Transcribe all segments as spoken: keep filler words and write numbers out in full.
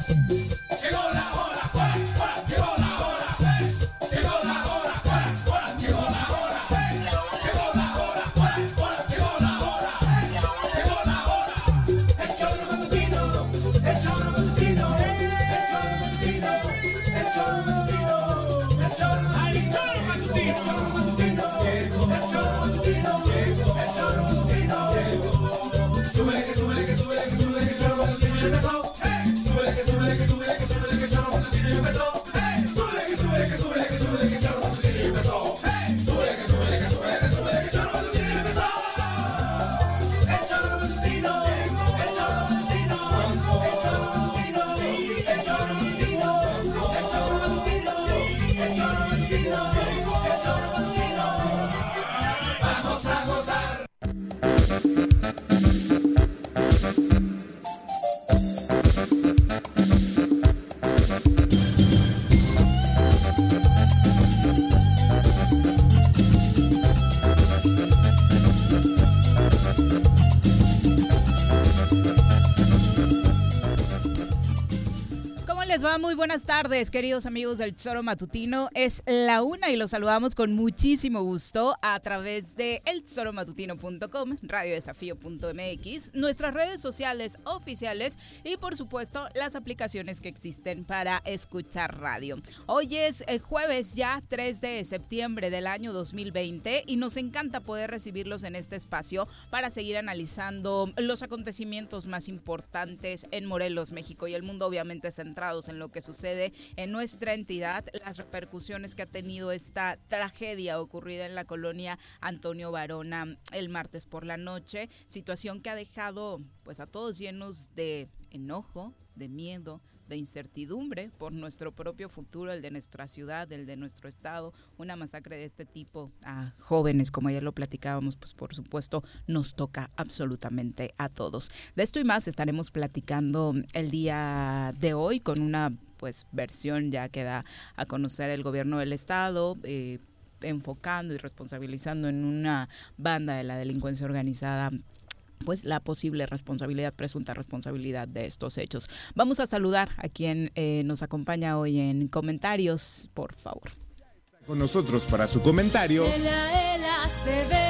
Muy buenas tardes, queridos amigos del Tesoro Matutino. Es la una y los saludamos con muchísimo gusto a través de el tesoro matutino punto com, radio desafío punto m x, nuestras redes sociales oficiales y, por supuesto, las aplicaciones que existen para escuchar radio. Hoy es el jueves ya tres de septiembre del año dos mil veinte y nos encanta poder recibirlos en este espacio para seguir analizando los acontecimientos más importantes en Morelos, México y el mundo, obviamente centrados en lo que sucede en nuestra entidad, las repercusiones que ha tenido esta tragedia ocurrida en la colonia Antonio Varona el martes por la noche, situación que ha dejado pues a todos llenos de enojo, de miedo, de incertidumbre por nuestro propio futuro, el de nuestra ciudad, el de nuestro estado. Una masacre de este tipo a jóvenes, como ya lo platicábamos, pues por supuesto nos toca absolutamente a todos. De esto y más estaremos platicando el día de hoy con una pues versión ya que da a conocer el gobierno del estado, eh, enfocando y responsabilizando en una banda de la delincuencia organizada pues la posible responsabilidad, presunta responsabilidad de estos hechos. Vamos a saludar a quien eh, nos acompaña hoy en comentarios, por favor. Con nosotros para su comentario. Ela, ela Acevedo.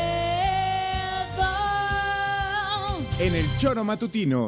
En el Choro Matutino.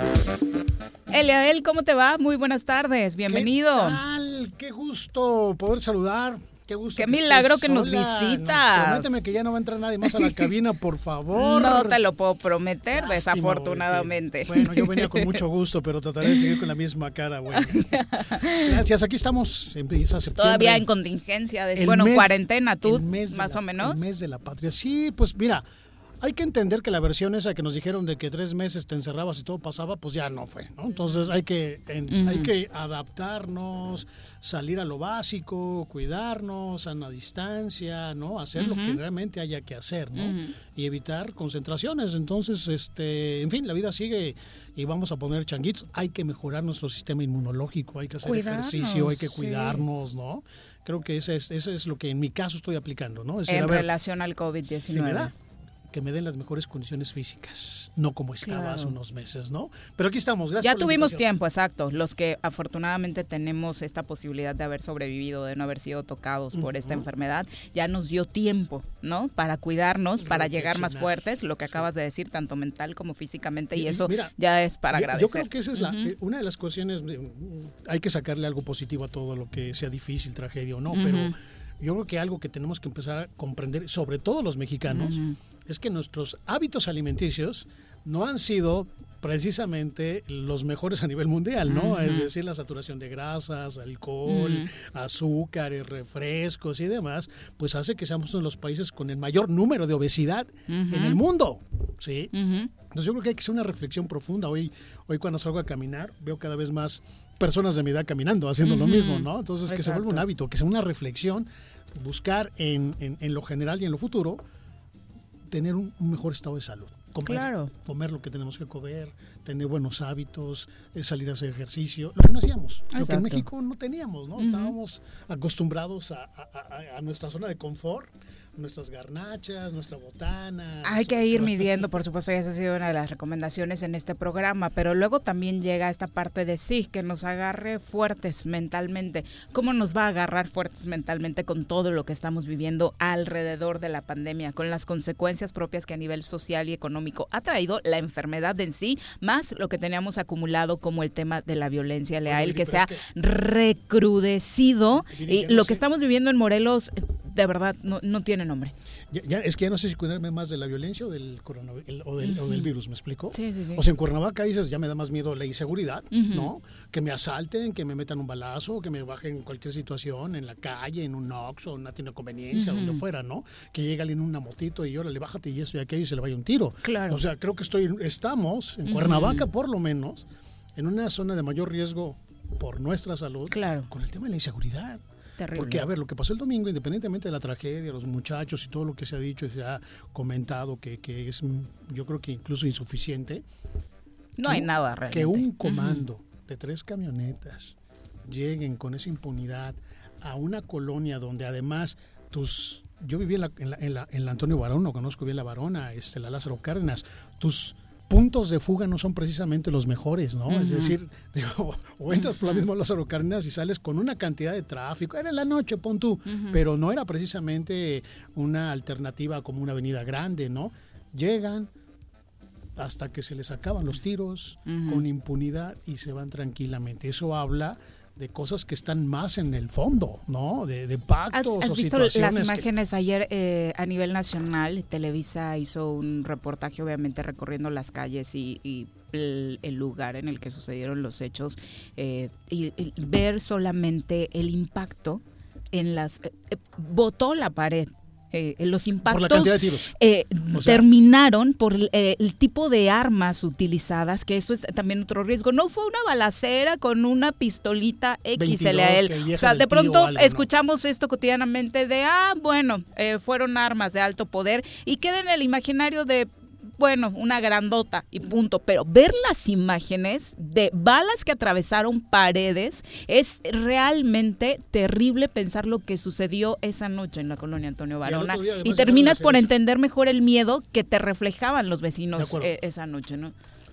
Eliael, ¿cómo te va? Muy buenas tardes, bienvenido. ¿Qué tal? Qué gusto poder saludar. Qué gusto. Qué que milagro que sola. nos visitas. No, prométeme que ya no va a entrar nadie más a la cabina, por favor. No te lo puedo prometer, Lástima, desafortunadamente. Porque, bueno, yo venía con mucho gusto, pero trataré de seguir con la misma cara, güey. Gracias, aquí estamos. Empieza septiembre. Todavía en contingencia, de, El bueno, mes- cuarentena, tú, mes de más la- o menos. El mes de la patria. Sí, pues mira, hay que entender que la versión esa que nos dijeron de que tres meses te encerrabas y todo pasaba, pues ya no fue, ¿no? Entonces hay que, en- Ujú. hay que adaptarnos, salir a lo básico, cuidarnos, sana distancia, ¿no? Hacer lo que realmente haya que hacer, ¿no? Ujú. Y evitar concentraciones. Entonces, este, en fin, la vida sigue y vamos a poner changuitos. Hay que mejorar nuestro sistema inmunológico, hay que hacer Cuidarnos, ejercicio, hay que sí. cuidarnos, ¿no? Creo que eso es, eso es lo que en mi caso estoy aplicando, ¿no? Es decir, En a ver, relación al COVID si me diecinueve. da, que me den las mejores condiciones físicas, no como estaba Claro. hace unos meses, ¿no? Pero aquí estamos, gracias Ya por la tuvimos invitación. tiempo, exacto. Los que afortunadamente tenemos esta posibilidad de haber sobrevivido, de no haber sido tocados por esta Ujú. enfermedad, ya nos dio tiempo, ¿no? Para cuidarnos, para llegar más Reflexionar. fuertes, lo que Sí. acabas de decir, tanto mental como físicamente, y Y- eso mira, ya es para Yo- agradecer. Yo creo que esa es la, Ujú. eh, una de las cuestiones, de- hay que sacarle algo positivo a todo lo que sea difícil, tragedia o no, Ujú. pero yo creo que algo que tenemos que empezar a comprender, sobre todo los mexicanos, Ujú. es que nuestros hábitos alimenticios no han sido precisamente los mejores a nivel mundial, ¿no? Ujú. Es decir, la saturación de grasas, alcohol, Ujú. azúcares, refrescos y demás, pues hace que seamos uno de los países con el mayor número de obesidad Ujú. en el mundo, ¿sí? Ujú. Entonces yo creo que hay que hacer una reflexión profunda. Hoy, hoy cuando salgo a caminar, veo cada vez más personas de mi edad caminando, haciendo lo Ujú. mismo, ¿no? Entonces que se vuelva un Exacto. hábito, que sea una reflexión, buscar en, en, en lo general y en lo futuro tener un, un mejor estado de salud. Comer, Claro. comer lo que tenemos que comer, tener buenos hábitos, eh, salir a hacer ejercicio, lo que no hacíamos, lo que Exacto. en México no teníamos, ¿no? Ujú. Estábamos acostumbrados a, a- a- a nuestra zona de confort, nuestras garnachas, nuestra botana. Hay que ir midiendo, por supuesto, esa ha sido una de las recomendaciones en este programa, pero luego también llega esta parte de sí, que nos agarre fuertes mentalmente. ¿Cómo nos va a agarrar fuertes mentalmente con todo lo que estamos viviendo alrededor de la pandemia, con las consecuencias propias que a nivel social y económico ha traído la enfermedad en sí, más lo que teníamos acumulado como el tema de la violencia leal, Oye, que se ha es que, recrudecido, Viri, y no lo sé. que estamos viviendo en Morelos, de verdad, no, no tiene nombre. Ya, ya, es que ya no sé si cuidarme más de la violencia o del coronavirus, el, o, del, uh-huh. o del virus, ¿me explico? Sí, sí, sí. O sea, en Cuernavaca dices, ya me da más miedo la inseguridad, Uh-huh. ¿no? Que me asalten, que me metan un balazo, que me bajen en cualquier situación, en la calle, en un Oxxo, en una tienda de conveniencia, uh-huh. donde fuera, ¿no? Que llegue alguien en una motito y órale, bájate y esto y aquello y se le vaya un tiro. Claro. O sea, creo que estoy, estamos, en Cuernavaca uh-huh. por lo menos, en una zona de mayor riesgo por nuestra salud, claro. con el tema de la inseguridad. Terrible. Porque, a ver, lo que pasó el domingo, independientemente de la tragedia, los muchachos y todo lo que se ha dicho y se ha comentado, que, que es, yo creo que incluso insuficiente. No hay nada realmente. Que un comando uh-huh. de tres camionetas lleguen con esa impunidad a una colonia donde además tus... Yo viví en la, en la, en la, en la Antonio Barón, no conozco bien la Barona, este, la Lázaro Cárdenas, tus... puntos de fuga no son precisamente los mejores, ¿no? Uh-huh. Es decir, digo, o entras por la misma Lázaro Cárdenas y sales con una cantidad de tráfico, era en la noche, pon tú, uh-huh. pero no era precisamente una alternativa como una avenida grande, ¿no? Llegan hasta que se les acaban los tiros, uh-huh. con impunidad y se van tranquilamente. Eso habla de cosas que están más en el fondo, ¿no? De, de pactos ¿Has, has o visto situaciones. las imágenes que... ayer eh, a nivel nacional? Televisa hizo un reportaje, obviamente, recorriendo las calles y, y el, el lugar en el que sucedieron los hechos, eh, y, y ver solamente el impacto en las... Eh, eh, botó la pared. Eh, los impactos por la cantidad de tiros. Eh, o sea, terminaron por el, eh, el tipo de armas utilizadas, que eso es también otro riesgo. No fue una balacera con una pistolita X L a él. O sea, de pronto algo, escuchamos ¿no? esto cotidianamente de, ah, bueno, eh, fueron armas de alto poder y queda en el imaginario de, bueno, una grandota y punto, pero ver las imágenes de balas que atravesaron paredes es realmente terrible pensar lo que sucedió esa noche en la colonia Antonio Barona y, día, y terminas por entender mejor el miedo que te reflejaban los vecinos eh, esa noche, ¿no?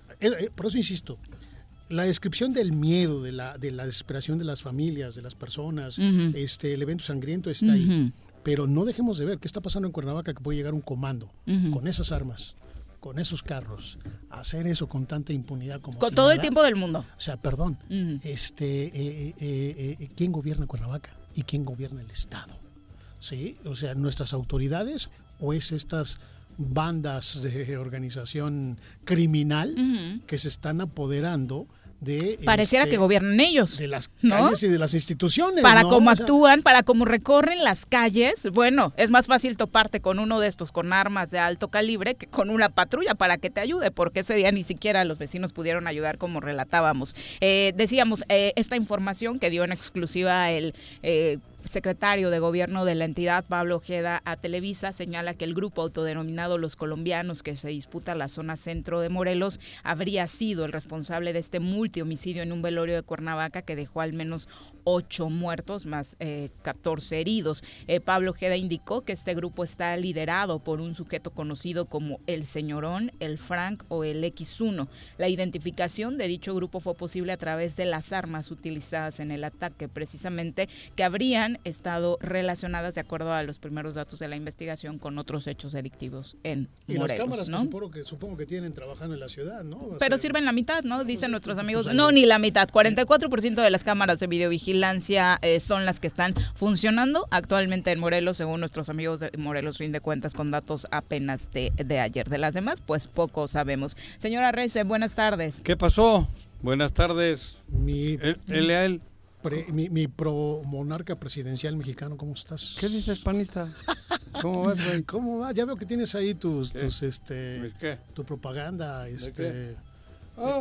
Por eso insisto, la descripción del miedo, de la, de la desesperación de las familias, de las personas, uh-huh. este, el evento sangriento está uh-huh. ahí, pero no dejemos de ver qué está pasando en Cuernavaca, que puede llegar un comando uh-huh. con esas armas, con esos carros, hacer eso con tanta impunidad como con si todo nada. El tiempo del mundo. O sea, perdón, uh-huh. este, eh, eh, eh, ¿quién gobierna Cuernavaca y quién gobierna el Estado? ¿Sí? O sea, nuestras autoridades o es estas bandas de organización criminal uh-huh. que se están apoderando de pareciera este, que gobiernan ellos de las ¿no? calles y de las instituciones para ¿no? cómo o sea, actúan, para cómo recorren las calles. Bueno, es más fácil toparte con uno de estos con armas de alto calibre que con una patrulla para que te ayude, porque ese día ni siquiera los vecinos pudieron ayudar, como relatábamos. Eh, decíamos, eh, esta información que dio en exclusiva el eh, secretario de gobierno de la entidad, Pablo Ojeda, a Televisa, señala que el grupo autodenominado Los Colombianos, que se disputa la zona centro de Morelos, habría sido el responsable de este multihomicidio en un velorio de Cuernavaca que dejó al menos ocho muertos, más eh, catorce heridos. Eh, Pablo Ojeda indicó que este grupo está liderado por un sujeto conocido como el Señorón, el Frank o el equis uno. La identificación de dicho grupo fue posible a través de las armas utilizadas en el ataque, precisamente que habrían estado relacionadas, de acuerdo a los primeros datos de la investigación, con otros hechos delictivos en y Morelos. Y las cámaras ¿no? que supongo, que supongo que tienen trabajando en la ciudad, ¿no? O Pero sea, sirven la mitad, ¿no? Dicen pues, nuestros pues, amigos. pues, No, ni la mitad. cuarenta y cuatro por ciento de las cámaras de videovigilancia eh, son las que están funcionando actualmente en Morelos, según nuestros amigos de Morelos Rinde Cuentas, con datos apenas de, de ayer. De las demás, pues poco sabemos. Señora Reyes, buenas tardes. ¿Qué pasó? Buenas tardes. Mi, el, el leal. Pre, mi, mi pro monarca presidencial mexicano, ¿cómo estás? ¿Qué dices, panista? ¿Cómo vas, güey? ¿Cómo vas? Ya veo que tienes ahí tus, ¿Qué? tus este, ¿Qué? tu propaganda, este. Ah,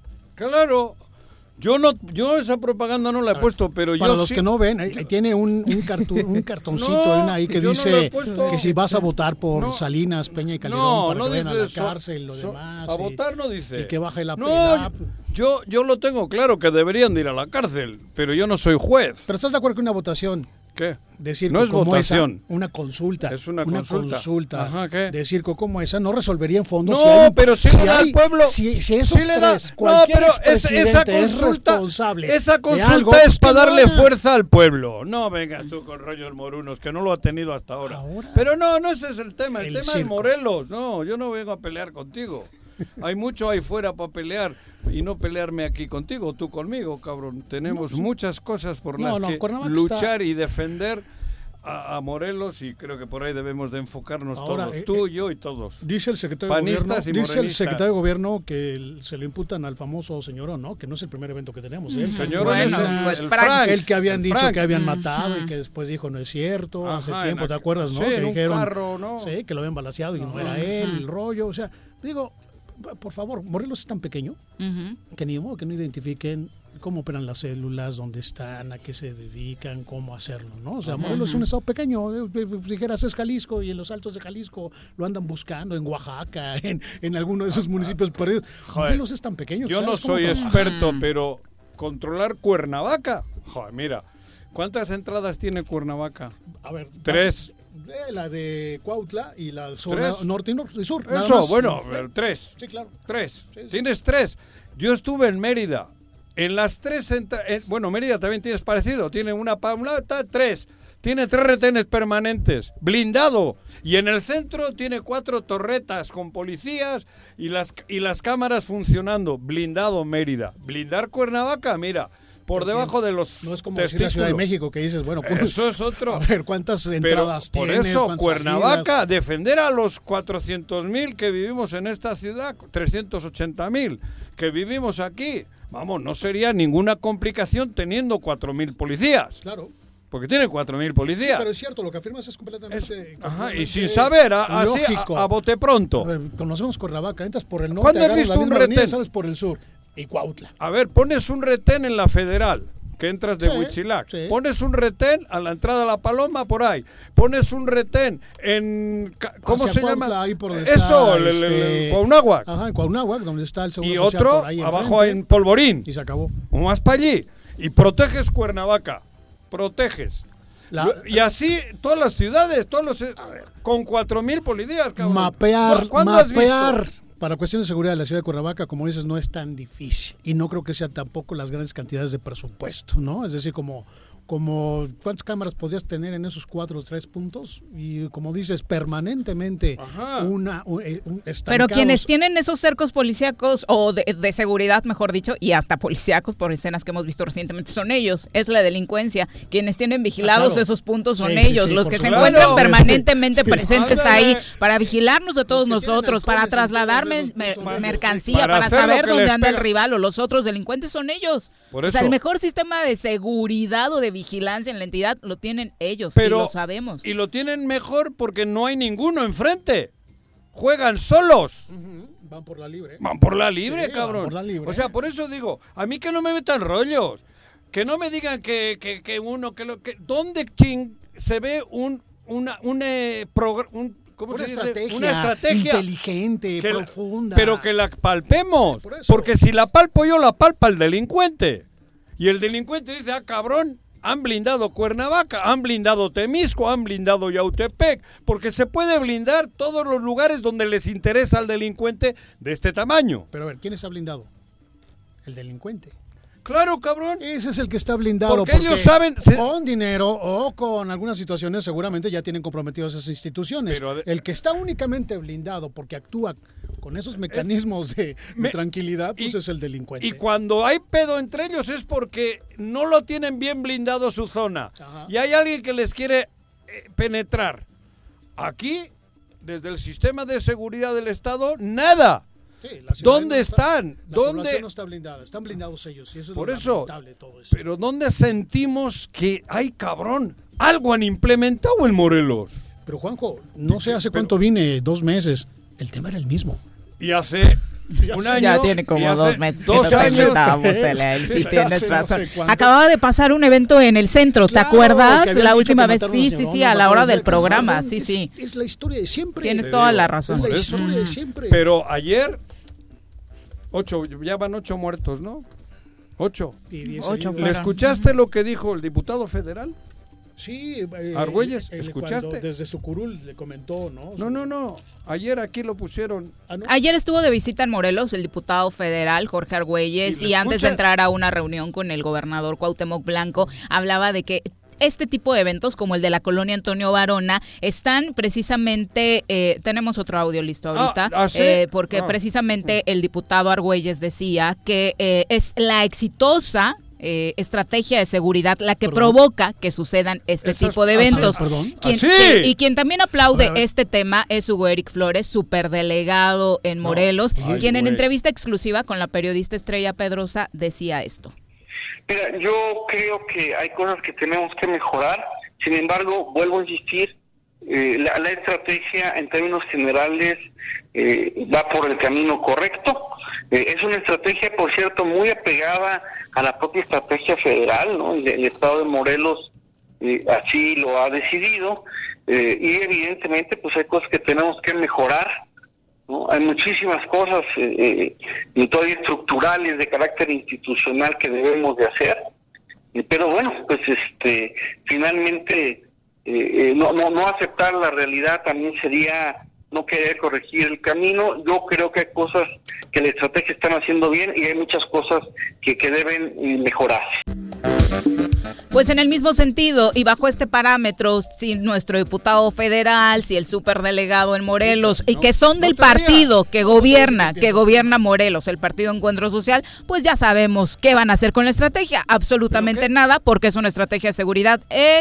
claro. Yo no, yo esa propaganda no la he puesto, pero para yo los sí, que no ven, ahí, yo, tiene un, un, cartu, un cartoncito no, ahí que yo dice no que si vas a votar por no, Salinas, Peña y Calderón no, para no que vayan a la so, cárcel, lo so, demás. A y, votar no dice. Y que baje la no, pena. Yo, yo lo tengo claro que deberían de ir a la cárcel, pero yo no soy juez. Pero ¿estás de acuerdo que una votación ¿Qué? De circo No es como votación. esa, una consulta. Es una consulta. consulta Ajá, ¿qué? de circo como esa no resolvería en fondo. No, si hay, pero sí si le da hay- al pueblo. Si, si esos sí le da- tres, cualquier no, pero esa, esa expresidente es consulta, responsable esa de consulta algo, es pues, para que lo darle haga. fuerza al pueblo. No vengas tú con rollos morunos, que no lo ha tenido hasta ahora. Ahora. Pero no, no ese es el tema. El, El tema es circo. Morelos. No, yo no vengo a pelear contigo. Hay mucho ahí fuera para pelear y no pelearme aquí contigo, tú conmigo, cabrón. Tenemos muchas cosas por No, las no, que Cuernavaca luchar está- y defender a, a Morelos, y creo que por ahí debemos de enfocarnos Ahora, todos, eh, tú, eh, yo y todos. Dice el secretario de Panistas gobierno, y dice el morenistas. secretario de gobierno que el- se le imputan al famoso señor, ¿no? Que no es el primer evento que tenemos. ¿eh? El Señor, Bueno, es el, pues, el Frank. Frank, el que habían el dicho Frank. que habían matado y que después dijo no es cierto, hace Ajá, tiempo, en ¿te aqu- acuerdas, no? sí, que en un dijeron carro, ¿no? sí, que lo habían balaceado y no era él, el rollo, o sea, digo, por favor, Morelos es tan pequeño Ujú. que ni modo que no identifiquen cómo operan las células, dónde están, a qué se dedican, cómo hacerlo, ¿no? O sea, Morelos es un estado pequeño, eh, eh, dijeras es Jalisco y en los altos de Jalisco lo andan buscando, en Oaxaca, en, en alguno de esos municipios perdidos. Joder, Morelos es tan pequeño. que Yo no ¿sabes cómo soy trabaja? experto, pero controlar Cuernavaca. Joder, mira, ¿cuántas entradas tiene Cuernavaca? A ver, Tres. eh, la de Cuautla y la zona Tres. norte y, nor- y sur. nada Eso, más. bueno, pero tres. Sí, claro. Tres. Sí, sí. Tienes tres. Yo estuve en Mérida. En las tres, entra- eh, bueno, Mérida también tienes parecido. Tiene una pa- una, ta- tres. Tiene tres retenes permanentes, blindado. Y en el centro tiene cuatro torretas con policías y las, y las cámaras funcionando. Blindado Mérida. Blindar Cuernavaca, mira, por debajo de los No es como decir la Ciudad de testículos. México que dices, bueno, pues, Eso es otro. a ver, ¿cuántas Pero entradas por tienes? eso, ¿Cuántas Cuernavaca, salidas? defender a los cuatrocientos mil que vivimos en esta ciudad, trescientos ochenta mil que vivimos aquí, vamos, no sería ninguna complicación teniendo cuatro mil policías, Claro. porque tiene cuatro mil Sí, policías. pero es cierto, lo que afirmas es completamente... Es- ajá, y completamente sin saber, a- así, lógico. a, a bote pronto. A ver, conocemos Cuernavaca, entras por el norte, ¿Cuándo has agarras visto la un misma avenida y retén? sales por el sur. Y Cuautla. A ver, pones un retén en la Federal, que entras de Sí, Huitzilac. sí. Pones un retén a la entrada de La Paloma, por ahí. Pones un retén en... ca- ¿Cómo Hacia se Cuautla, llama? ahí por donde Eso, está, el, el, el- este, el Cuauhnáhuac. Ajá, en Cuauhnáhuac, donde está el Seguro Y Social otro por ahí abajo enfrente, en Polvorín. Y se acabó. O más para allí. Y proteges Cuernavaca. Proteges. La- y así todas las ciudades, todos los... eh, con cuatro mil policías, cabrón. Mapear, ¿Cuándo has mapear. visto? Para cuestiones de seguridad de la ciudad de Cuernavaca, como dices, no es tan difícil. Y no creo que sea tampoco las grandes cantidades de presupuesto, ¿no? Es decir, como, como ¿cuántas cámaras podrías tener en esos cuatro o tres puntos? Y como dices, permanentemente Ajá. una un, eh, un- Pero estancados. quienes tienen esos cercos policíacos, o de, de seguridad, mejor dicho, y hasta policíacos por escenas que hemos visto recientemente, son ellos. Es la delincuencia. Quienes tienen vigilados Ah, claro. esos puntos son Sí, sí, ellos. sí, los por que se supuesto. encuentran Claro. permanentemente Sí. presentes Ándale. ahí para vigilarnos de todos Los que tienen nosotros, para halcones en trasladar todos me- esos me- puntos son ellos. mercancía, Para para, hacer lo saber que dónde les anda el pega. rival o los otros delincuentes son ellos. Por O sea, eso. el mejor sistema de seguridad o de vigilancia en la entidad lo tienen ellos, Pero, y lo sabemos. Y lo tienen mejor porque no hay ninguno enfrente. Juegan solos. Ujú, van por la libre. Van por la libre, Sí, cabrón. van por la libre. O sea, por eso digo, a mí que no me metan rollos. Que no me digan que, que, que uno, que lo que... ¿Dónde ching se ve un, una, un, eh, progr- un ¿cómo Una se dice? estrategia, Una estrategia inteligente, que la- profunda. pero que la palpemos. Por eso. Porque si la palpo yo, la palpa el delincuente. Y el delincuente dice, ah, cabrón, han blindado Cuernavaca, han blindado Temisco, han blindado Yautepec, porque se puede blindar todos los lugares donde les interesa al delincuente de este tamaño. Pero a ver, ¿quién está blindado? El delincuente. Claro, cabrón. Ese es el que está blindado. Porque ellos saben- se- Con dinero o con algunas situaciones seguramente ya tienen comprometidos esas instituciones. Pero de- el que está únicamente blindado porque actúa con esos mecanismos de, de Me- tranquilidad, pues y- es el delincuente. Y cuando hay pedo entre ellos es porque no lo tienen bien blindado su zona. Ajá. Y hay alguien que les quiere eh, penetrar. Aquí, desde el sistema de seguridad del Estado, nada. Sí, la ciudad ¿Dónde no está- están? La ¿Dónde? población no está blindada, están blindados ellos. Y eso es Por lo eso. lamentable de todo eso. Pero ¿dónde sentimos que, ay cabrón, algo han implementado en Morelos? Pero Juanjo, no sé hace cuánto vine, dos meses. El tema era el mismo. Y hace un sé. año. Ya tiene y como hace dos meses que Dos nos años. presentábamos, Elena, Sí, sí, ya tienes sé, no razón. sé cuánto. Acababa de pasar un evento en el centro, ¿te Claro, acuerdas? que habían La dicho última que vez, mataron a sí, una sí, señora, sí, a no la me hora acuerdo del de- programa, es- sí, sí. Es la historia de siempre. Tienes Te toda digo, la razón. Es la Por eso. historia de siempre. Pero ayer, ocho, ya van ocho muertos, ¿no? Ocho. Y diez Ocho heridos. ¿Le fueron. escuchaste lo que dijo el diputado federal? Sí, eh, Argüelles, eh, ¿escuchaste? cuando desde su curul le comentó, ¿no? No, no, no. Ayer aquí lo pusieron. Ah, ¿no? Ayer estuvo de visita en Morelos el diputado federal Jorge Argüelles ¿Y y, lo antes escucha? de entrar a una reunión con el gobernador Cuauhtémoc Blanco hablaba de que este tipo de eventos como el de la colonia Antonio Varona están precisamente, eh, tenemos otro audio listo ahorita, Ah, ¿ah, sí? eh, porque Ah. precisamente el diputado Argüelles decía que eh, es la exitosa eh, estrategia de seguridad la que Perdón. provoca que sucedan este Esas- tipo de ah, sí. eventos. Perdón. Quien- ¿Ah, sí? sí, y quien también aplaude A ver, a ver. este tema es Hugo Eric Flores, superdelegado en No. Morelos, Ay, quien en güey. entrevista exclusiva con la periodista Estrella Pedrosa decía esto. Mira, yo creo que hay cosas que tenemos que mejorar. Sin embargo, vuelvo a insistir, eh, la, la estrategia en términos generales eh, va por el camino correcto. Eh, es una estrategia, por cierto, muy apegada a la propia estrategia federal, ¿no? El, el estado de Morelos eh, así lo ha decidido, eh, y evidentemente pues hay cosas que tenemos que mejorar, ¿no? Hay muchísimas cosas eh, eh, todavía estructurales de carácter institucional que debemos de hacer, eh, pero bueno, pues este finalmente eh, eh, no, no, no aceptar la realidad también sería no querer corregir el camino. Yo creo que hay cosas que la estrategia están haciendo bien y hay muchas cosas que, que deben eh, mejorarse. Pues en el mismo sentido y bajo este parámetro, si nuestro diputado federal, si el superdelegado en Morelos, y que son del no te rías. partido que gobierna, que gobierna Morelos, el Partido Encuentro Social, pues ya sabemos qué van a hacer con la estrategia. Absolutamente nada, porque es una estrategia de seguridad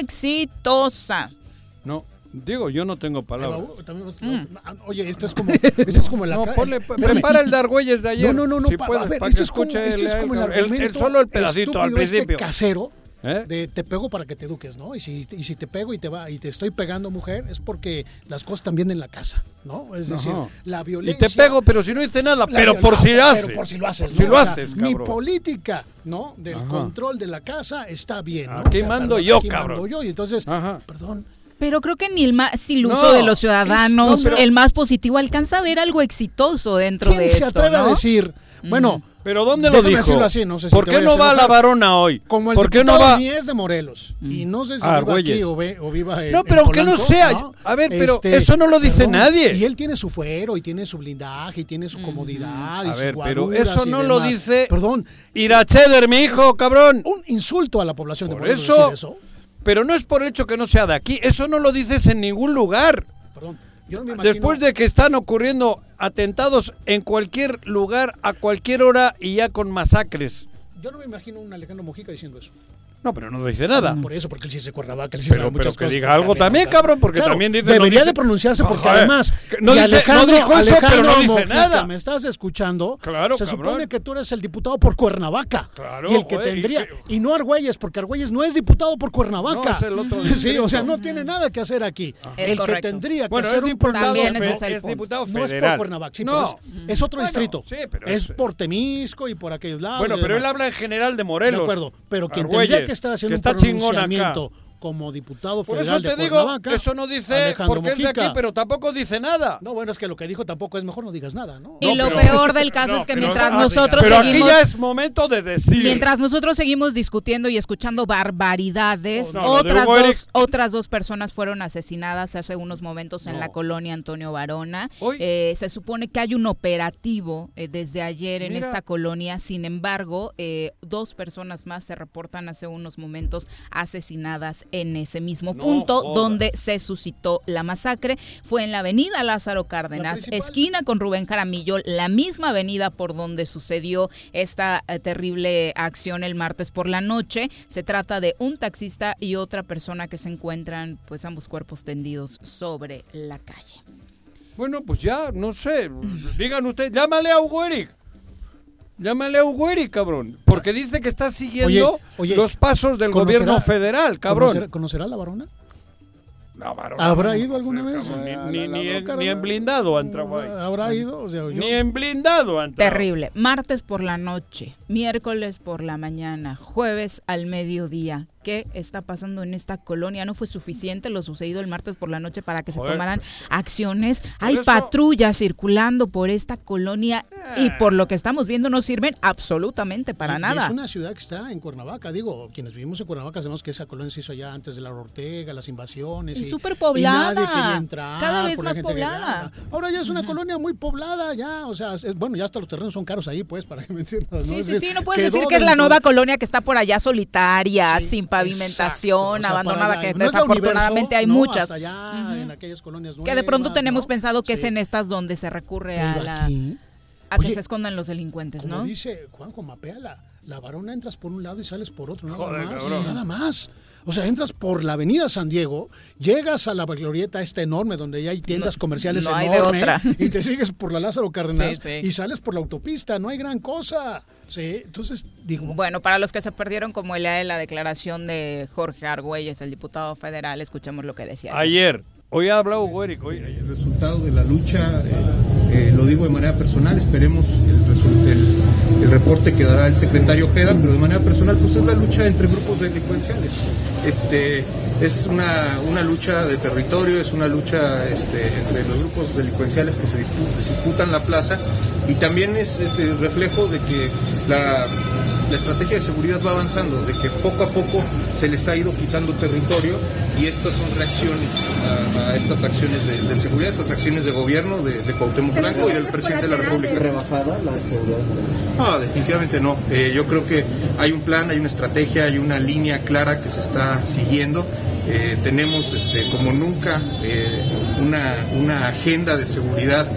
exitosa. No, digo, yo no tengo Ahí va, palabras. uh, también vas- Mm. ah, Oye, esto es como, esto es como la No, ca- ponle, espérame. prepara el de Argüelles de ayer. No, no, no, no, si pa- puedes, a ver, para esto que es como, escuche esto es el- como el el- el- argumento el- solo el pedacito al estúpido este principio. casero ¿Eh? de te pego para que te eduques, ¿no? Y si, y si te pego y te va y te estoy pegando, mujer, es porque las cosas están bien en la casa, ¿no? Es decir, Ajá. la Y violencia... te pego, pero si no hice nada, la pero viola- por si lo haces. Pero por si lo haces, Si ¿no? lo O sea, haces, mi cabrón. política, ¿no? Del Ajá. control de la casa está bien, ¿no? Aquí mando yo, aquí cabrón. mando yo, y entonces, Ajá. perdón, Pero creo que ni el más iluso No, de los ciudadanos, es- no, pero- el más positivo, alcanza a ver algo exitoso dentro ¿quién de se esto, atreve ¿no? a decir, bueno, Pero ¿dónde lo déjame dijo? decirlo así, no sé si ¿Por te qué vayas no a va a la enojar? varona hoy? como el ¿Por qué diputado no va? ni es de Morelos y no sé si Ah, viva Argüelles. aquí o, ve- o viva en No, en pero aunque no Polanco, sea, ¿no? a ver, pero eso no lo dice nadie. Y él tiene su fuero y tiene su blindaje y tiene su comodidad y A sus ver, pero guaruras eso y no lo demás. dice Perdón, Iracheder, mi hijo, cabrón. un insulto a la población Por de Morelos eso, decir eso. pero no es por el hecho que no sea de aquí, eso no lo dices en ningún lugar. Perdón, yo no me imagino. Después de que están ocurriendo atentados en cualquier lugar, a cualquier hora y ya con masacres. Yo no me imagino un Alejandro Mujica diciendo eso. No, pero no dice nada. Por eso, porque él sí se Cuernavaca, él sí Pero, sabe muchas pero que cosas. diga algo también, cabrón, porque Claro, también dice... debería no dice- de pronunciarse porque Joder, además que no y dice- no Alejandro, dijo eso, pero Alejandro no dice Mojica, nada. me estás escuchando, Claro, se cabrón. supone que tú eres el diputado por Cuernavaca. Claro, y el que joder, y tendría, que- y, no Argüelles, porque Argüelles no es diputado por Cuernavaca. No, es el otro Sí, distrito. o sea, no tiene nada que hacer aquí. Es el correcto. que tendría que Bueno, hacer es un diputado, También fe- ese es el es punto. diputado no es federal. por Cuernavaca, sí, no. pero es, es otro Bueno, distrito. sí, pero es, es- por Temisco y por aquellos lados. Bueno, y pero él demás. habla en general de Morelos. De acuerdo, pero quien Argüelles, tendría que estar haciendo que está un chingón acá. pronunciamiento como diputado Por federal eso te de digo, Cuernavaca, eso no dice Alejandro porque es de aquí, Mujica. pero tampoco dice nada. No, bueno, es que lo que dijo tampoco es mejor no digas nada, ¿no? Y No, lo pero- peor del caso No, es que pero- mientras ah, nosotros Pero seguimos... aquí ya es momento de decir. Mientras nosotros seguimos discutiendo y escuchando barbaridades, No, no, lo de otras, Hugo Eric- dos, otras dos personas fueron asesinadas hace unos momentos en No. la colonia Antonio Varona. Hoy- Eh, se supone que hay un operativo eh, desde ayer en Mira. esta colonia, sin embargo, eh, dos personas más se reportan hace unos momentos asesinadas en ese mismo No punto jodas. donde se suscitó la masacre. Fue en la avenida Lázaro Cárdenas, principal. esquina con Rubén Jaramillo, la misma avenida por donde sucedió esta eh, terrible acción el martes por la noche. Se trata de un taxista y otra persona que se encuentran, pues ambos cuerpos tendidos sobre la calle. Bueno, pues ya, no sé. Digan ustedes, llámale a Hugo Eric. Llámale a Hugo Eric, cabrón. Porque dice que está siguiendo Oye, oye, los pasos del ¿conocerá- gobierno federal, cabrón. ¿Conocerá, conocerá la varona? No, varón, ¿Habrá no, ido alguna no sé, vez cabrón, a Ni, la- ni- la ni en, loca, ni en ¿no? blindado ha entrado ahí. ¿Habrá ido? O sea, yo- Ni en blindado ha entrado. Terrible. Martes por la noche, miércoles por la mañana, jueves al mediodía. ¿Qué está pasando en esta colonia? ¿No fue suficiente lo sucedido el martes por la noche para que Joder. se tomaran acciones? Por Hay eso- patrullas circulando por esta colonia y por lo que estamos viendo no sirven absolutamente para Y- y nada. es una ciudad que está en Cuernavaca. Digo, quienes vivimos en Cuernavaca sabemos que esa colonia se hizo ya antes de la Ortega, las invasiones. Y Y, súper poblada. y nadie quería entrar. Cada vez por la más gente que poblada. llegaba. Ahora ya es una colonia muy poblada, ya. O sea, es- bueno, ya hasta los terrenos son caros ahí, pues, para que me entiendas. ¿no? Sí, Es sí, decir, sí, no puedes quedó decir que es la dentro- nueva colonia que está por allá solitaria, Sí, sin pavimentación, exacto. O sea, abandonada, para allá. que No es la desafortunadamente Universo, hay no, muchas. hasta allá, en aquellas colonias Que de pronto nuevas, tenemos ¿no? pensado que es Sí. en estas donde se recurre a, Pero la, aquí, a que oye, se escondan los delincuentes, como ¿no? dice Juanjo Mapea, la, la Varona entras por un lado y sales por otro, nada Joder, más, cabrón. nada más. O sea, entras por la avenida San Diego, llegas a la glorieta esta enorme donde ya hay tiendas No- comerciales no hay de enormes otra. y te sigues por la Lázaro Cárdenas Sí, sí. y sales por la autopista, no hay gran cosa. Sí, entonces digo, Bueno, para los que se perdieron, como lea la declaración de Jorge Argüelles, el diputado federal, escuchemos lo que decía. Ayer, hoy ha hablado Gueric, hoy, ayer. El resultado de la lucha, eh, eh, lo digo de manera personal, esperemos el, resu- el, el reporte que dará el secretario Ojeda, pero de manera personal, pues es la lucha entre grupos delincuenciales. Este, es una, una lucha de territorio, es una lucha este, entre los grupos delincuenciales que se disputan, disputan la plaza, y también es este, reflejo de que la, la estrategia de seguridad va avanzando, de que poco a poco se les ha ido quitando territorio, y estas son reacciones a, a estas acciones de, de seguridad, estas acciones de gobierno de, de Cuauhtémoc Blanco y del presidente de la República. ¿Rebasada la seguridad? No, definitivamente no. Eh, yo creo que hay un plan, hay una estrategia, hay una línea clara que se está siguiendo. Eh, tenemos este, como nunca eh, una, una agenda de seguridad.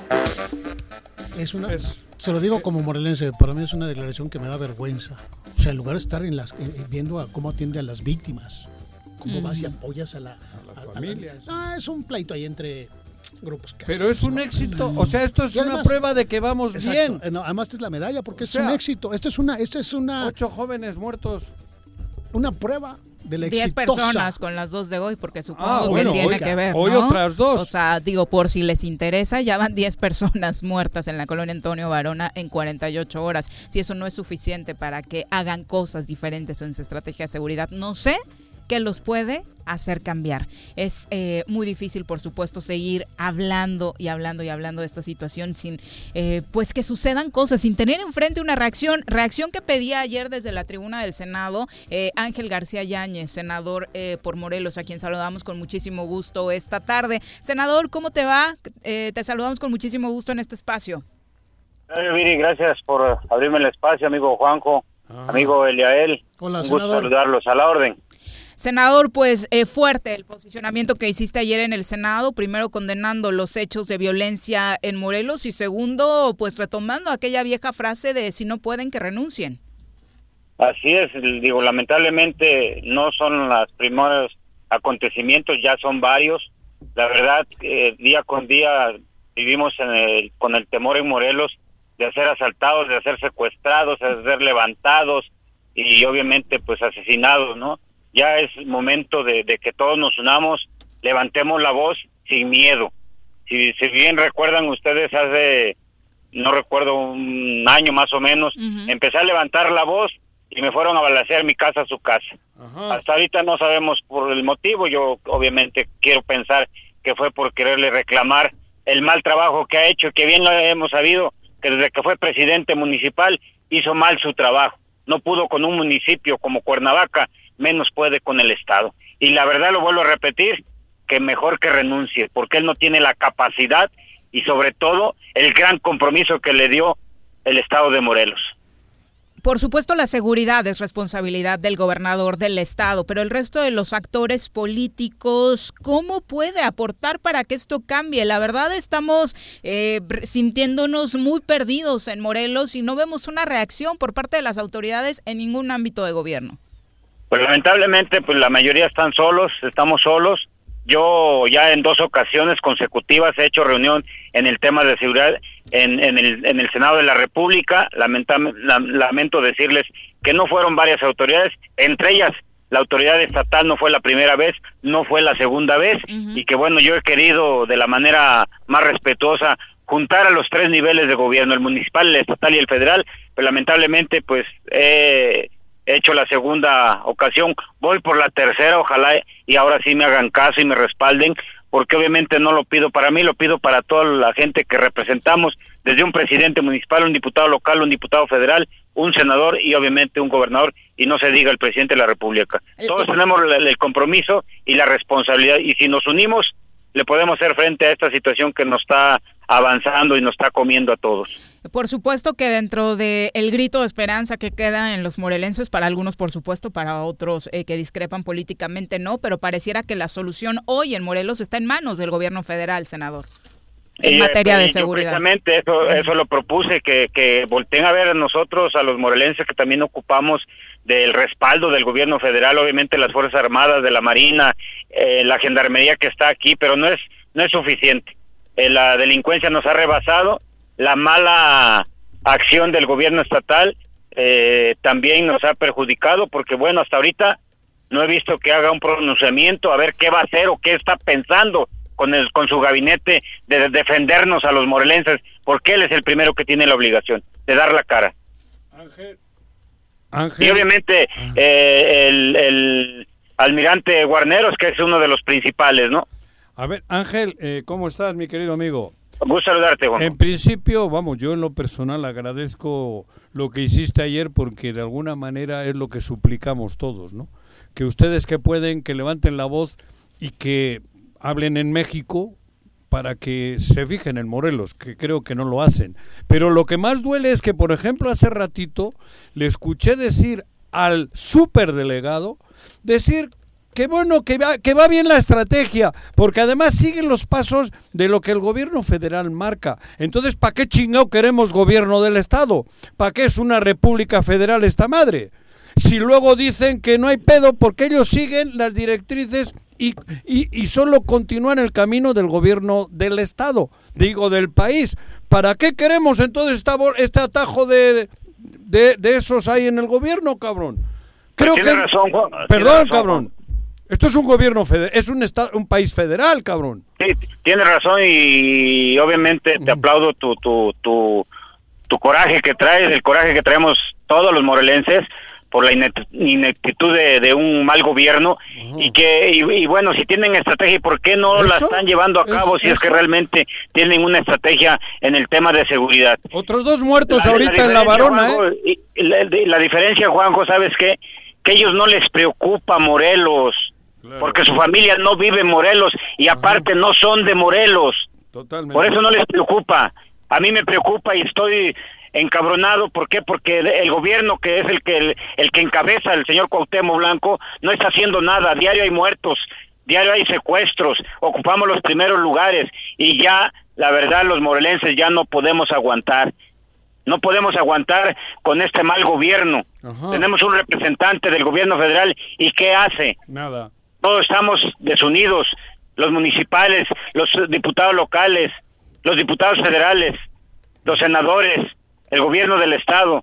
es una... Es- Se lo digo como morelense, para mí es una declaración que me da vergüenza. O sea, en lugar de estar en las, eh, viendo a cómo atiende a las víctimas, cómo vas y apoyas a la... las a- a- familias. Ah, es un pleito ahí entre grupos caseros, Pero es un ¿no? éxito, o sea, esto es Y una además- prueba de que vamos Exacto. bien. Eh, no, además esta es la medalla porque es O sea, un éxito. Esta es una, esta es una, Ocho jóvenes muertos. una prueba de la Diez exitosa. personas con las dos de hoy, porque supongo Ah, que bueno, tiene oiga, que ver, hoy ¿no? otras dos. O sea, digo, por si les interesa, ya van diez personas muertas en la colonia Antonio Varona en cuarenta y ocho horas. Si eso no es suficiente para que hagan cosas diferentes en su estrategia de seguridad, no sé qué los puede hacer cambiar. Es eh, muy difícil, por supuesto, seguir hablando y hablando y hablando de esta situación sin, eh, pues, que sucedan cosas, sin tener enfrente una reacción, reacción que pedía ayer desde la tribuna del Senado eh, Ángel García Yáñez, senador eh, por Morelos, a quien saludamos con muchísimo gusto esta tarde. Senador, ¿cómo te va? Eh, te saludamos con muchísimo gusto en este espacio. Gracias, Viri, gracias por abrirme el espacio, amigo Juanjo, amigo Eliael. Hola, Un gusto senador. saludarlos, a la orden. Senador, pues eh, fuerte el posicionamiento que hiciste ayer en el Senado, primero condenando los hechos de violencia en Morelos y segundo, pues retomando aquella vieja frase de si no pueden que renuncien. Así es, digo, lamentablemente no son los primeros acontecimientos, ya son varios. La verdad, eh, día con día vivimos en el, con el temor en Morelos de ser asaltados, de ser secuestrados, de ser levantados y obviamente pues asesinados, ¿no? Ya es momento de, de que todos nos unamos, levantemos la voz sin miedo. Si, si bien recuerdan ustedes, hace, no recuerdo, un año más o menos, Uh-huh. empecé a levantar la voz y me fueron a balacear mi casa a su casa. Ajá. Hasta ahorita no sabemos por el motivo, yo obviamente quiero pensar que fue por quererle reclamar el mal trabajo que ha hecho, que bien lo hemos sabido, que desde que fue presidente municipal hizo mal su trabajo. No pudo con un municipio como Cuernavaca, menos puede con el Estado. Y la verdad, lo vuelvo a repetir, que mejor que renuncie, porque él no tiene la capacidad y sobre todo el gran compromiso que le dio el Estado de Morelos. Por supuesto, la seguridad es responsabilidad del gobernador del estado, pero el resto de los actores políticos, ¿cómo puede aportar para que esto cambie? La verdad, estamos eh, sintiéndonos muy perdidos en Morelos y no vemos una reacción por parte de las autoridades en ningún ámbito de gobierno. Pues lamentablemente, pues la mayoría están solos, estamos solos. Yo ya en dos ocasiones consecutivas he hecho reunión en el tema de seguridad en, en, el, en el Senado de la República. Lamenta, la, lamento decirles que no fueron varias autoridades, entre ellas la autoridad estatal no fue la primera vez, no fue la segunda vez, uh-huh. Y que bueno, yo he querido de la manera más respetuosa juntar a los tres niveles de gobierno, el municipal, el estatal y el federal, pero lamentablemente pues eh, he hecho la segunda ocasión, voy por la tercera, ojalá y ahora sí me hagan caso y me respalden, porque obviamente no lo pido para mí, lo pido para toda la gente que representamos, desde un presidente municipal, un diputado local, un diputado federal, un senador y obviamente un gobernador, y no se diga el presidente de la República. Todos tenemos el, el compromiso y la responsabilidad, y si nos unimos, le podemos hacer frente a esta situación que nos está avanzando y nos está comiendo a todos. Por supuesto que dentro de el grito de esperanza que queda en los morelenses, para algunos por supuesto, para otros eh, que discrepan políticamente no, pero pareciera que la solución hoy en Morelos está en manos del gobierno federal, senador, en y, materia y de yo seguridad. Precisamente eso, eso lo propuse, que, que volteen a ver a nosotros, a los morelenses que también ocupamos del respaldo del gobierno federal, obviamente las Fuerzas Armadas, de la Marina, eh, la Gendarmería que está aquí, pero no es, no es suficiente. Eh, la delincuencia nos ha rebasado, la mala acción del gobierno estatal eh, también nos ha perjudicado, porque bueno, hasta ahorita no he visto que haga un pronunciamiento a ver qué va a hacer o qué está pensando con el con su gabinete de defendernos a los morelenses, porque él es el primero que tiene la obligación de dar la cara. Ángel. Ángel. Y obviamente eh, el, el almirante Guarneros, que es uno de los principales, ¿no? A ver, Ángel, eh, ¿cómo estás, mi querido amigo? Gusto saludarte, Juan. En principio, vamos, yo en lo personal agradezco lo que hiciste ayer, porque de alguna manera es lo que suplicamos todos, ¿no? Que ustedes que pueden, que levanten la voz y que hablen en México para que se fijen en Morelos, que creo que no lo hacen. Pero lo que más duele es que, por ejemplo, hace ratito le escuché decir al superdelegado, decir que bueno, que va, que va bien la estrategia, porque además siguen los pasos de lo que el gobierno federal marca. Entonces, ¿para qué chingado queremos gobierno del Estado? ¿Para qué es una república federal esta madre? Si luego dicen que no hay pedo porque ellos siguen las directrices y, y, y solo continúan el camino del gobierno del Estado, digo, del país. ¿Para qué queremos entonces esta, este atajo de, de, de esos ahí en el gobierno, cabrón? Creo pues que... Razón, Juan. Perdón, razón, cabrón. Juan. Esto es un gobierno federal, es un estado, un país federal, cabrón. Sí, tienes razón y obviamente te aplaudo tu tu tu tu coraje que traes, el coraje que traemos todos los morelenses por la ineptitud de, de un mal gobierno. Uh-huh. y que y, y bueno, si tienen estrategia, ¿por qué no ¿Eso? la están llevando a cabo ¿Es, si eso? es que realmente tienen una estrategia en el tema de seguridad? Otros dos muertos la, ahorita la en la Varona, Juanjo, ¿eh? Y la, la diferencia, Juanjo, ¿sabes qué? Que ellos no les preocupa Morelos. Claro. Porque su familia no vive en Morelos y aparte Ajá. no son de Morelos. Totalmente. Por eso no les preocupa. A mí me preocupa y estoy encabronado. ¿Por qué? Porque el, el gobierno, que es el que el, el que encabeza el señor Cuauhtémoc Blanco, no está haciendo nada. Diario hay muertos, diario hay secuestros, ocupamos los primeros lugares y ya, la verdad, los morelenses ya no podemos aguantar. No podemos aguantar con este mal gobierno. Ajá. Tenemos un representante del gobierno federal y ¿qué hace? Nada. Todos estamos desunidos, los municipales, los diputados locales, los diputados federales, los senadores, el gobierno del estado.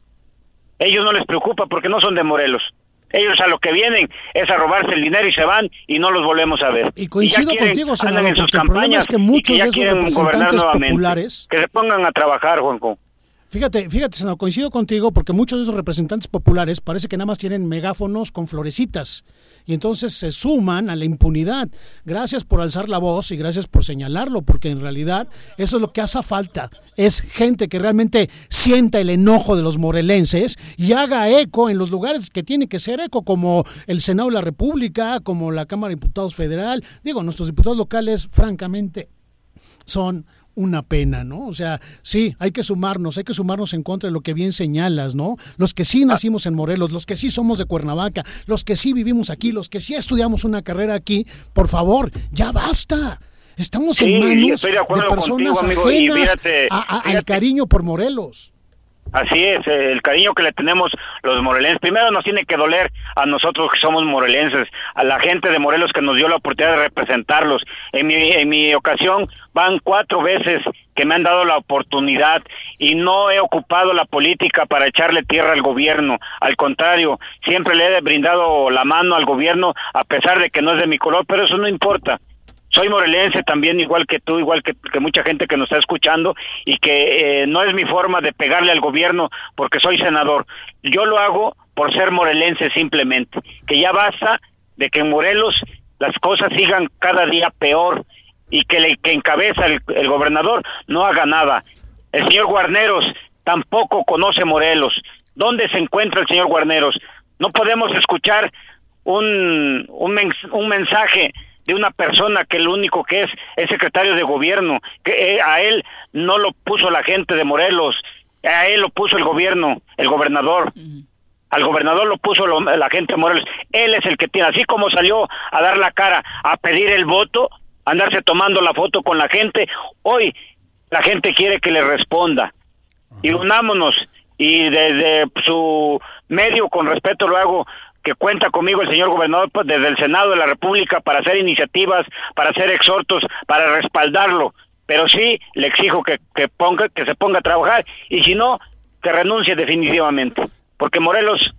Ellos no les preocupa porque no son de Morelos. Ellos a lo que vienen es a robarse el dinero y se van y no no los volvemos a ver. Y coincido y quieren, contigo, senador, en sus porque el problema es que muchos que de esos representantes populares... Que se pongan a trabajar, Juanjo. Fíjate, fíjate, senador, coincido contigo porque muchos de esos representantes populares parece que nada más tienen megáfonos con florecitas y entonces se suman a la impunidad. Gracias por alzar la voz y gracias por señalarlo, porque en realidad eso es lo que hace falta. Es gente que realmente sienta el enojo de los morelenses y haga eco en los lugares que tiene que ser eco, como el Senado de la República, como la Cámara de Diputados Federal. Digo, nuestros diputados locales, francamente, son... una pena, ¿no? O sea, sí, hay que sumarnos, hay que sumarnos en contra de lo que bien señalas, ¿no? Los que sí nacimos en Morelos, los que sí somos de Cuernavaca, los que sí vivimos aquí, los que sí estudiamos una carrera aquí, por favor, ya basta. Estamos sí, en manos de, de personas contigo, ajenas fíjate, a, a, fíjate. al cariño por Morelos. Así es, el cariño que le tenemos los morelenses. Primero nos tiene que doler a nosotros que somos morelenses, a la gente de Morelos que nos dio la oportunidad de representarlos. En mi, en mi ocasión van cuatro veces que me han dado la oportunidad y no he ocupado la política para echarle tierra al gobierno. Al contrario, siempre le he brindado la mano al gobierno a pesar de que no es de mi color, pero eso no importa. soy morelense también, igual que tú, igual que, que mucha gente que nos está escuchando, y que eh, no es mi forma de pegarle al gobierno porque soy senador. Yo lo hago por ser morelense simplemente, que ya basta de que en Morelos las cosas sigan cada día peor y que el que encabeza el, el gobernador no haga nada. El señor Guarneros tampoco conoce Morelos. ¿Dónde se encuentra el señor Guarneros? No podemos escuchar un, un, mens- un mensaje de una persona que lo único que es es secretario de gobierno, que eh, a él no lo puso la gente de Morelos, a él lo puso el gobierno, el gobernador. Uh-huh. Al gobernador lo puso lo, la gente de Morelos. Él es el que tiene, así como salió a dar la cara, a pedir el voto, a andarse tomando la foto con la gente, hoy la gente quiere que le responda. Uh-huh. Y unámonos, y desde su medio, con respeto lo hago, que cuenta conmigo el señor gobernador desde el Senado de la República para hacer iniciativas, para hacer exhortos, para respaldarlo. Pero sí le exijo que, que ponga, que se ponga a trabajar, y si no, que renuncie definitivamente, porque Morelos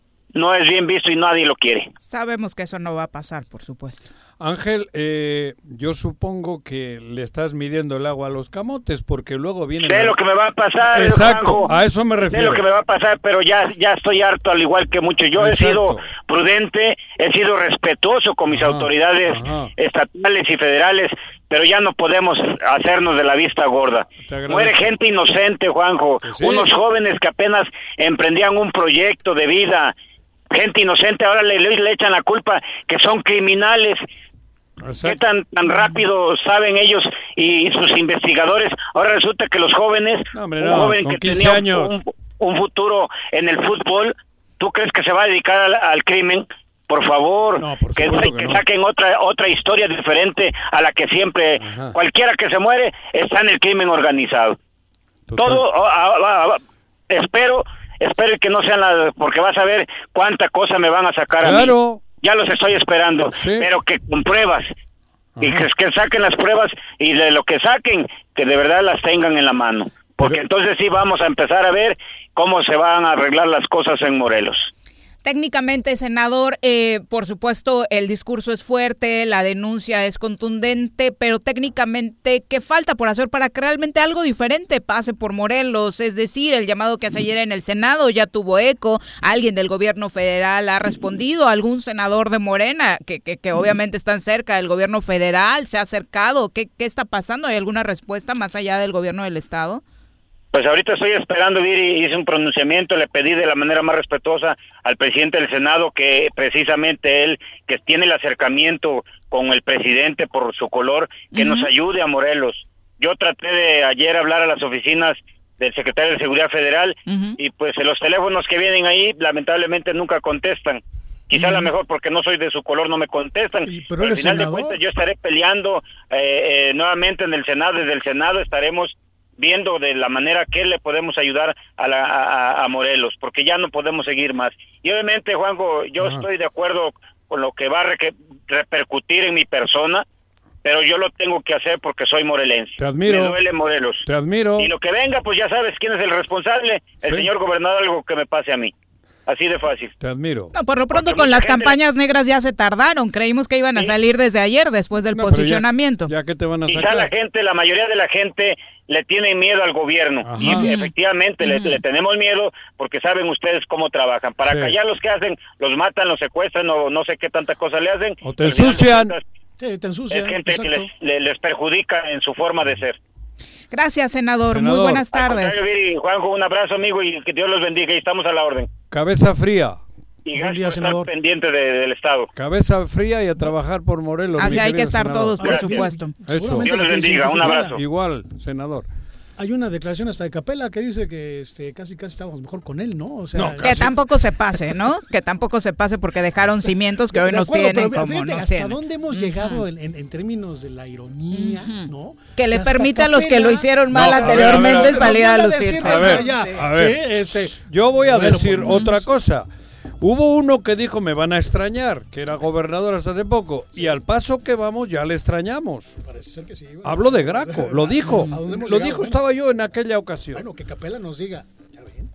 no es bien visto y nadie lo quiere. Sabemos que eso no va a pasar, por supuesto. Ángel, eh, yo supongo que le estás midiendo el agua a los camotes, porque luego viene... Sé lo que me va a pasar. Exacto, Juanjo, a eso me refiero. Sé lo que me va a pasar, pero ya, ya estoy harto, al igual que muchos. Yo Exacto. he sido prudente, he sido respetuoso con mis ajá, autoridades ajá. estatales y federales, pero ya no podemos hacernos de la vista gorda. Muere gente inocente, Juanjo. Pues sí. Unos jóvenes que apenas emprendían un proyecto de vida. Gente inocente, ahora le, le echan la culpa que son criminales. Exacto. ¿Qué tan, tan rápido saben ellos y sus investigadores? Ahora resulta que los jóvenes, no, hombre, un no, joven que tenía años. Un, un futuro en el fútbol, ¿tú crees que se va a dedicar al, al crimen? Por favor, no, por que, que, que no. saquen otra otra historia diferente a la que siempre, Ajá. cualquiera que se muere está en el crimen organizado. Total. Todo, a, a, a, espero, espero que no sean las, porque vas a ver cuánta cosa me van a sacar claro. a mí. Ya los estoy esperando, sí. pero que con pruebas, Ajá. y que, que saquen las pruebas, y de lo que saquen, que de verdad las tengan en la mano. Porque pero... entonces sí vamos a empezar a ver cómo se van a arreglar las cosas en Morelos. Técnicamente, senador, eh, por supuesto, el discurso es fuerte, la denuncia es contundente, pero técnicamente, ¿qué falta por hacer para que realmente algo diferente pase por Morelos? Es decir, el llamado que hace ayer en el Senado ya tuvo eco, alguien del gobierno federal ha respondido, algún senador de Morena, que, que, que obviamente están cerca del gobierno federal, se ha acercado. ¿Qué, qué está pasando? ¿Hay alguna respuesta más allá del gobierno del estado? Pues ahorita estoy esperando ir y hice un pronunciamiento, le pedí de la manera más respetuosa al presidente del Senado que precisamente él, que tiene el acercamiento con el presidente por su color, que uh-huh. nos ayude a Morelos. Yo traté de ayer hablar a las oficinas del secretario de Seguridad Federal uh-huh. y pues los teléfonos que vienen ahí lamentablemente nunca contestan. Quizá uh-huh. a lo mejor porque no soy de su color no me contestan, pero, pero al final senador. de cuentas yo estaré peleando eh, eh, nuevamente en el Senado, desde el Senado estaremos viendo de la manera que le podemos ayudar a, la, a, a Morelos, porque ya no podemos seguir más. Y obviamente, Juanjo, yo Ajá. estoy de acuerdo con lo que va a re- repercutir en mi persona, pero yo lo tengo que hacer porque soy morelense. Te admiro. Me duele Morelos. Te admiro. Y lo que venga, pues ya sabes quién es el responsable, el sí. señor gobernador, algo que me pase a mí. Así de fácil. Te admiro. No, por lo pronto con las campañas le... negras ya se tardaron. Creímos que iban a sí. salir desde ayer, después del no, posicionamiento. Ya, ya que te van a sacar. Quizá la gente, la mayoría de la gente le tiene miedo al gobierno. Ajá. Y efectivamente uh-huh. le, le tenemos miedo porque saben ustedes cómo trabajan. Para sí. callar los que hacen, los matan, los secuestran o no sé qué tanta cosa le hacen. O te ensucian. Cuentas, sí, te ensucian. Es gente exacto. que les, les perjudica en su forma de ser. Gracias, senador. senador. Muy buenas tardes. Viri, Juanjo, un abrazo, amigo, y que Dios los bendiga. Y estamos a la orden. Cabeza fría. Y gracias día, por senador. Estar pendiente de, del Estado. Cabeza fría y a trabajar por Morelos. Así hay que estar senador. todos, por gracias. supuesto. Eso. Dios les bendiga, un abrazo. Igual, senador. Hay una declaración hasta de Capela que dice que este casi casi estábamos mejor con él, ¿no? O sea, no, que casi. tampoco se pase, ¿no? Que tampoco se pase porque dejaron cimientos que hoy de nos acuerdo, tienen pero, como fíjate, nos ¿hasta tienen? dónde hemos uh-huh. llegado en, en, en términos de la ironía, uh-huh. ¿no? Que le hasta permite Capela, a los que lo hicieron mal no, anteriormente a ver, a ver, salir a, a lucirse. A ver, sí. a ver. Sí, este, yo voy a bueno, decir pues, otra cosa. Hubo uno que dijo me van a extrañar, que era gobernador hasta hace poco, sí. y al paso que vamos ya le extrañamos. Parece ser que sí. Bueno. Hablo de Graco, lo dijo, lo llegado, dijo, bueno. estaba yo en aquella ocasión. Bueno, que Capela nos diga, ya ven.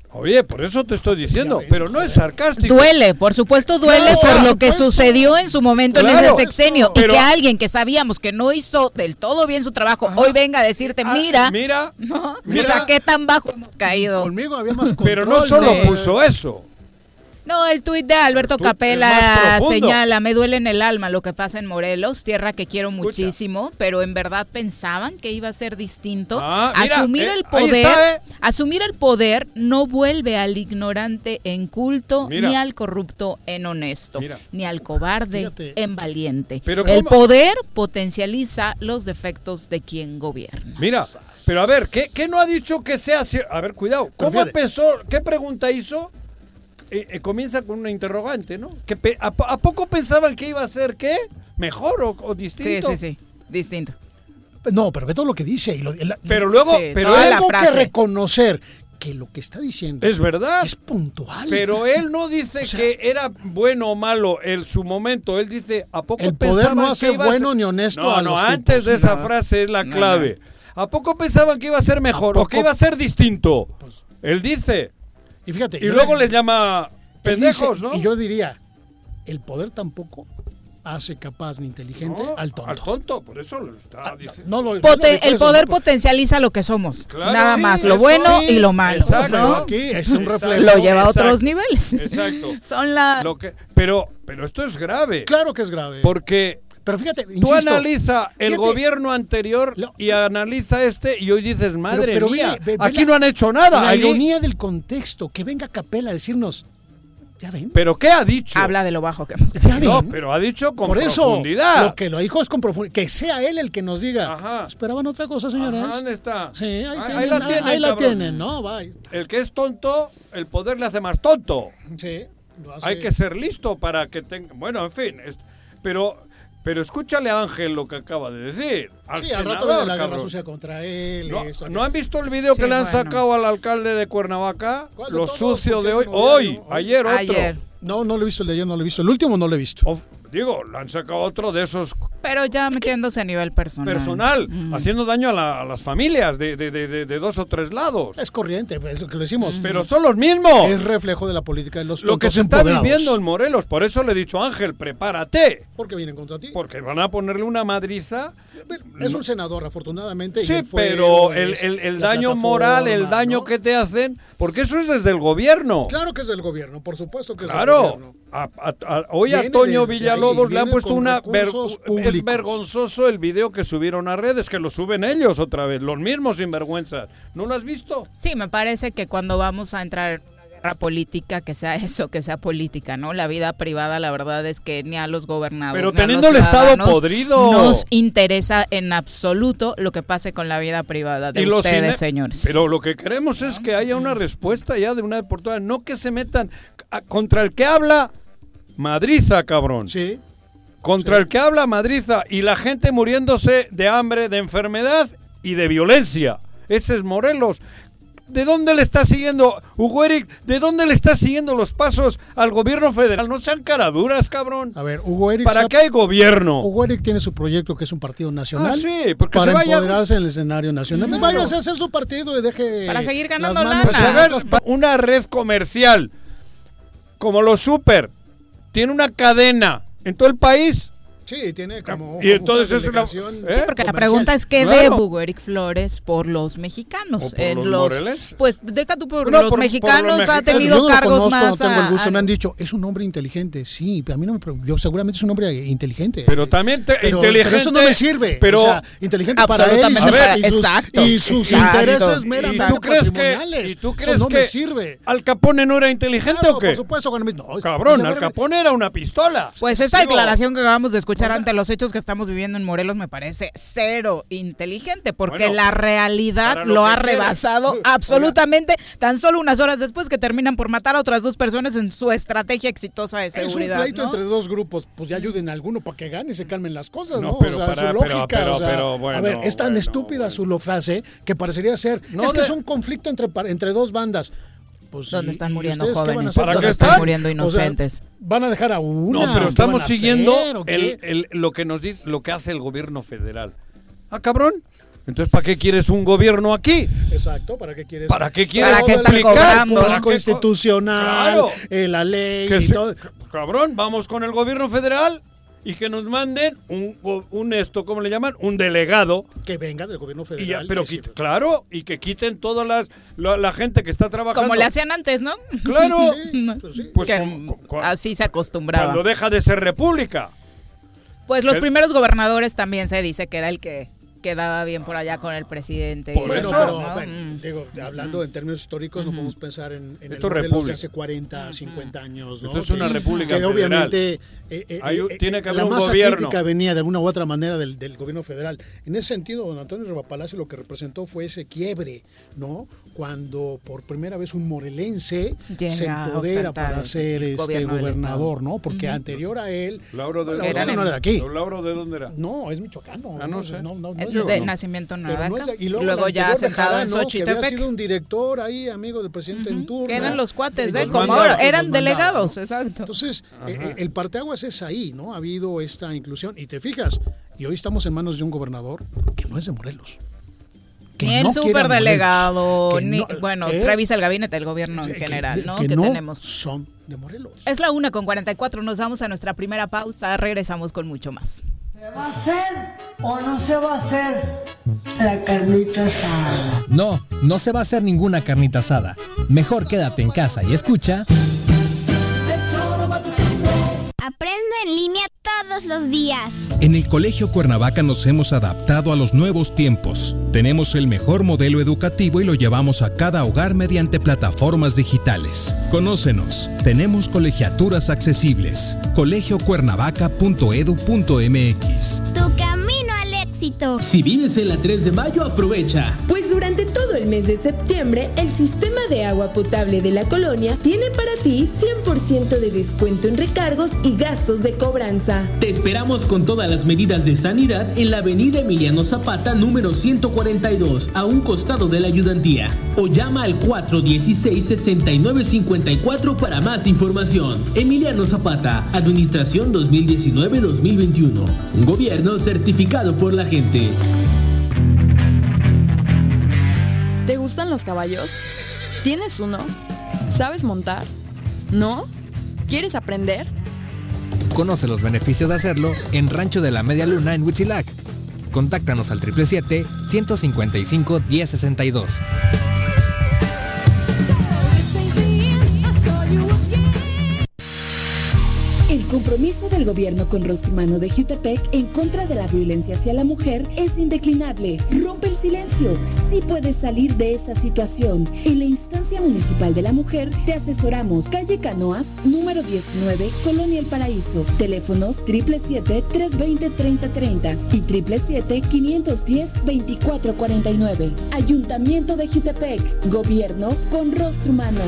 Oye, por eso te estoy diciendo, pero no es sarcástico. Duele, por supuesto duele Claro, por por lo que supuesto. sucedió en su momento Claro, en ese sexenio. pero- y que alguien que sabíamos que no hizo del todo bien su trabajo, hoy venga a decirte, Ah, mira, mira, ¿no? mira. O sea, qué tan bajo hemos caído. Conmigo había más control. pero no solo de- puso eso. No, el tuit de Alberto El tuit es Capela más profundo. señala, me duele en el alma lo que pasa en Morelos, tierra que quiero Escucha. muchísimo, pero en verdad pensaban que iba a ser distinto. Ah, mira, asumir eh, el ahí poder, está, eh. asumir el poder no vuelve al ignorante en culto, Mira. ni al corrupto en honesto, Mira. ni al cobarde Fíjate. en valiente. Pero el ¿cómo? poder potencializa los defectos de quien gobierna. Mira, pero a ver, ¿qué, qué no ha dicho que sea cier- A ver, cuidado, ¿cómo fíjate. empezó? ¿Qué pregunta hizo? Eh, eh, comienza con una interrogante, ¿no? ¿Que pe- a, po- ¿A poco pensaban que iba a ser qué? ¿Mejor o, o Sí, distinto? sí, sí, distinto. No, pero ve todo lo que dice. Y lo- la- Pero luego, Sí, pero toda él la tengo que frase. reconocer que lo que está diciendo es verdad. es puntual. Pero él no dice O sea, que era bueno o malo en su momento. Él dice, ¿a poco el poder pensaban no hace que iba a bueno ser- ni honesto No, a no, los antes tipos. de esa No. frase es la No, clave. ¿A poco pensaban que iba a ser mejor ¿A o que poco? iba a ser distinto? Él dice. Y fíjate. Y yo luego le- les llama él dice- pendejos, ¿no? Y yo diría, el poder tampoco hace capaz ni inteligente No, al tonto. Al tonto, por eso lo está diciendo. No lo- no lo Pote- dijo el eso, poder ¿no? Pues- potencializa lo que somos. Claro. Nada Sí, más, lo eso bueno sí. y lo malo. Exacto. Pero ¿no? aquí es un Exacto. reflejo. Lo lleva a Exacto. otros niveles. Exacto. Son la... Lo que, pero, pero esto es grave. Claro que es grave. Porque Pero fíjate, tú insisto, analiza el fíjate, gobierno anterior Lo- y analiza este y hoy dices, madre pero mía, ve- ve- ve aquí la- no han hecho nada. La allí- ironía del contexto, que venga Capela a decirnos, ¿ya ven? ¿Pero qué ha dicho? Habla de lo bajo que hemos ¿Ya ven? No, pero ha dicho con Por eso, profundidad. lo que lo dijo es con profundidad. Que sea él el que nos diga. Ajá. ¿Esperaban otra cosa, señores? Ajá, ¿dónde está? Sí, ahí, Ahí- tienen, ahí la ahí- tienen, ahí la cabrón. tienen, ¿no? Bye. El que es tonto, el poder le hace más tonto. Sí, lo hace. Hay que ser listo para que tenga... Bueno, en fin, es- pero... Pero escúchale a Ángel lo que acaba de decir. Al Sí, al senador, rato de la guerra cabrón. sucia contra él. ¿No, esto, ¿no han visto el video Sí, que le han bueno. sacado al alcalde de Cuernavaca? ¿Cuál de Lo todos? sucio ¿Por de qué hoy. no lo Hoy, vieron? ayer otro. Ayer. No, no lo he visto el de ayer, no lo he visto. El último no lo he visto. Of- digo, le han sacado otro de esos Pero ya metiéndose a nivel personal. personal, Mm. haciendo daño a, la- a las familias de, de- de- de- de dos o tres lados. Es corriente, es lo que lo decimos. Pero son los mismos. Es reflejo de la política de los Lo que tontos se está empoderados. viviendo en Morelos. Por eso le he dicho a Ángel, prepárate. Porque vienen contra ti. Porque van a ponerle una madriza. Es un senador, afortunadamente. y Sí, el fuero, pero el, es el- el la daño plataforma, moral, el daño ¿no? que te hacen, porque eso es desde el gobierno. Claro que es del gobierno, por supuesto que es del Claro, gobierno. a- a- a- hoy a Viene Toño desde Villalobos ahí, le han viene puesto con una... ver- recursos es públicos. vergonzoso el video que subieron a redes, que lo suben ellos otra vez, los mismos sinvergüenzas. ¿No lo has visto? Sí, me parece que cuando vamos a entrar en una guerra política, que sea eso, que sea política, ¿no? La vida privada, la verdad es que ni a los gobernados, Pero ni a teniendo los el Estado ciudadanos podrido. nos interesa en absoluto lo que pase con la vida privada de los ustedes, cine- señores. Pero lo que queremos es que haya una respuesta ya de una vez por todas, no que se metan a- contra el que habla Madriza, cabrón. Sí. Contra el que habla Madriza y la gente muriéndose de hambre, de enfermedad y de violencia. Ese es Morelos. ¿De dónde le está siguiendo, Hugo Eric? ¿De dónde le está siguiendo los pasos al gobierno federal? No sean caraduras, cabrón. A ver, Hugo Eric. ¿Para sa- qué hay gobierno? Hugo Eric tiene su proyecto que es un partido nacional. Ah, sí, porque para se vaya- empoderarse en el escenario nacional. Pues váyase a hacer su partido y deje. Para seguir las ganando manos- Pues a lana. ver, una red comercial como los super tiene una cadena en todo el país. Sí, tiene como. Y entonces como es una- delegación ¿eh? Porque la comercial. pregunta es qué Claro. debe Hugo Eric Flores por los mexicanos. O por en los los, morelenses. pues deja tú por No, los por- por los mexicanos, ha mexicanos. tenido Yo no lo cargos conozco, más. no tengo el a- gusto. a- Me han dicho, es un hombre inteligente. Sí, pero a mí no me. pre- Yo seguramente es un hombre inteligente. Pero también te- Pero- inteligente. pero eso no me sirve. Pero O sea, inteligente para él y Absolutamente sus, para- y sus- exacto, y sus exacto. intereses ¿Y meramente tú crees que, patrimoniales. ¿y tú Eso crees no que me sirve. Al Capone no era inteligente Claro, o qué? por supuesto, cuando me- no, Cabrón, oye, a Al ver, Capone era una pistola. Pues esta Digo, declaración que acabamos de escuchar ante los hechos que estamos viviendo en Morelos me parece cero inteligente, porque Bueno, la realidad para lo lo que ha quieres. rebasado absolutamente tan solo unas horas después que terminan por matar a otras dos personas en su estrategia exitosa de Es un seguridad. pleito ¿no? entre dos grupos, pues ya ayuden a alguno para que gane y se calmen las cosas, ¿no? No, pero o sea, para- su pero- lógica, pero- o sea, pero bueno, a ver, es tan bueno, estúpida bueno. su lo frase que parecería ser, No es que de- es un conflicto entre, par- entre dos bandas. Pues, Donde ¿y- están y muriendo ustedes qué van a jóvenes, hacer? ¿Para donde qué están están? muriendo O sea, inocentes. ¿van a dejar a una? No, pero ¿Qué estamos van a hacer, siguiendo o qué? el, el- lo que nos dice, lo que hace el gobierno federal. Ah, cabrón. Entonces, ¿para qué quieres un gobierno aquí? Exacto, ¿para qué quieres? ¿Para qué quieres ¿Para qué están explicar? cobrando? La constitucional, Claro. eh, la ley Que y se- todo. Cabrón, vamos con el gobierno federal y que nos manden un, un esto, ¿cómo le llaman? Un delegado. Que venga del gobierno Y federal. ya, pero que sí. quit- claro, y que quiten toda las, la, la gente que está trabajando. Como le hacían antes, ¿no? Claro. Sí, pues sí. Pues Que con- con- así se acostumbraba. cuando deja de ser república. Pues los que- primeros gobernadores también se dice que era el que quedaba bien por allá con el presidente. Por y Bueno, eso, pero ¿no? bueno, Mm. digo, hablando en términos históricos, no podemos pensar en, en el Esto es Morelos de república. hace cuarenta, cincuenta años, ¿no? Esto es una Que- república que federal. obviamente eh, eh, Hay un- eh, tiene que la haber un masa gobierno. crítica venía de alguna u otra manera del, del gobierno federal. En ese sentido, don Antonio Riva Palacio lo que representó fue ese quiebre, ¿no? Cuando por primera vez un morelense Llega se a empodera ostentar para el ser este gobierno del gobernador, estado. ¿no? Porque anterior a él, Lauro de, Lauro Eran no en- era de aquí. ¿Lauro de dónde era? No, es michoacano. Ah, no sé. No, no, no Es es de de- nacimiento pero nada. no es de- y luego, luego el ya anterior sentado en Bejarano, que había Xochitepec. sido un director ahí, amigo del presidente en turno. Que eran los cuates, Y ¿eh? los Como mandaba, ahora, los eran mandaba, delegados, ¿no? exacto. Entonces, eh, eh, el parteaguas es ahí, ¿no? Ha habido esta inclusión. Y te fijas, y hoy estamos en manos de un gobernador que no es de Morelos. Que Ni el no quiere a superdelegado, Morelos, que ni, no- bueno, ¿eh? revisa el gabinete del gobierno en Que- general, ¿no? Que, Que, no tenemos. son de Morelos. Es la una con cuarenta y cuatro, nos vamos a nuestra primera pausa, regresamos con mucho más. ¿Se va a hacer o no se va a hacer la carnita asada? No, no se va a hacer ninguna carnita asada. Mejor quédate en casa y escucha. Aprendo en línea todos los días. En el Colegio Cuernavaca nos hemos adaptado a los nuevos tiempos. Tenemos el mejor modelo educativo y lo llevamos a cada hogar mediante plataformas digitales. Conócenos. Tenemos colegiaturas accesibles. colegio cuernavaca punto edu punto m x. Tu camino al éxito. Si vives en la tres de mayo, aprovecha. Pues durante todo el mes de septiembre, el sistema de agua potable de la colonia tiene para ti cien por ciento de descuento en recargos y gastos de cobranza. Te esperamos con todas las medidas de sanidad en la avenida Emiliano Zapata, número ciento cuarenta y dos, a un costado de la ayudantía. O llama al cuatro dieciséis, sesenta y nueve cincuenta y cuatro para más información. Emiliano Zapata, Administración dos mil diecinueve dos mil veintiuno. Un gobierno certificado por la gente. ¿Te gustan los caballos? ¿Tienes uno? ¿Sabes montar? ¿No? ¿Quieres aprender? Conoce los beneficios de hacerlo en Rancho de la Media Luna en Huitzilac. Contáctanos al siete siete siete, ciento cincuenta y cinco, diez sesenta y dos. El compromiso del gobierno con Rosymano de Jutepec en contra de la violencia hacia la mujer es indeclinable. Rompe el silencio. Sí puedes salir de esa situación. En la instancia municipal de la mujer te asesoramos. Calle Canoas, número diecinueve, Colonia El Paraíso. Teléfonos siete siete siete, tres dos cero, tres cero tres cero y siete siete siete, cinco uno cero, veinticuatro cuarenta y nueve. Ayuntamiento de Jutepec. Gobierno con rostro humano.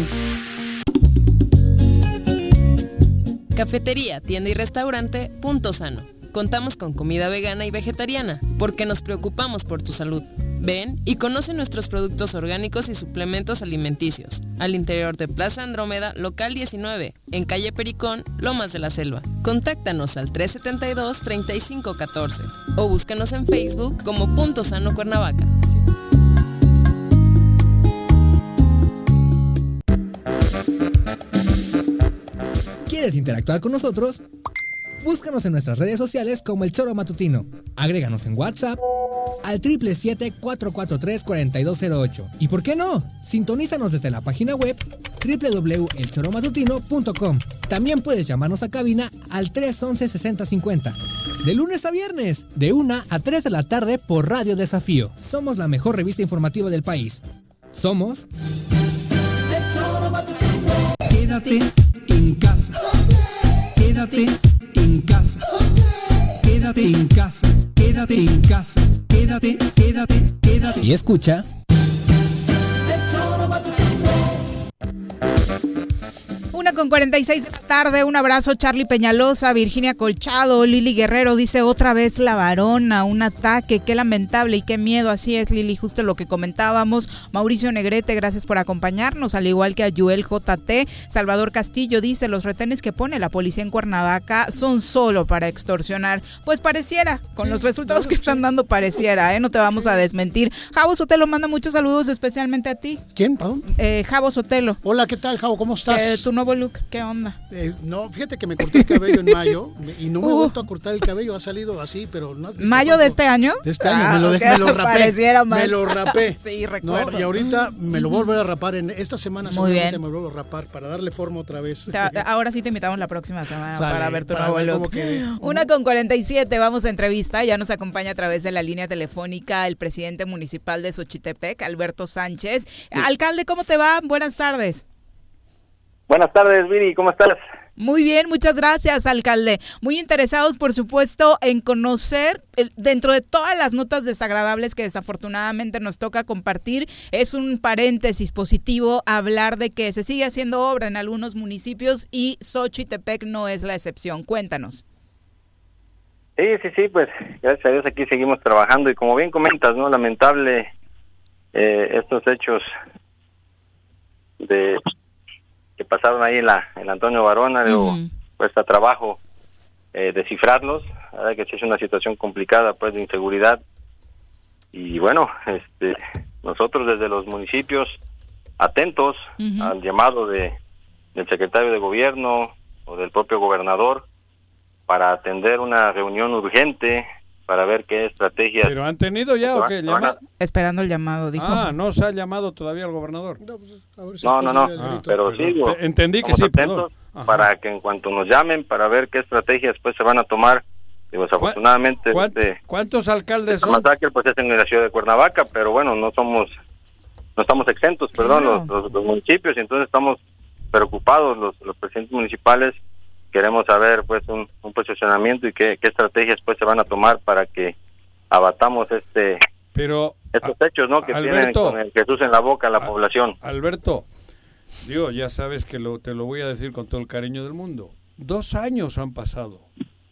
Cafetería, tienda y restaurante Punto Sano. Contamos con comida vegana y vegetariana, porque nos preocupamos por tu salud. Ven y conoce nuestros productos orgánicos y suplementos alimenticios. Al interior de Plaza Andrómeda, local diecinueve, en calle Pericón, Lomas de la Selva. Contáctanos al tres siete dos, tres cinco uno cuatro o búscanos en Facebook como Punto Sano Cuernavaca. ¿Quieres interactuar con nosotros? Búscanos en nuestras redes sociales como El Choro Matutino. Agréganos en WhatsApp al siete siete siete, cuatro cuatro tres, cuatro dos cero ocho. ¿Y por qué no? Sintonízanos desde la página web doble u doble u doble u punto el choro matutino punto com. También puedes llamarnos a cabina al tres once, sesenta cincuenta. De lunes a viernes, de una a tres de la tarde por Radio Desafío. Somos la mejor revista informativa del país. Somos... El Choro Matutino. Quédate en casa. Quédate en casa. Quédate en casa. Quédate en casa. Quédate, quédate, quédate. Y escucha... Una con cuarenta y seis de la tarde, un abrazo Charlie Peñalosa, Virginia Colchado, Lili Guerrero dice otra vez la varona, un ataque, qué lamentable y qué miedo, así es Lili, justo lo que comentábamos. Mauricio Negrete, gracias por acompañarnos, al igual que a Yuel J T. Salvador Castillo dice, los retenes que pone la policía en Cuernavaca son solo para extorsionar. Pues pareciera, con sí, los resultados claro, que están sí. dando pareciera, ¿eh? No te vamos sí. a desmentir. Javo Sotelo manda muchos saludos especialmente a ti. ¿Quién, perdón? Eh, Javo Sotelo. Hola, ¿qué tal, Javo? ¿Cómo estás? Eh, tu nuevo look, ¿qué onda? Eh, no, fíjate que me corté el cabello en mayo y no me uh. he vuelto a cortar el cabello, ha salido así, pero no. ¿Mayo de este año? De este año, ah, me, lo okay. me lo rapé. Me lo rapé. Sí, recuerdo. ¿No? Y ahorita me lo voy a volver a rapar, en esta semana seguramente me lo vuelvo a rapar para darle forma otra vez. Te, ahora sí te invitamos la próxima semana Sale, para ver tu para nuevo ver look. Que... Una con cuarenta y siete, vamos a entrevista, ya nos acompaña a través de la línea telefónica el presidente municipal de Xochitepec, Alberto Sánchez. Sí. Alcalde, ¿cómo te va? Buenas tardes. Buenas tardes, Viri, ¿cómo estás? Muy bien, muchas gracias, alcalde. Muy interesados, por supuesto, en conocer, el, dentro de todas las notas desagradables que desafortunadamente nos toca compartir, es un paréntesis positivo hablar de que se sigue haciendo obra en algunos municipios y Xochitepec no es la excepción. Cuéntanos. Sí, sí, sí, pues gracias a Dios aquí seguimos trabajando y como bien comentas, ¿no? Lamentable eh, estos hechos de... que pasaron ahí en la en Antonio Varona, luego uh-huh. cuesta trabajo eh, descifrarlos, la verdad que sí es una situación complicada pues de inseguridad y bueno, este nosotros desde los municipios atentos uh-huh. al llamado de del secretario de gobierno o del propio gobernador para atender una reunión urgente para ver qué estrategias. ¿Pero han tenido ya o qué? A... Esperando el llamado, dijo. Ah, no se ha llamado todavía el gobernador. No, pues, a ver si no, no, no, ah, pero sí. Digo, entendí que sí, perdón. Para que en cuanto nos llamen, para ver qué estrategias pues se van a tomar. Digo, desafortunadamente... ¿Cuántos, este, ¿cuántos alcaldes este son? Masacre pues es en la ciudad de Cuernavaca, pero bueno, no somos, no estamos exentos, perdón, claro. los, los, los municipios, y entonces estamos preocupados los, los presidentes municipales. Queremos saber pues un, un posicionamiento y qué, qué estrategias pues se van a tomar para que abatamos este pero estos hechos, ¿no? Que Alberto, tienen con el Jesús en la boca a la a, población. Alberto, digo, ya sabes que lo, te lo voy a decir con todo el cariño del mundo. Dos años han pasado.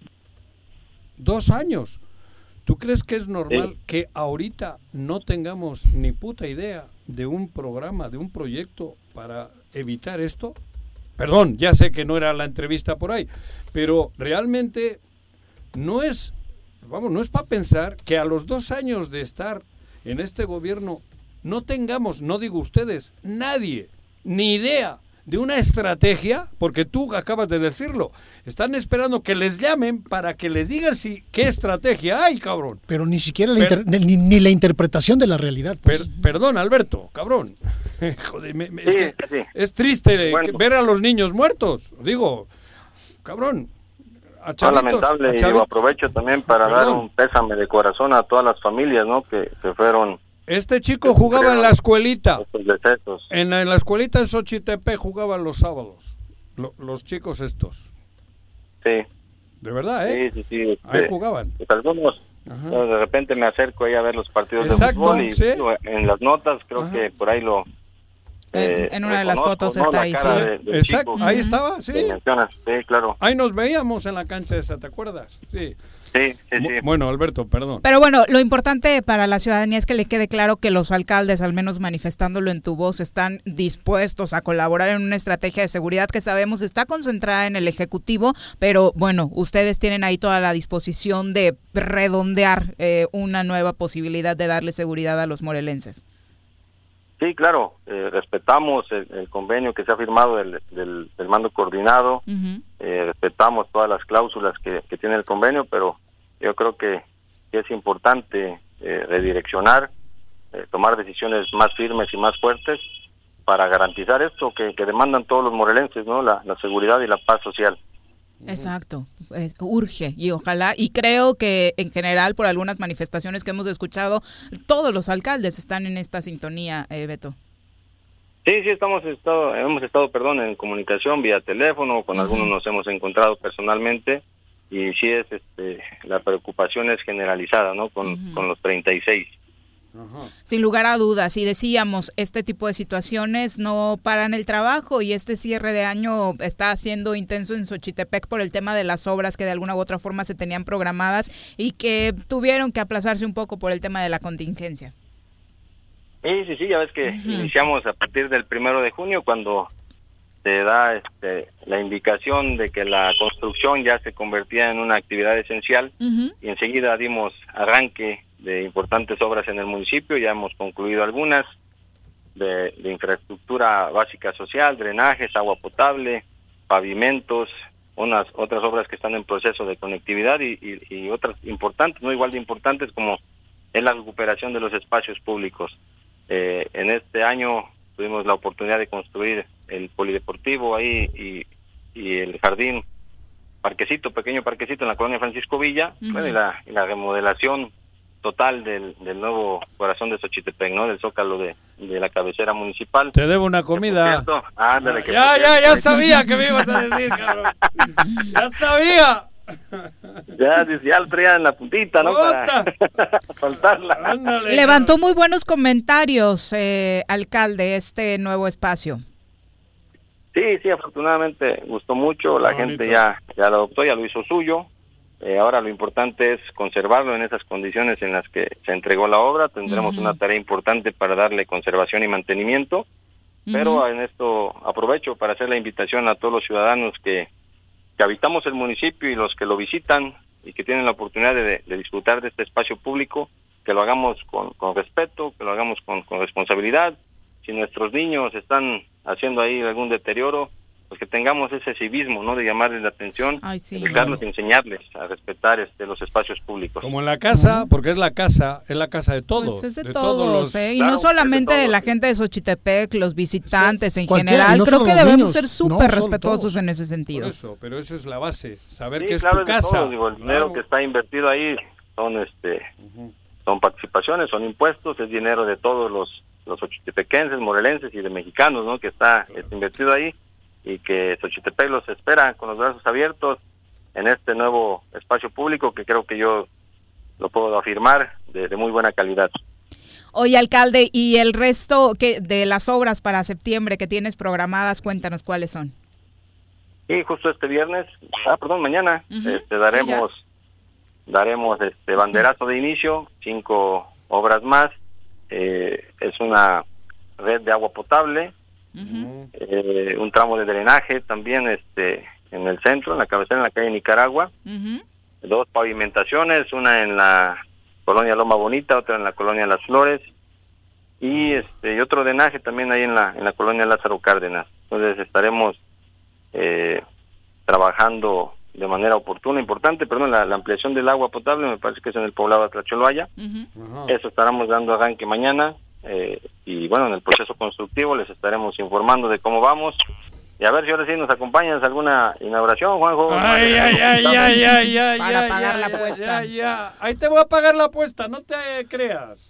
Dos años. ¿Tú crees que es normal sí. que ahorita no tengamos ni puta idea de un programa, de un proyecto para evitar esto? Perdón, ya sé que no era la entrevista por ahí, pero realmente no es, vamos, no es para pensar que a los dos años de estar en este gobierno no tengamos, no digo ustedes, nadie, ni idea de una estrategia, porque tú acabas de decirlo, están esperando que les llamen para que les digan si qué estrategia hay, cabrón. Pero ni siquiera la per, inter, ni, ni la interpretación de la realidad. Pues. Per, perdón, Alberto, cabrón. Joder, me, me, sí, es, que sí. es triste bueno. ver a los niños muertos. Digo, cabrón. A chavitos, no, lamentable, a y digo, aprovecho también para perdón. dar un pésame de corazón a todas las familias, ¿no? Que, que fueron... Este chico jugaba en la escuelita. En la, en la escuelita en Xochitepec jugaban los sábados. Lo, los chicos estos. Sí. De verdad, ¿eh? Sí, sí, sí. Ahí este, jugaban. Pues algunos, no, de repente me acerco ahí a ver los partidos Exacto, de fútbol y ¿sí? en las notas creo Ajá. que por ahí lo... Eh, en una de las fotos ¿no? está la ahí, sí. De, de Exacto, chico, ahí estaba, sí. Sí, claro. Ahí nos veíamos en la cancha esa, ¿te acuerdas? Sí. Sí, sí, sí. Bueno, Alberto, perdón. Pero bueno, lo importante para la ciudadanía es que le quede claro que los alcaldes, al menos manifestándolo en tu voz, están dispuestos a colaborar en una estrategia de seguridad que sabemos está concentrada en el Ejecutivo, pero bueno, ustedes tienen ahí toda la disposición de redondear eh, una nueva posibilidad de darle seguridad a los morelenses. Sí, claro, eh, respetamos el, el convenio que se ha firmado del, del, del mando coordinado, uh-huh. eh, respetamos todas las cláusulas que, que tiene el convenio, pero yo creo que, que es importante eh, redireccionar, eh, tomar decisiones más firmes y más fuertes para garantizar esto que, que demandan todos los morelenses, ¿no? La, la seguridad y la paz social. Exacto, es, urge y ojalá, y creo que en general por algunas manifestaciones que hemos escuchado, todos los alcaldes están en esta sintonía, eh, Beto. Sí, sí, estamos estado, hemos estado, perdón, en comunicación vía teléfono, con uh-huh. algunos nos hemos encontrado personalmente, y sí es, este, la preocupación es generalizada, ¿no? Con, uh-huh. con los treinta y seis. Ajá. Sin lugar a dudas, y decíamos, este tipo de situaciones no paran el trabajo y este cierre de año está siendo intenso en Xochitepec por el tema de las obras que de alguna u otra forma se tenían programadas y que tuvieron que aplazarse un poco por el tema de la contingencia. Sí, sí, sí, ya ves que uh-huh. iniciamos a partir del primero de junio cuando se da este, la indicación de que la construcción ya se convertía en una actividad esencial uh-huh. y enseguida dimos arranque de importantes obras en el municipio, ya hemos concluido algunas de, de infraestructura básica social, drenajes, agua potable, pavimentos, unas otras obras que están en proceso de conectividad y, y, y otras importantes, no igual de importantes como es la recuperación de los espacios públicos. Eh, en este año tuvimos la oportunidad de construir el polideportivo ahí y, y el jardín, parquecito, pequeño parquecito en la colonia Francisco Villa, uh-huh. bueno, y, la, y la remodelación total del, del nuevo corazón de Xochitepec, ¿no? Del zócalo de, de la cabecera municipal. Te debo una comida. Cierto, ándale, que ya, ya, ya sabía que me ibas a decir, cabrón. Ya sabía. Ya, ya lo traía en la puntita, ¿no? Para faltarla. Ándale, levantó cabrón. Muy buenos comentarios, eh, alcalde, este nuevo espacio. Sí, sí, afortunadamente gustó mucho, la Bonito. gente ya, ya lo adoptó, ya lo hizo suyo. Eh, ahora lo importante es conservarlo en esas condiciones en las que se entregó la obra. Tendremos uh-huh. una tarea importante para darle conservación y mantenimiento, uh-huh. pero en esto aprovecho para hacer la invitación a todos los ciudadanos que, que habitamos el municipio y los que lo visitan y que tienen la oportunidad de, de disfrutar de este espacio público, que lo hagamos con, con respeto, que lo hagamos con, con responsabilidad. Si nuestros niños están haciendo ahí algún deterioro, pues que tengamos ese civismo, ¿no? De llamarles la atención, Ay, sí, educarlos, claro. enseñarles a respetar este los espacios públicos. Como en la casa, porque es la casa, es la casa de todos. Pues es de, de todos, todos los... ¿eh? Y claro, no solamente de, de la gente de Xochitepec, los visitantes sí, en cualquiera, general, no creo que debemos niños, ser súper no, respetuosos en ese sentido. Por eso, pero eso es la base, saber sí, que es claro, tu es casa. Todo, digo, el claro. dinero que está invertido ahí son este uh-huh. son participaciones, son impuestos, es dinero de todos los los xochitepequenses, morelenses y de mexicanos, ¿no? Que está claro. este, invertido ahí y que Xochitepec los espera con los brazos abiertos en este nuevo espacio público que creo que yo lo puedo afirmar de, de muy buena calidad. Oye, alcalde, y el resto que de las obras para septiembre que tienes programadas, cuéntanos cuáles son. Y justo este viernes, ah, perdón, mañana, uh-huh. este, daremos sí, daremos este banderazo uh-huh. de inicio, cinco obras más. Eh, es una red de agua potable, uh-huh. eh, un tramo de drenaje también este en el centro, en la cabecera, en la calle Nicaragua, uh-huh. dos pavimentaciones, una en la colonia Loma Bonita, otra en la colonia Las Flores, y este y otro drenaje también ahí en la en la colonia Lázaro Cárdenas. Entonces estaremos eh, trabajando de manera oportuna, importante, perdón, la, la ampliación del agua potable, me parece que es en el poblado de Tlacholoaya. Uh-huh. Eso estaremos dando arranque mañana, eh, y bueno, en el proceso constructivo les estaremos informando de cómo vamos, y a ver si ahora sí nos acompañas a alguna inauguración, Juanjo. Ay, ay, ay, ay, ay, ay, para ay, pagar ay, la ay, apuesta. ay, ay. Ahí te voy a pagar la apuesta, no te creas.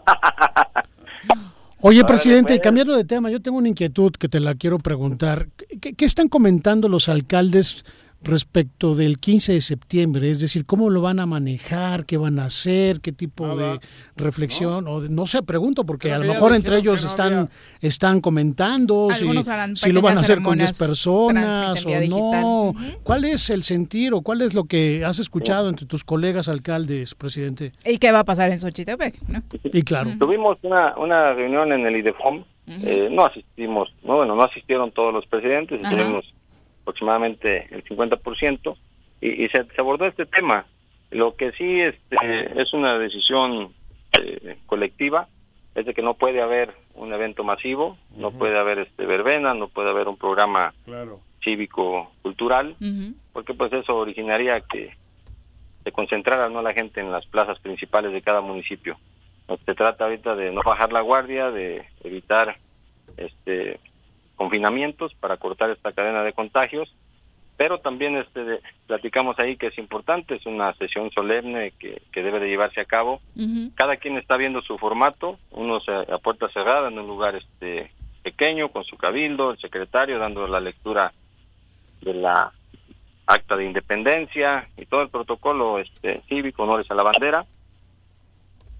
Oye, presidente, cambiando de tema, yo tengo una inquietud que te la quiero preguntar. ¿Qué, qué están comentando los alcaldes respecto del quince de septiembre? Es decir, ¿cómo lo van a manejar? ¿Qué van a hacer? ¿Qué tipo Nada. de reflexión? No, o de, no sé, pregunto, porque Creo a lo mejor entre ellos no están había... están comentando si, si lo van a hacer con diez personas o no. Uh-huh. ¿Cuál es el sentir o cuál es lo que has escuchado entre tus colegas alcaldes, presidente? ¿Y qué va a pasar en Xochitepec? ¿No? Y claro. Uh-huh. Tuvimos una, una reunión en el IDEFOM, uh-huh. eh, no asistimos, no bueno, no asistieron todos los presidentes, uh-huh. estuvimos aproximadamente el cincuenta por ciento, y, y se, se abordó este tema. Lo que sí este, es una decisión eh, colectiva, es de que no puede haber un evento masivo, uh-huh. no puede haber este verbena, no puede haber un programa claro. cívico-cultural, uh-huh. porque pues eso originaría que se concentrara no la gente en las plazas principales de cada municipio. Se trata ahorita de no bajar la guardia, de evitar este confinamientos para cortar esta cadena de contagios, pero también este de, platicamos ahí que es importante, es una sesión solemne que, que debe de llevarse a cabo. Uh-huh. Cada quien está viendo su formato, unos a, a puerta cerrada en un lugar este pequeño con su cabildo, el secretario dando la lectura de la acta de independencia y todo el protocolo este cívico, honores a la bandera.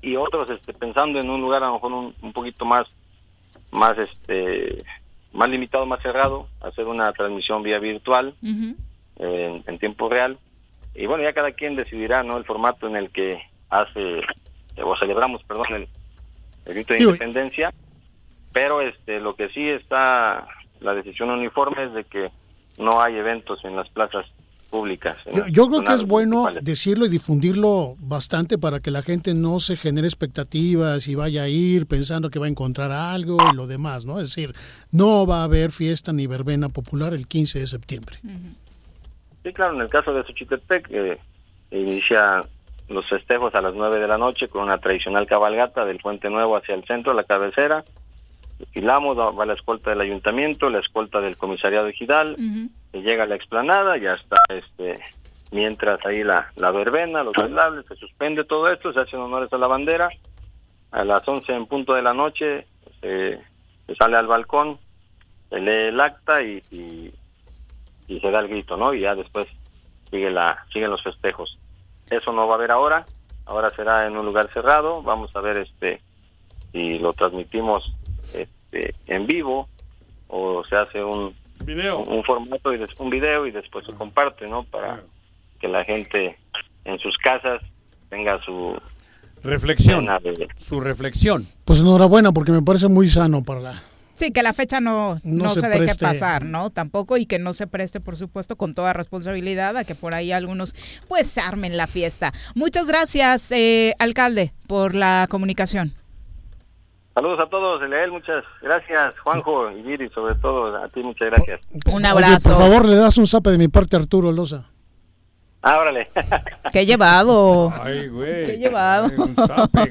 y otros este, pensando en un lugar a lo mejor un, un poquito más, más este, más limitado, más cerrado, hacer una transmisión vía virtual, uh-huh. en, en tiempo real. Y bueno, ya cada quien decidirá, ¿no?, el formato en el que hace, o celebramos, perdón, el, el grito de sí, independencia. Pero este, lo que sí está, la decisión uniforme es de que no hay eventos en las plazas públicas. Yo, yo creo que es bueno decirlo y difundirlo bastante para que la gente no se genere expectativas y vaya a ir pensando que va a encontrar algo y lo demás, ¿no? Es decir, no va a haber fiesta ni verbena popular el quince de septiembre. Uh-huh. Sí, claro, en el caso de Xochitepec, eh, inicia los festejos a las nueve de la noche con una tradicional cabalgata del Puente Nuevo hacia el centro, la cabecera. Desfilamos, va la escolta del ayuntamiento, la escolta del comisariado ejidal, uh-huh. que llega a la explanada, ya está, este, mientras ahí la, la verbena, los bailables, se suspende todo esto, se hacen honores a la bandera. A las once en punto de la noche se, se sale al balcón, se lee el acta y, y y se da el grito, ¿no? Y ya después sigue la siguen los festejos. Eso no va a haber ahora, ahora será en un lugar cerrado. Vamos a ver este si lo transmitimos este en vivo o se hace un video, un, un formato y después un video y después se comparte, ¿no? Para que la gente en sus casas tenga su reflexión, de... su reflexión. Pues enhorabuena, porque me parece muy sano para la... Sí, que la fecha no, no, no se, se deje preste. pasar, ¿no? Tampoco, y que no se preste, por supuesto, con toda responsabilidad a que por ahí algunos, pues, armen la fiesta. Muchas gracias, eh, alcalde, por la comunicación. Saludos a todos, Eliel, muchas gracias, Juanjo y Viri, sobre todo a ti, muchas gracias. Un abrazo. Oye, por favor, le das un zape de mi parte a Arturo Loza. Ah, órale. Qué llevado. Ay, güey. Qué llevado. Ay, un zape.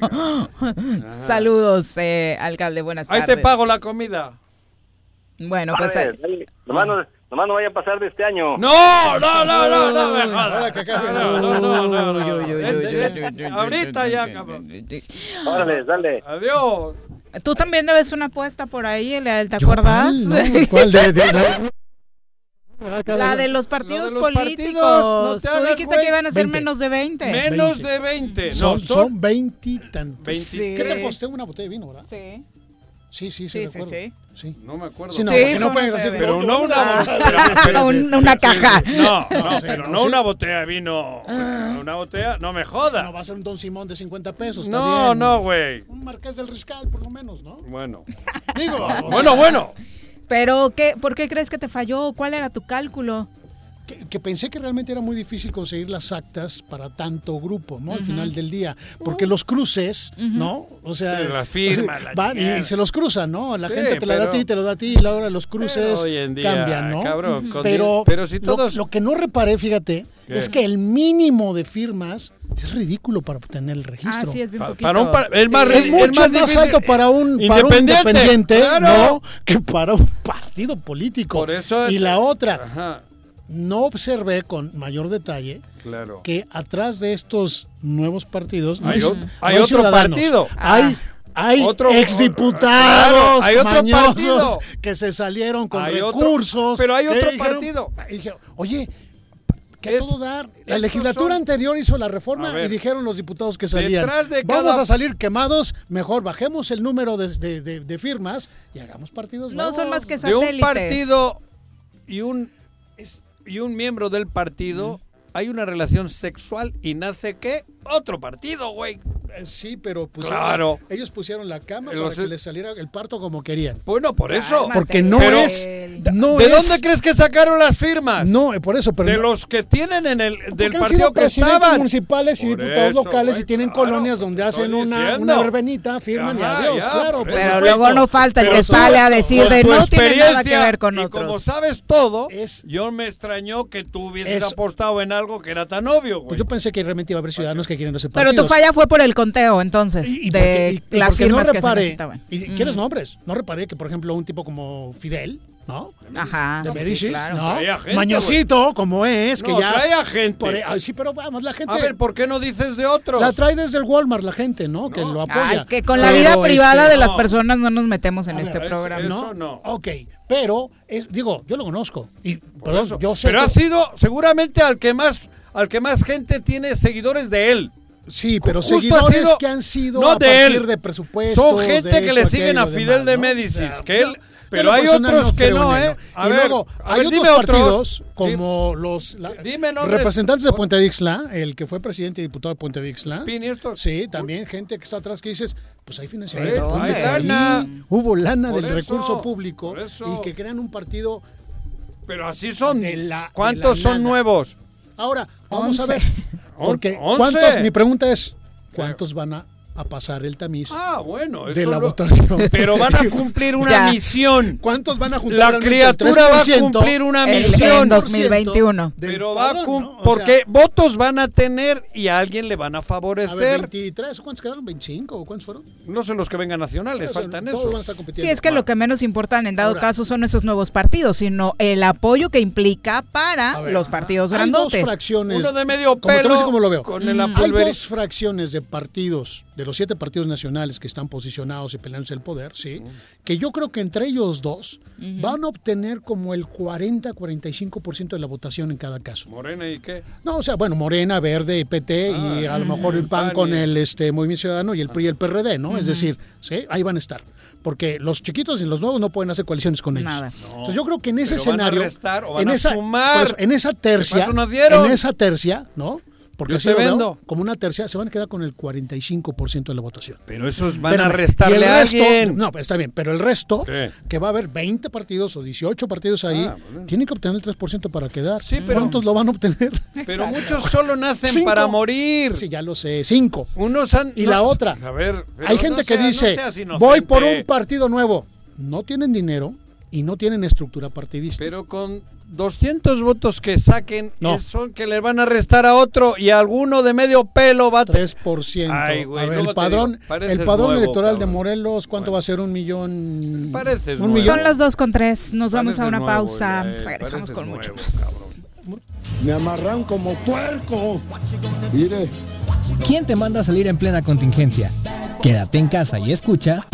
Saludos, eh, alcalde, buenas tardes. Ahí te pago la comida. Bueno, vale, pues... Eh, dale. Nomás, no, nomás no vaya a pasar de este año. No, no, no, no, no, me jodas. No, no, no, no, no. Ahorita ya, cabrón. Órale, dale. Adiós. Tú también debes una apuesta por ahí, Eliel, ¿te acuerdas? ¿Cuál? ¿No? ¿Cuál de, de la... La de los partidos de los políticos. Partidos, no Tú dijiste güey. que iban a ser veinte. menos de veinte. Menos veinte. de veinte. No, Son, son, son veintitantos. veinte. Sí. ¿Qué te costé una botella de vino, verdad? Sí. Sí, sí, sí, Sí, me sí, acuerdo. sí. Sí. No me acuerdo. Sí, no, Sí, porque no fue puedes una hacer... Pero pero no una Ah, botella. pero una, una caja. No, no, Sí, pero no, no sí. una botella de vino. Una botella, no me joda. No va a ser un Don Simón de cincuenta pesos, está No, bien. no, güey. Un Marqués del Riscal, por lo menos, ¿no? Bueno. Digo, o Bueno, sea, bueno. Pero, ¿qué, ¿por qué crees que te falló? ¿Cuál era tu cálculo? Que, que pensé que realmente era muy difícil conseguir las actas para tanto grupo, ¿no? Al uh-huh. final del día. Porque los cruces, uh-huh. ¿no? O sea, sí, las firmas, la van y, y se los cruzan, ¿no? La sí, gente te la pero, da a ti, te lo da a ti, y la hora los cruces hoy en día, cambian, ¿no? Cabrón, uh-huh. pero, pero si todos... lo, lo que no reparé, fíjate, ¿qué? Es que el mínimo de firmas es ridículo para obtener el registro. Ah, sí, es bien poquito. Para un par, el más, sí. Es mucho el más, más alto para un independiente, para un independiente claro. ¿no? Que para un partido político. Por eso y es, la otra... Ajá. No observé con mayor detalle claro. que atrás de estos nuevos partidos hay, no o, hay, hay no otro ciudadanos. partido. Hay, hay otro, exdiputados claro, hay otro mañosos partido. que se salieron con hay recursos. Otro, pero hay otro dijeron, partido. Y dije, oye, ¿qué es, todo dar? La legislatura son, anterior hizo la reforma ver, y dijeron los diputados que salían. De Vamos cada, a salir quemados, mejor bajemos el número de, de, de, de firmas y hagamos partidos no nuevos. son más que satélites. De un partido y un... Es, y un miembro del partido, mm. hay una relación sexual y nace, ¿qué? Otro partido, güey. Eh, sí, pero pusieron, claro. ellos pusieron la cama Los, para que les saliera el parto como querían. Bueno, por eso. Ay, porque no pero, es... No ¿De es, dónde crees que sacaron las firmas? No, por eso. Pero de no, los que tienen en el del partido han sido que estaban. municipales y diputados eso, locales güey, y tienen claro, colonias donde hacen una, una verbenita, firman Ajá, y adiós, ya, claro. Pero supuesto. Luego no falta el pero que sale a decir de no tiene nada que ver con y otros. Y como sabes todo, es, yo me extrañó que tú hubieses es, apostado en algo que era tan obvio, güey. Pues yo pensé que realmente iba a haber ciudadanos que quieren ese partido. Pero tu falla fue por el conteo, entonces, y, y de porque, y, y las firmas no que reparé, se necesitaban. ¿Y mm. quieres nombres? No reparé que, por ejemplo, un tipo como Fidel, ¿no? Ajá. De sí, Medicis, sí, claro. ¿no? Gente, Mañosito, wey. Como es, que no, ya... trae a gente. Por, ay, sí, pero vamos, la gente... A ver, ¿por qué no dices de otros? La trae desde el Walmart la gente, ¿no? no. Que lo apoya. Ay, que con la pero vida privada este, de las no. personas no nos metemos en a este ver, programa. Eso, ¿no? eso no. Ok, pero, es, digo, yo lo conozco. Y, perdón, eso. yo sé pero que... ha sido seguramente al que más al que más gente tiene seguidores de él. Sí, pero Justo seguidores ha sido, que han sido no a de partir él. de presupuestos. Son gente de que esto, le siguen a aquello, Fidel demás, de ¿no? Médicis, O sea, que él... no, pero yo hay personal otros que creo no, en él, ¿eh? A y ver, luego a hay ver, otros dime otros. partidos como los la- Dime nombres. representantes de Puente Dixla, el que fue presidente y diputado de Puente Dixla. Spin y esto. Sí, también gente que está atrás que dices, pues hay financiamiento Sí, público. hay ahí. lana. Hubo lana Por del eso, recurso público por eso. y que crean un partido. Pero así son. De la- ¿Cuántos de la son nada. nuevos? Ahora, vamos a Once. ver. Porque, Once. ¿cuántos? Mi pregunta es, ¿cuántos van a, a pasar el tamiz Ah, bueno, eso de la lo- votación? Pero van a cumplir una Ya. misión. ¿Cuántos van a juntar La realmente? criatura ¿El va a tres por ciento? cumplir una El- misión. en dos mil veintiuno. del Pero va a padrón, cum- ¿no? O porque sea, votos van a tener y a alguien le van a a ver, favorecer. veintitrés, ¿cuántos quedaron? ¿veinticinco? ¿O cuántos fueron? No sé los que vengan nacionales, O sea, faltan todos eso. van a estar compitiendo. Sí, es que lo que menos importan en dado Ahora- caso son esos nuevos partidos, sino el apoyo que implica para A ver, los partidos hay grandotes. dos fracciones. Uno de medio como te voy a pelo decir cómo lo veo. con el Hay apulveri- dos fracciones de partidos, de los siete partidos nacionales que están posicionados y peleándose el poder, sí, que yo creo que entre ellos dos van a obtener como el cuarenta a cuarenta y cinco por ciento de la votación en cada caso. Morena y qué. No, o sea, bueno, Morena, Verde y P T y Ah, a lo mejor el P A N P A N con y- el este Movimiento Ciudadano y el P R I y el P R D, ¿no? Es decir, sí, ahí van a estar. Porque los chiquitos y los nuevos no pueden hacer coaliciones con ellos. Nada. Entonces yo creo que en ese Pero van a escenario, restar o van en a esa, sumar. por eso, en esa tercia, ¿Qué paso nos dieron? en esa tercia, ¿no? Porque Yo así te lo veo, vendo. como una tercia, se van a quedar con el cuarenta y cinco por ciento de la votación. Pero esos van a Espérame, restarle y el a resto- alguien. No, está bien, pero el resto, ¿Qué? que va a haber veinte partidos o dieciocho partidos ahí, Ah, bueno. tienen que obtener el tres por ciento para quedar. Sí, pero- ¿Cuántos lo van a obtener? Pero muchos solo nacen Cinco. para morir. Sí, ya lo sé, cinco. Unos han, Y no, la otra, A ver, pero hay no gente que sea- no dice, seas inocente. voy por un partido nuevo. No tienen dinero y no tienen estructura partidista. Pero con doscientos votos que saquen, No. es- son que le van a restar a otro y alguno de medio pelo va a... tres por ciento. Ay, güey, a ver, luego el te padrón, digo, pareces el padrón nuevo, electoral cabrón. de Morelos, ¿cuánto va a ser? Un millón. Pareces un nuevo. millón. Son las dos con tres. Nos vamos a Pareces una nuevo, pausa. ya, eh, Regresamos pareces con mucho nuevo, más. cabrón. Me amarran como puerco. Mire. ¿Quién te manda a salir en plena contingencia? Quédate en casa y escucha.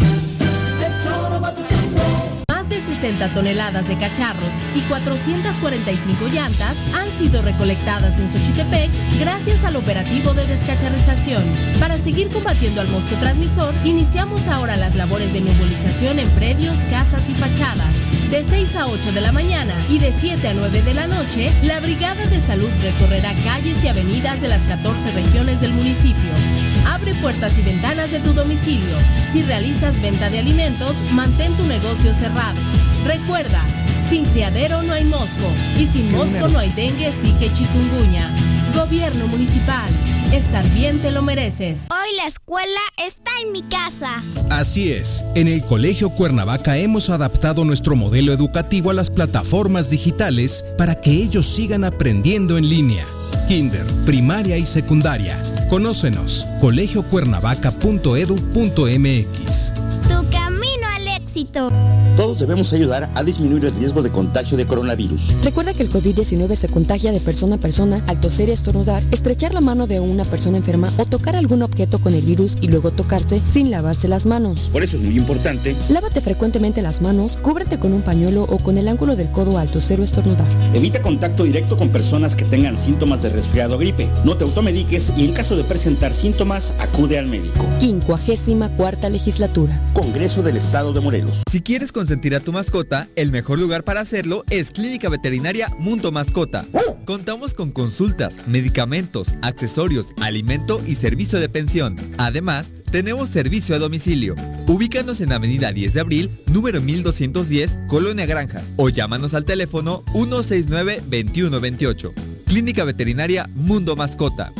Más de sesenta toneladas de cacharros y cuatrocientas cuarenta y cinco llantas han sido recolectadas en Xochitepec gracias al operativo de descacharrización. Para seguir combatiendo al mosco transmisor, iniciamos ahora las labores de nebulización en predios, casas y fachadas. De seis a ocho de la mañana y de siete a nueve de la noche, la Brigada de Salud recorrerá calles y avenidas de las catorce regiones del municipio. Abre puertas y ventanas de tu domicilio. Si realizas venta de alimentos, mantén tu negocio cerrado. Recuerda, sin criadero no hay mosco y sin mosco no hay dengue, zika y chikungunya. Gobierno municipal, estar bien te lo mereces. Hoy la escuela está en mi casa. Así es, en el Colegio Cuernavaca hemos adaptado nuestro modelo educativo a las plataformas digitales para que ellos sigan aprendiendo en línea. Kinder, primaria y secundaria. Conócenos, colegio cuernavaca punto edu punto mx. Tu camino al éxito. Todos debemos ayudar a disminuir el riesgo de contagio de coronavirus. Recuerda que el COVID diecinueve se contagia de persona a persona al toser y estornudar, estrechar la mano de una persona enferma o tocar algún objeto con el virus y luego tocarse sin lavarse las manos. Por eso es muy importante. Lávate frecuentemente las manos, cúbrete con un pañuelo o con el ángulo del codo al toser o estornudar. Evita contacto directo con personas que tengan síntomas de resfriado o gripe. No te automediques y en caso de presentar síntomas, acude al médico. Quincuagésima cuarta legislatura. Congreso del Estado de Morelos. Si quieres consentir a tu mascota, el mejor lugar para hacerlo es Clínica Veterinaria Mundo Mascota. Contamos con consultas, medicamentos, accesorios, alimento y servicio de pensión. Además, tenemos servicio a domicilio. Ubícanos en Avenida diez de abril, número mil doscientos diez, Colonia Granjas, o llámanos al teléfono uno seis nueve, veintiuno veintiocho. Clínica Veterinaria Mundo Mascota.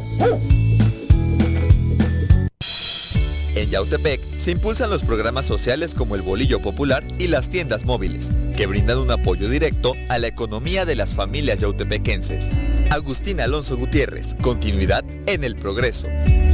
En Yautepec se impulsan los programas sociales como el Bolillo Popular y las tiendas móviles, que brindan un apoyo directo a la economía de las familias yautepequenses. Agustín Alonso Gutiérrez, continuidad en el progreso.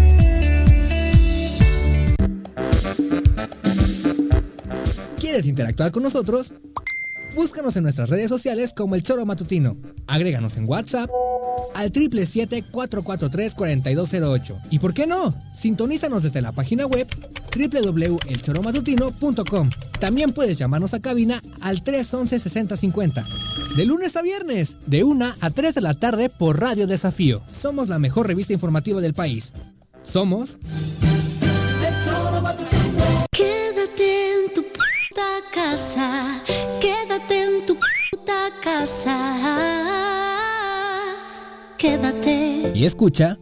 ¿Quieres interactuar con nosotros? Búscanos en nuestras redes sociales como El Choro Matutino. Agréganos en WhatsApp al triple siete, cuatro cuatro tres, cuatro dos cero ocho. ¿Y por qué no? Sintonízanos desde la página web doble u doble u doble u punto el choro matutino punto com. También puedes llamarnos a cabina al tres once, sesenta cincuenta. De lunes a viernes, de una a tres de la tarde por Radio Desafío. Somos la mejor revista informativa del país. Somos... Quédate en tu puta casa, quédate en tu puta casa, quédate. Y escucha...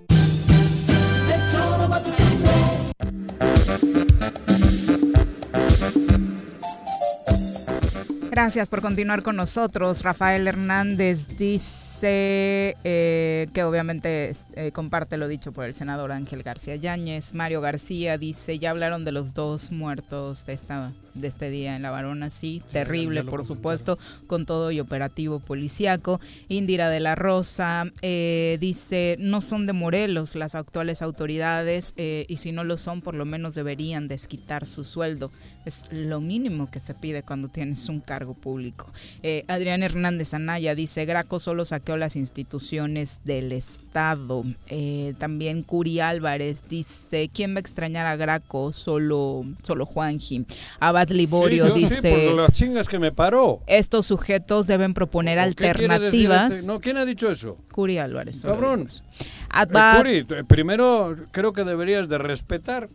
Gracias por continuar con nosotros. Rafael Hernández dice eh, que obviamente eh, comparte lo dicho por el senador Ángel García Yáñez. Mario García dice, ya hablaron de los dos muertos de esta de este día en La Varona, sí, terrible, por supuesto, con todo y operativo policíaco. Indira de la Rosa eh, dice, no son de Morelos las actuales autoridades eh, y si no lo son, por lo menos deberían desquitar su sueldo. Es lo mínimo que se pide cuando tienes un cargo público. Eh, Adrián Hernández Anaya dice, Graco solo saqueó las instituciones del Estado. Eh, también Curi Álvarez dice, ¿quién va a extrañar a Graco? Solo, solo Juanji. Abad Liborio sí, dice, sí, por las chingas que me paró. Estos sujetos deben proponer alternativas. Este? No, ¿quién ha dicho eso? Curi Álvarez. Cabrón. Abad... Eh, Curi, primero creo que deberías de respetar.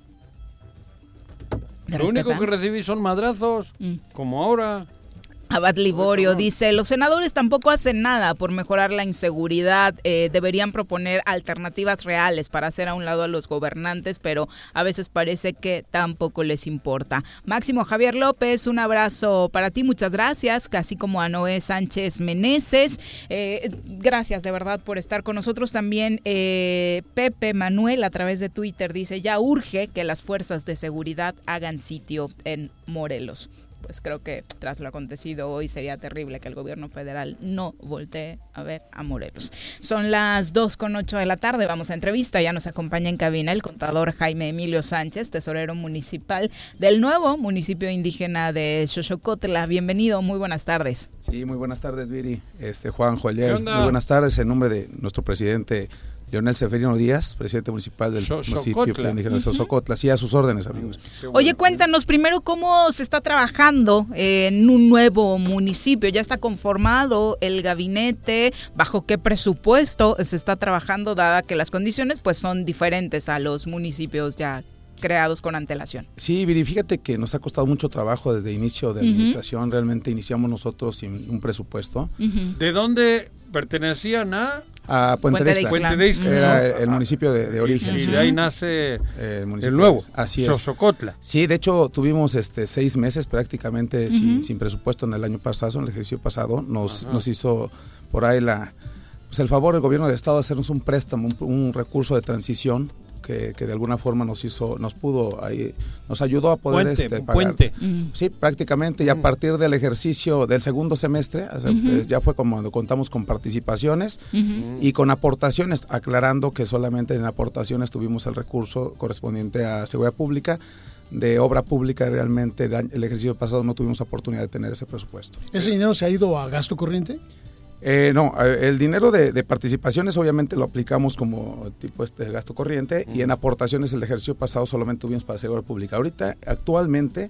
¿De Lo respetar? único que recibí son madrazos, mm. como ahora. Abad Liborio dice, los senadores tampoco hacen nada por mejorar la inseguridad, eh, deberían proponer alternativas reales para hacer a un lado a los gobernantes, pero a veces parece que tampoco les importa. Máximo Javier López, un abrazo para ti, muchas gracias, así como a Noé Sánchez Meneses, eh, gracias de verdad por estar con nosotros. También eh, Pepe Manuel a través de Twitter dice, ya urge que las fuerzas de seguridad hagan sitio en Morelos. Pues creo que tras lo acontecido hoy sería terrible que el gobierno federal no voltee a ver a Morelos. Son las dos con ocho de la tarde, vamos a entrevista, ya nos acompaña en cabina el contador Jaime Emilio Sánchez, tesorero municipal del nuevo municipio indígena de Xochocotla. Bienvenido, muy buenas tardes. Sí, muy buenas tardes, Viri, este, Juan Joelier, muy buenas tardes en nombre de nuestro presidente Leonel Seferino Díaz, presidente municipal del municipio indígena de Xochocotla. Sí, a sus órdenes, amigos. Oye, cuéntanos primero cómo se está trabajando en un nuevo municipio. ¿Ya está conformado el gabinete? ¿Bajo qué presupuesto se está trabajando, dada que las condiciones pues son diferentes a los municipios ya creados con antelación? Sí, Viri, fíjate que nos ha costado mucho trabajo desde inicio de uh-huh. administración. Realmente iniciamos nosotros sin un presupuesto. Uh-huh. ¿De dónde pertenecían a...? A Puente, Puente de Ixtla. Puente de Ixtla. Era el municipio de, de origen. Y sí. de ahí nace el, el nuevo, así es. Xochocotla. Sí, de hecho tuvimos este seis meses prácticamente uh-huh. sin, sin presupuesto en el año pasado, en el ejercicio pasado. Nos, nos hizo por ahí la, pues el favor del gobierno del estado de hacernos un préstamo, un, un recurso de transición que, que de alguna forma nos hizo, nos pudo ahí, nos ayudó a poder puente, este, pagar. Puente. Uh-huh. Sí, prácticamente, y a partir del ejercicio del segundo semestre, o sea, uh-huh. ya fue como cuando contamos con participaciones uh-huh. y con aportaciones, aclarando que solamente en aportaciones tuvimos el recurso correspondiente a seguridad pública. De obra pública realmente el ejercicio pasado no tuvimos oportunidad de tener ese presupuesto. ¿Ese dinero se ha ido a gasto corriente? Eh, no, el dinero de, de participaciones obviamente lo aplicamos como tipo este gasto corriente uh-huh. y en aportaciones el ejercicio pasado solamente tuvimos para seguridad pública. Ahorita, actualmente,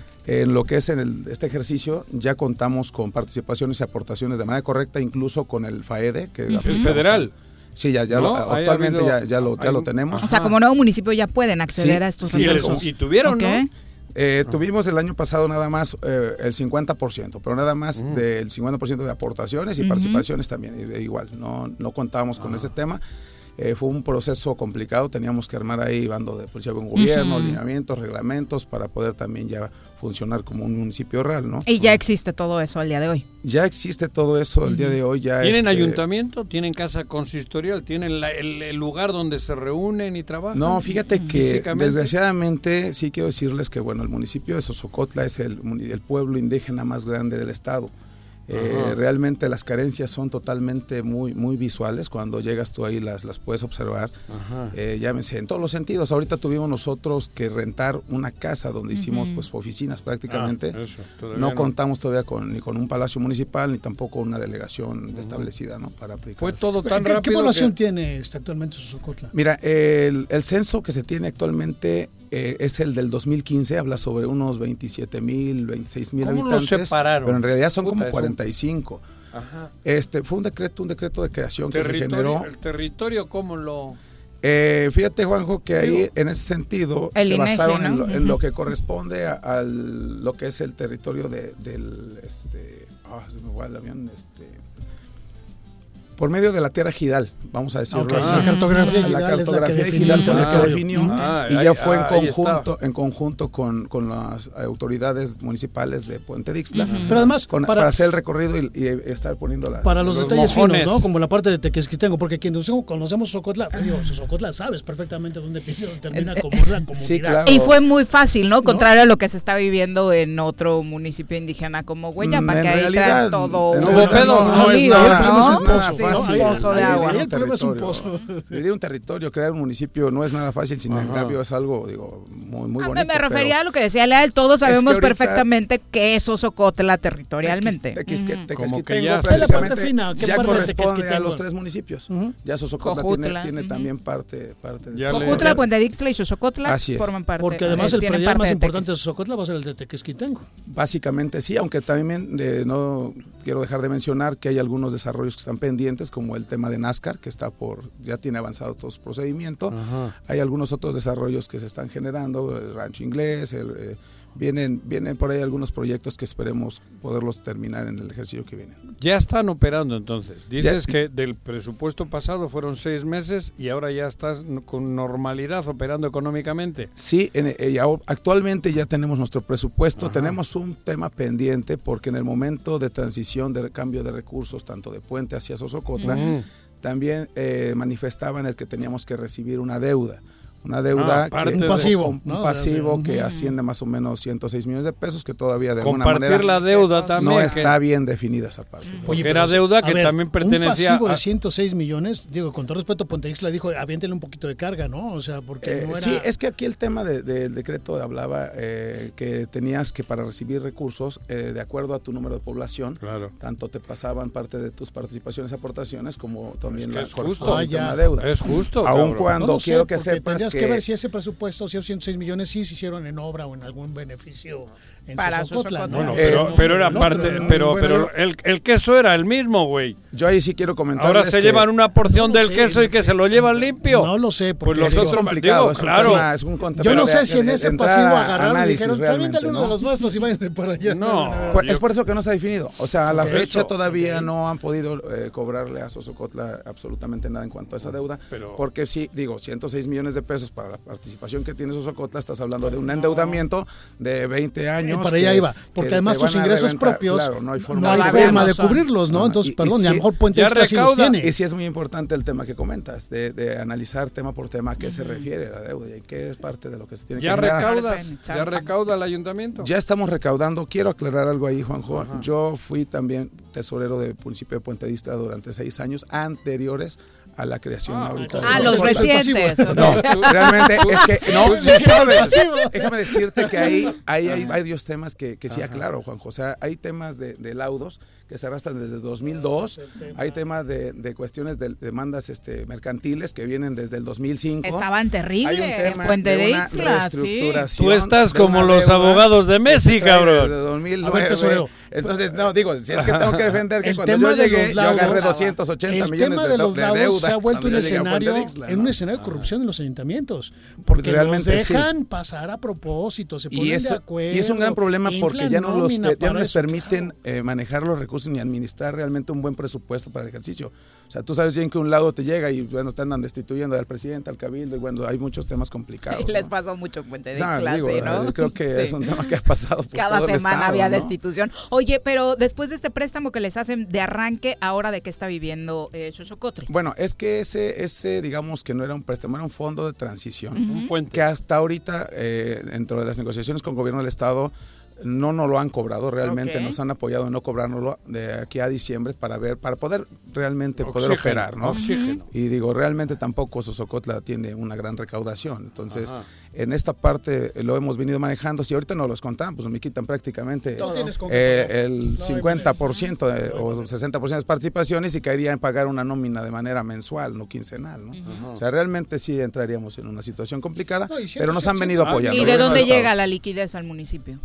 en lo que es en el, este ejercicio, ya contamos con participaciones y aportaciones de manera correcta, incluso con el FAEDE. Que uh-huh. ¿El federal? Sí, ya, ya ¿No? lo, actualmente habido, ya, ya, lo, ya lo tenemos. O sea, como nuevo municipio ya pueden acceder sí, a estos sí, recursos. Y tuvieron, okay. ¿no? Eh, uh-huh. Tuvimos el año pasado nada más eh, el cincuenta por ciento, pero nada más uh-huh. del cincuenta por ciento de aportaciones y uh-huh. participaciones también, y, igual, no, no contábamos uh-huh. con ese tema. Eh, fue un proceso complicado, teníamos que armar ahí bando de policía con gobierno, uh-huh. lineamientos, reglamentos, para poder también ya funcionar como un municipio real, ¿no? Y ya existe todo eso al día de hoy. Ya existe todo eso el uh-huh. día de hoy. Ya ¿Tienen este, ayuntamiento? ¿Tienen casa consistorial? ¿Tienen la, el, el lugar donde se reúnen y trabajan? No, fíjate que desgraciadamente sí quiero decirles que bueno, el municipio de Xochocotla es el, el pueblo indígena más grande del estado. Eh, realmente las carencias son totalmente muy muy visuales. Cuando llegas tú ahí las, las puedes observar, eh, llámese en todos los sentidos. Ahorita tuvimos nosotros que rentar una casa donde uh-huh. hicimos pues oficinas prácticamente. Ah, eso, no, no contamos todavía con, ni con un palacio municipal ni tampoco una delegación uh-huh. establecida, ¿no? Para aplicar. Fue todo tan ¿Qué, rápido. ¿Qué población que... tiene este, actualmente Xochocotla? Mira, el, el censo que se tiene actualmente eh, es el del dos mil quince, habla sobre unos veintisiete mil, veintiséis mil habitantes. ¿Cómo los separaron? Pero en realidad son Puta, como cuarenta y cinco. Ajá. Este, fue un decreto, un decreto de creación que se generó. ¿El territorio cómo lo...? Eh, fíjate, Juanjo, que ahí en ese sentido el se INEGI, basaron ¿no? en, lo, Uh-huh. en lo que corresponde a, a lo que es el territorio de, del, este, ah, se me va el avión, este, por medio de la tierra ejidal, vamos a decirlo Okay. así. La cartografía la ejidal cartografía es la que ejidal definió fue la que el definió Ah, y ahí- ya fue en ahí conjunto, está. en conjunto con, con las autoridades municipales de Puente Dixtla, Uh-huh. Pero además, con- para- para, hacer el recorrido y, y estar poniendo las Para los, los detalles mojones. finos, ¿no? Como la parte de Tequesquitengo, porque quienes conocemos Socotla, digo, Socotla sabes perfectamente dónde empieza y termina como la comunidad. Sí, claro. Y fue muy fácil, ¿no? Contrario a lo que se está viviendo en otro municipio indígena como Hueyapa, En que ahí realidad, traen todo en un realidad no, un no es lío, nada- ¿no? no es nada Sí, fácil. un pozo de Ahí agua. dividir un El problema es un territorio, pozo. dividir un territorio, crear un municipio no es nada fácil, sin en cambio es algo, digo, muy, muy Ah, bonito. me refería pero a lo que decía Leal, todos sabemos ahorita- perfectamente qué es Socotla territorialmente. Tequis- Ujú. Tequesquitengo Como que ya- prácticamente Es la parte fina, ¿qué ya parte de corresponde a Tequesquitengo? los tres municipios. Ujú. Ya Sosocotla Cojutla, tiene, tiene ujú. también parte, parte de Ya le- Cojutla, Puente Dixtla y Xochocotla Así es. forman parte. Porque además eh, el tienen predial parte más de importante de Tequis. Socotla va a ser el de Tequesquitengo. Básicamente sí, aunque también eh, no quiero dejar de mencionar que hay algunos desarrollos que están pendientes, como el tema de NASCAR, que está por, ya tiene avanzado todo su procedimiento. Ajá. Hay algunos otros desarrollos que se están generando, el Rancho Inglés, el, eh, vienen, vienen por ahí algunos proyectos que esperemos poderlos terminar en el ejercicio que viene. Ya están operando entonces. Dices Ya- que del presupuesto pasado fueron seis meses y ahora ya estás n- con normalidad operando económicamente. Sí, en- eh, ya- actualmente ya tenemos nuestro presupuesto, Ajá. tenemos un tema pendiente porque en el momento de transición, de cambio de recursos, tanto de Puente hacia Sosocotla, Ujú. también eh, manifestaban el que teníamos que recibir una deuda. Una deuda, Ah, parte que, de- Un pasivo, un, ¿no? un O sea, pasivo sí. que Ujú. asciende más o menos ciento seis millones de pesos, que todavía de alguna Compartir manera la deuda también. no que- está bien definida esa parte. Porque era deuda que también pertenecía Un pasivo a- de ciento seis millones, digo, con todo respeto, Puente Ixtla dijo, aviéntele un poquito de carga, ¿no? O sea, porque Eh, no era... Sí, es que aquí el tema de- del decreto hablaba eh, que tenías que para recibir recursos, eh, de acuerdo a tu número de población, Claro. tanto te pasaban parte de tus participaciones, aportaciones, como también Es que la es justo. correspondiente Ah, ya. una deuda. Es justo. Aun cabrón. cuando No lo sé, quiero que porque sepas tendrías que, que ver si ese presupuesto, si esos ciento seis millones, sí se hicieron en obra o en algún beneficio en Para Sosocotla, ¿no? Bueno, Eh, pero, no, pero era el otro, parte, ¿no? pero, Bueno, pero yo- el, el queso era el mismo, güey. yo ahí sí quiero comentar. Ahora se llevan una porción No lo del sé. queso y que se lo llevan limpio. No lo sé, Pues porque los digo, es otros, complicado, digo, es un claro. tema, es un contra- yo no pero sé de- si en de- ese entrar pasivo a agarraron y análisis dijeron, realmente, aviéntale uno ¿no? de los nuestros y váyanse para allá. No. Pues es por eso que no está definido. O sea, a la Por fecha eso. todavía Ok. no han podido eh, cobrarle a Sosocotla absolutamente nada en cuanto a esa deuda. Pero- porque sí, digo, ciento seis millones de pesos para la participación que tiene Sosocotla, estás hablando de un endeudamiento de veinte años. Y para allá que- iba, porque que además te van tus a ingresos reventar. propios Claro, no hay forma, no hay Todavía forma no de son. cubrirlos, ¿no? Ajá. Entonces, Y- y perdón, y a sí, lo mejor Puente ya Ixtla sí los recauda. tiene. Y sí es muy importante el tema que comentas, de, de analizar tema por tema a qué se refiere la deuda y qué es parte de lo que se tiene ¿Ya que generar. recaudas? ¿Ya recauda el ayuntamiento? Ya estamos recaudando. Quiero aclarar algo ahí, Juanjo. Yo fui también tesorero del municipio de Puente Dixtla durante seis años anteriores a la creación Ah, ahorita. Ah, de- los recientes. ok. No, realmente es que no. Tú sí sabes. Déjame decirte que ahí, ahí hay varios temas que, que sí aclaro, Juanjo. O sea, hay temas de, de laudos que se arrastran desde dos mil dos. Hay temas de, de cuestiones de demandas este, mercantiles que vienen desde el dos mil cinco. Estaban terribles Hay un tema Puente de una Dixla, sí. reestructuración Tú estás de como una los deuda abogados de Messi, que trae cabrón. desde dos mil A ver, nueve. tesorero. Entonces, no, digo, si es que tengo que defender que El cuando tema yo de llegué, los yo agarré laudos- doscientos ochenta el millones tema de, de los de laudos deuda. se ha vuelto cuando un yo llegué a Puente escenario, Dixla, en ¿no? un escenario de corrupción en los ayuntamientos, porque Realmente los sí. dejan pasar a propósito, se ponen Y, eso, de acuerdo. y es un gran problema porque inflan ya no, los, nómina ya no para les eso, permiten eh, manejar los recursos ni administrar realmente un buen presupuesto para el ejercicio. O sea, tú sabes bien que un lado te llega y bueno, te andan destituyendo al presidente, al cabildo, y bueno, hay muchos temas complicados. Y les ¿no? pasó mucho en Puente O sea, Dixla, digo, sí, ¿no? eh, creo que Sí. es un tema que ha pasado por Cada todo el semana estado, había ¿no? destitución. Oye, pero después de este préstamo que les hacen de arranque, ¿ahora de qué está viviendo eh, Xochocotl? Bueno, es que ese, ese, digamos que no era un préstamo, era un fondo de transición. Ujú. Un puente. Que hasta ahorita, eh, dentro de las negociaciones con el gobierno del Estado, no nos lo han cobrado realmente, Ok. nos han apoyado en no cobrárnoslo de aquí a diciembre para ver, para poder realmente poder Oxígeno, operar, ¿no? oxígeno. Y digo, realmente tampoco Sosocotla tiene una gran recaudación. Entonces, Ajá. en esta parte eh, lo hemos venido manejando. Si ahorita no los contan, pues me quitan prácticamente No tienes con qué eh, pagar. el No hay cincuenta por ciento de- o sesenta por ciento de participaciones y caería en pagar una nómina de manera mensual, no quincenal, ¿no? O sea, realmente sí entraríamos en una situación complicada, No, y siempre pero nos se- han venido Ah, apoyando. ¿Y el de gobierno dónde del Estado. llega la liquidez al municipio? ¿Perdón?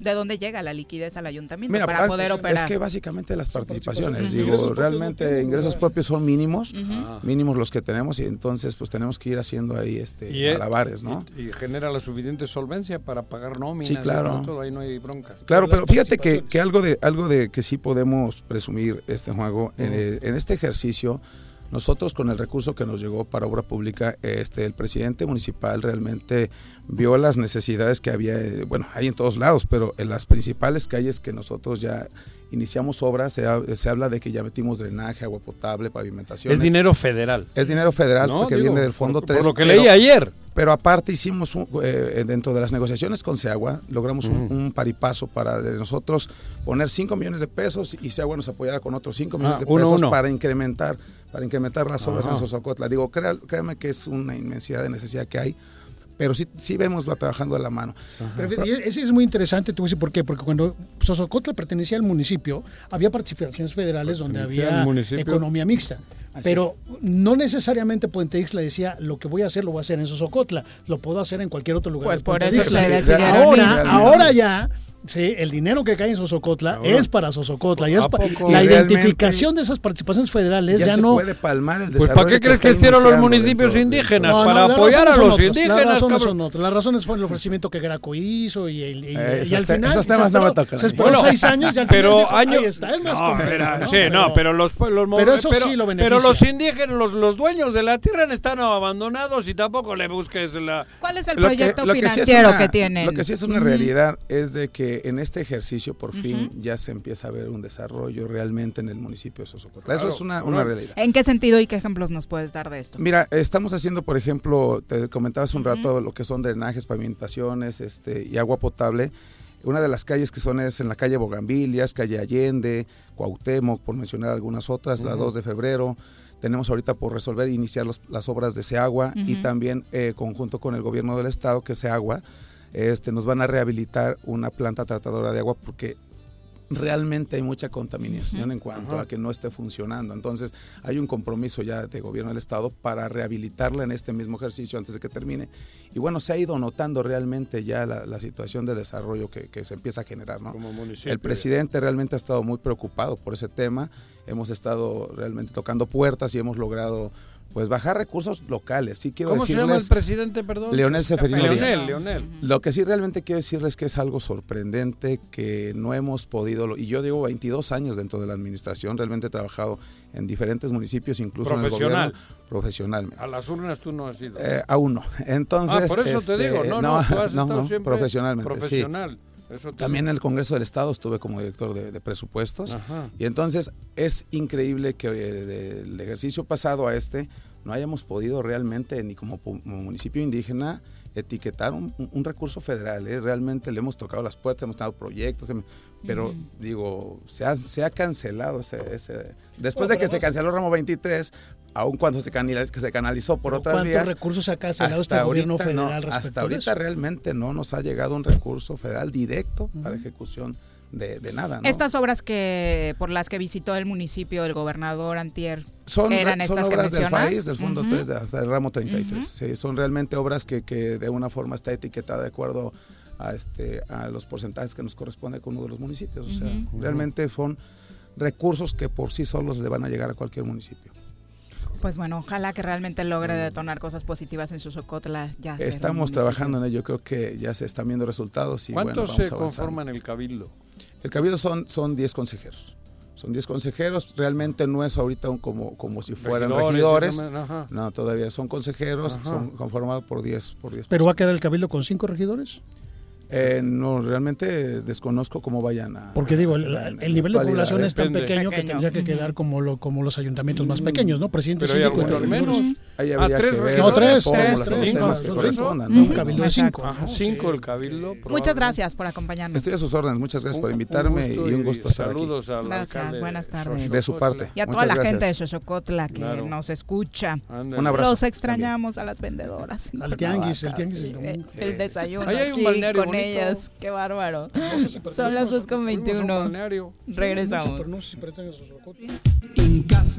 ¿De dónde llega la liquidez al ayuntamiento Mira, para poder operar? Es que básicamente las participaciones, Uh-huh. digo, Ingresos realmente propios no ingresos propios son mínimos, Uh-huh. mínimos los que tenemos y entonces pues tenemos que ir haciendo ahí este Y, eh, malabares, ¿no? y, y genera la suficiente solvencia para pagar nóminas. Sí, claro. Y todo, ahí no hay bronca. Claro, Las pero fíjate que, participaciones. que algo de algo de que sí podemos presumir, este Juanjo, Uh-huh. en, en este ejercicio, nosotros con el recurso que nos llegó para obra pública, este el presidente municipal realmente vio las necesidades que había, eh, bueno, hay en todos lados, pero en las principales calles que nosotros ya iniciamos obras, se, ha- se habla de que ya metimos drenaje, agua potable, pavimentaciones. Es dinero federal. Es dinero federal No, porque digo, viene del Fondo por- tres. por lo que pero- leí ayer. Pero aparte hicimos, un, eh, dentro de las negociaciones con Seagua, logramos un, Ujú. un paripazo para de nosotros poner cinco millones de pesos y Seagua nos apoyara con otros cinco millones Ah, de uno, pesos uno. para incrementar para incrementar las obras Ajá. en Sosocotla. Digo, crea- créame que es una inmensidad de necesidad que hay, pero sí, sí vemos va trabajando de la mano. Pero fíjate, y ese es muy interesante, te voy a decir por qué, porque cuando Sosocotla pertenecía al municipio, había participaciones federales donde Pertenecía había al municipio. economía mixta. Así Pero no necesariamente Puente Ixtla decía, lo que voy a hacer lo voy a hacer en Sosocotla, lo puedo hacer en cualquier otro lugar. Pues de por Puente eso Ixtla. le decidieron Ahora, ir. ahora ya, sí, el dinero que cae en Sosocotla Ahora. es para Sosocotla. Y es ¿A pa- poco? la Y realmente identificación de esas participaciones federales ya, ya se no... puede palmar el Pues desarrollo. ¿para qué crees que está hicieron los iniciando municipios dentro de- indígenas? No, no, para las apoyar a razones son los otras, indígenas. Las razones cabrón. son otras. Las razones fueron el ofrecimiento que Graco hizo y, el- y- y- Eh, y esos al te- final esos temas se no me esperó- tocan se a mí. esperó Bueno, seis años y al pero final dijo, año- ahí está, es más No, complejo, pero- ¿no? sí, no, pero los, los pero eso pero, sí lo pero beneficia. los indígenas, los, los dueños de la tierra están abandonados y tampoco le busques la. ¿Cuál es el Lo que- proyecto lo que sí es financiero una- que tienen? Lo que sí es una Ujú. realidad es de que en este ejercicio por fin Ujú. ya se empieza a ver un desarrollo realmente en el municipio de Sosocotla. Claro, Eso es una, claro. una realidad. ¿En qué sentido y qué ejemplos nos puedes dar de esto? Mira, estamos haciendo, por ejemplo, te comentaba hace un rato lo que son drenajes, pavimentaciones este, y agua potable. Una de las calles que son es en la calle Bogambilias, calle Allende, Cuauhtémoc, por mencionar algunas otras, la Ujú. dos de febrero. Tenemos ahorita por resolver e iniciar los- las obras de Seagua y Ujú. también eh, conjunto con el gobierno del estado, que es Seagua, este, nos van a rehabilitar una planta tratadora de agua porque realmente hay mucha contaminación Ujú. en cuanto Ajá. a que no esté funcionando. Entonces, hay un compromiso ya de gobierno del estado para rehabilitarla en este mismo ejercicio antes de que termine. Y bueno, se ha ido notando realmente ya la, la situación de desarrollo que, que se empieza a generar, ¿no? Como municipio. El presidente realmente ha estado muy preocupado por ese tema. Hemos estado realmente tocando puertas y hemos logrado pues bajar recursos locales. Sí quiero ¿Cómo se decirles, llama el presidente, perdón? Leonel Seferino Leonel, Díaz. Leonel. Lo que sí realmente quiero decirles que es algo sorprendente que no hemos podido, lo- y yo llevo veintidós años dentro de la administración, realmente he trabajado en diferentes municipios, incluso en el Profesional. gobierno, profesionalmente. A las urnas tú no has ido. Eh, aún no. Entonces, ah, por eso te este, digo, no, no, tú has no, estado no, siempre profesionalmente, sí. profesional. Eso te También digo. en el Congreso del Estado estuve como director de, de presupuestos. Ajá. Y entonces es increíble que eh, del ejercicio pasado a este no hayamos podido realmente, ni como, pu- como municipio indígena, etiquetar un, un- un recurso federal. ¿eh? Realmente le hemos tocado las puertas, hemos dado proyectos, em- pero Ujú. digo, se ha, se ha cancelado ese... ese- después No, de que pero se vos- canceló Ramo veintitrés, aun cuando se, canila- que se canalizó por Pero otras ¿cuántos vías... recursos ha cancelado hasta este gobierno ahorita no, federal respecto hasta a ahorita eso? realmente no nos ha llegado un recurso federal directo para ejecución de, de nada, ¿no? Estas obras que por las que visitó el municipio el gobernador antier son, eran son estas que obras del mencionas. país, del Fondo Ujú. tres, de- hasta el ramo treinta y tres. Ujú. Sí, son realmente obras que, que de una forma está etiquetada de acuerdo a, este, a los porcentajes que nos corresponde con uno de los municipios. O sea, Ujú. realmente son recursos que por sí solos le van a llegar a cualquier municipio. Pues bueno, ojalá que realmente logre detonar cosas positivas en Sosocotla. Ya sea Estamos un municipio. trabajando en ello, creo que ya se están viendo resultados. Y bueno, ¿Cuántos vamos se avanzando. conforman el cabildo? El cabildo son son diez consejeros. Son diez consejeros, realmente no es ahorita un como, como si fueran Regidores, regidores. ajá. No, todavía son consejeros, Ajá. son conformados por diez por diez. ¿Pero va a quedar el cabildo con cinco regidores? Eh, no, realmente desconozco cómo vayan a... Porque digo, el, en- en el nivel de actualidad, población ¿eh? es tan Depende. pequeño, que Pequeño. tendría que Ujú. quedar como lo, como los ayuntamientos más pequeños, ¿no? Presidente Pero hay síndico y algunos regidores. menos. Ahí Ah, habría tres que ver regidores. No, tres, las fórmulas, tres, los tres, temas cinco, que son correspondan. cinco. ¿no? Un cabildo de Exacto. cinco. Ajá, ¿no? cinco Sí. el cabildo. Muchas probablemente. gracias por acompañarnos. Estoy a sus órdenes, muchas gracias por Un- un invitarme gusto y un gusto estar aquí. Saludos al Gracias, alcalde buenas tardes. Xochocotla. De su parte. Y a toda Muchas la gracias. gente de Xochocotla que Claro. nos escucha. Ándale. Un abrazo. Los extrañamos a las vendedoras. Al tianguis, el tianguis Sí, el domingo. el desayuno Ahí hay un aquí balneario con bonito. ellas. Qué bárbaro. No sé si pertenecen Son a las dos Sosocotla. con Fuimos a un veintiuno. balneario. Regresamos. Muchos, pero no sé si pertenecen a Sosocotla. En casa.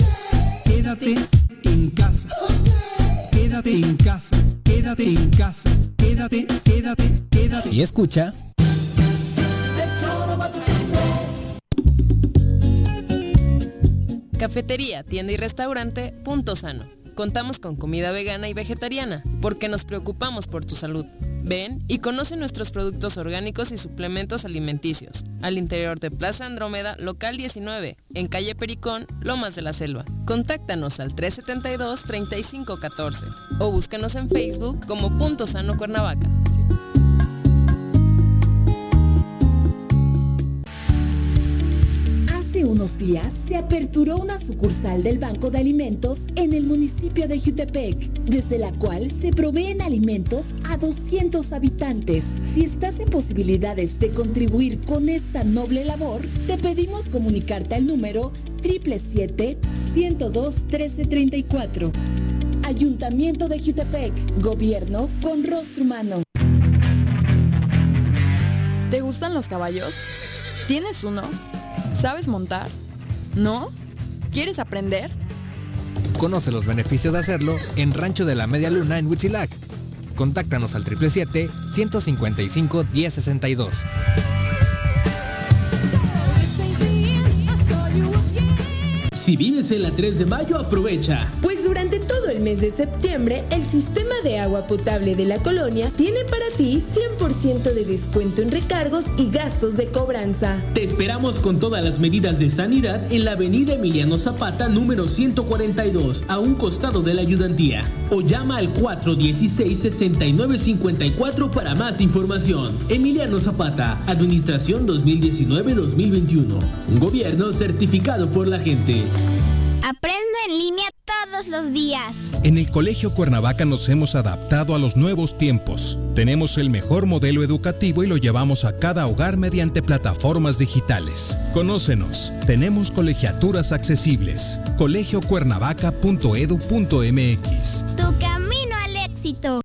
Quédate en casa. Quédate en casa. Quédate en casa. Quédate, quédate, quédate. Y escucha Cafetería, tienda y restaurante Punto Sano. Contamos con comida vegana y vegetariana, porque nos preocupamos por tu salud. Ven y conoce nuestros productos orgánicos y suplementos alimenticios, al interior de Plaza Andrómeda, local diecinueve, en calle Pericón, Lomas de la Selva. Contáctanos al tres setenta y dos, treinta y cinco catorce o búscanos en Facebook como Punto Sano Cuernavaca. Hace unos días se aperturó una sucursal del Banco de Alimentos en el municipio de Jutepec, desde la cual se proveen alimentos a doscientos habitantes. Si estás en posibilidades de contribuir con esta noble labor, te pedimos comunicarte al número siete siete siete, ciento dos, trece treinta y cuatro. Ayuntamiento de Jutepec, gobierno con rostro humano. ¿Te gustan los caballos? ¿Tienes uno? ¿Sabes montar? ¿No? ¿Quieres aprender? Conoce los beneficios de hacerlo en Rancho de la Media Luna en Huitzilac. Contáctanos al siete siete siete, ciento cincuenta y cinco, diez sesenta y dos. Si vives en la tres de mayo, aprovecha. Pues durante todo el mes de septiembre, el sistema de agua potable de la colonia tiene para ti cien por ciento de descuento en recargos y gastos de cobranza. Te esperamos con todas las medidas de sanidad en la avenida Emiliano Zapata, número ciento cuarenta y dos, a un costado de la ayudantía. O llama al cuatro dieciséis, sesenta y nueve cincuenta y cuatro para más información. Emiliano Zapata, Administración dos mil diecinueve a dos mil veintiuno. Un gobierno certificado por la gente. Aprendo en línea todos los días. En el Colegio Cuernavaca nos hemos adaptado a los nuevos tiempos. Tenemos el mejor modelo educativo y lo llevamos a cada hogar mediante plataformas digitales. Conócenos. Tenemos colegiaturas accesibles. colegio cuernavaca punto edu punto m x. Tu camino al éxito.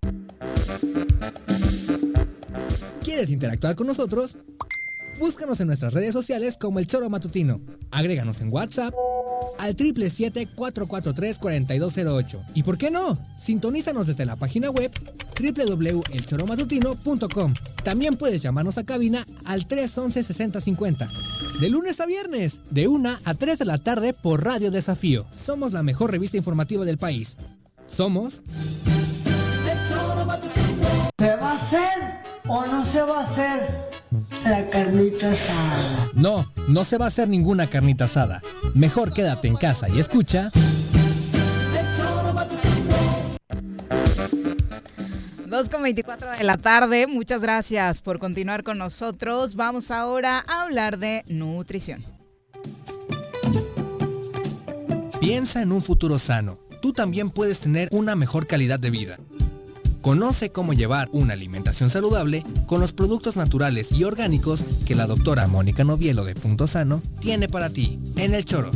¿Quieres interactuar con nosotros? Búscanos en nuestras redes sociales como El Choro Matutino. Agréganos en WhatsApp al siete siete siete, cuatro cuatro tres, cuatro dos cero ocho. ¿Y por qué no? Sintonízanos desde la página web doble u doble u doble u punto el choro matutino punto com. También puedes llamarnos a cabina al tres once, sesenta cincuenta. De lunes a viernes, de una a tres de la tarde por Radio Desafío. Somos la mejor revista informativa del país. Somos... ¿Se va a hacer o no se va a hacer la carnita asada? No, no se va a hacer ninguna carnita asada. Mejor quédate en casa y escucha... dos con veinticuatro de la tarde, muchas gracias por continuar con nosotros. Vamos ahora a hablar de nutrición. Piensa en un futuro sano. Tú también puedes tener una mejor calidad de vida. Conoce cómo llevar una alimentación saludable con los productos naturales y orgánicos que la doctora Mónica Novielo de Punto Sano tiene para ti en El Choro.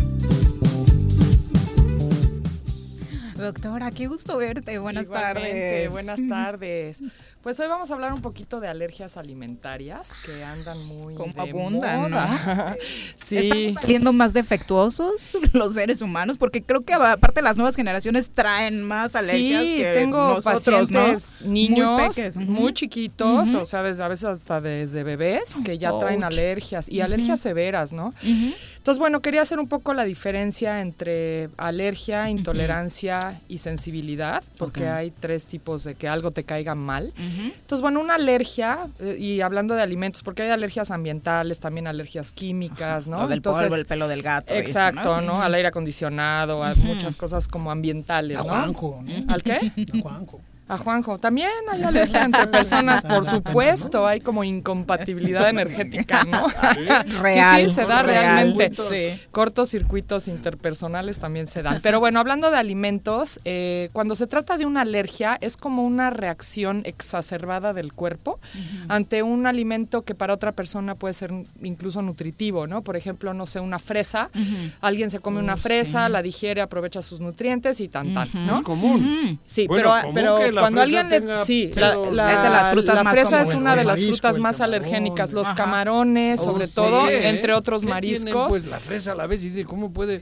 Doctora, qué gusto verte. Buenas Igualmente, tardes. Buenas tardes. Pues hoy vamos a hablar un poquito de alergias alimentarias que andan muy Como de abundan, moda. ¿no? Sí. ¿Estamos saliendo más defectuosos los seres humanos? Porque creo que aparte las nuevas generaciones traen más alergias sí, que tengo nosotros, pacientes, ¿no? niños, muy, peques, uh-huh. muy chiquitos, uh-huh. o sea, desde, a veces hasta desde bebés, que ya traen Ouch. alergias, y Uh-huh. alergias severas, ¿no? Uh-huh. Entonces, bueno, quería hacer un poco la diferencia entre alergia, intolerancia uh-huh. y sensibilidad, porque okay. hay tres tipos de que algo te caiga mal. Uh-huh. Entonces, bueno, una alergia, eh, y hablando de alimentos, porque hay alergias ambientales, también alergias químicas, ¿no? Lo del Entonces, polvo, el pelo del gato. Exacto, eso, ¿no? ¿no? Al aire acondicionado, a uh-huh. muchas cosas como ambientales, a ¿no? Juanjo, ¿no? ¿Al qué? A Juanjo. A Juanjo. También hay alergia entre personas, por supuesto. Hay como incompatibilidad energética, ¿no? Real. Sí, sí, se da real. realmente. Sí. Cortocircuitos interpersonales también se dan. Pero bueno, hablando de alimentos, eh, cuando se trata de una alergia, es como una reacción exacerbada del cuerpo uh-huh. ante un alimento que para otra persona puede ser incluso nutritivo, ¿no? Por ejemplo, no sé, una fresa. Uh-huh. Alguien se come uh, una fresa, sí. la digiere, aprovecha sus nutrientes y tan, tan, uh-huh. ¿no? Es común. Uh-huh. Sí, bueno, pero, pero cuando alguien le, tenga, sí, pero, la, la, es de las frutas la más fresa comunes. es una de las marisco, frutas más camarón. alergénicas, los Ajá. camarones, oh, sobre sí, todo, ¿eh? entre otros ¿Qué mariscos. tienen, pues la fresa a la vez y de cómo puede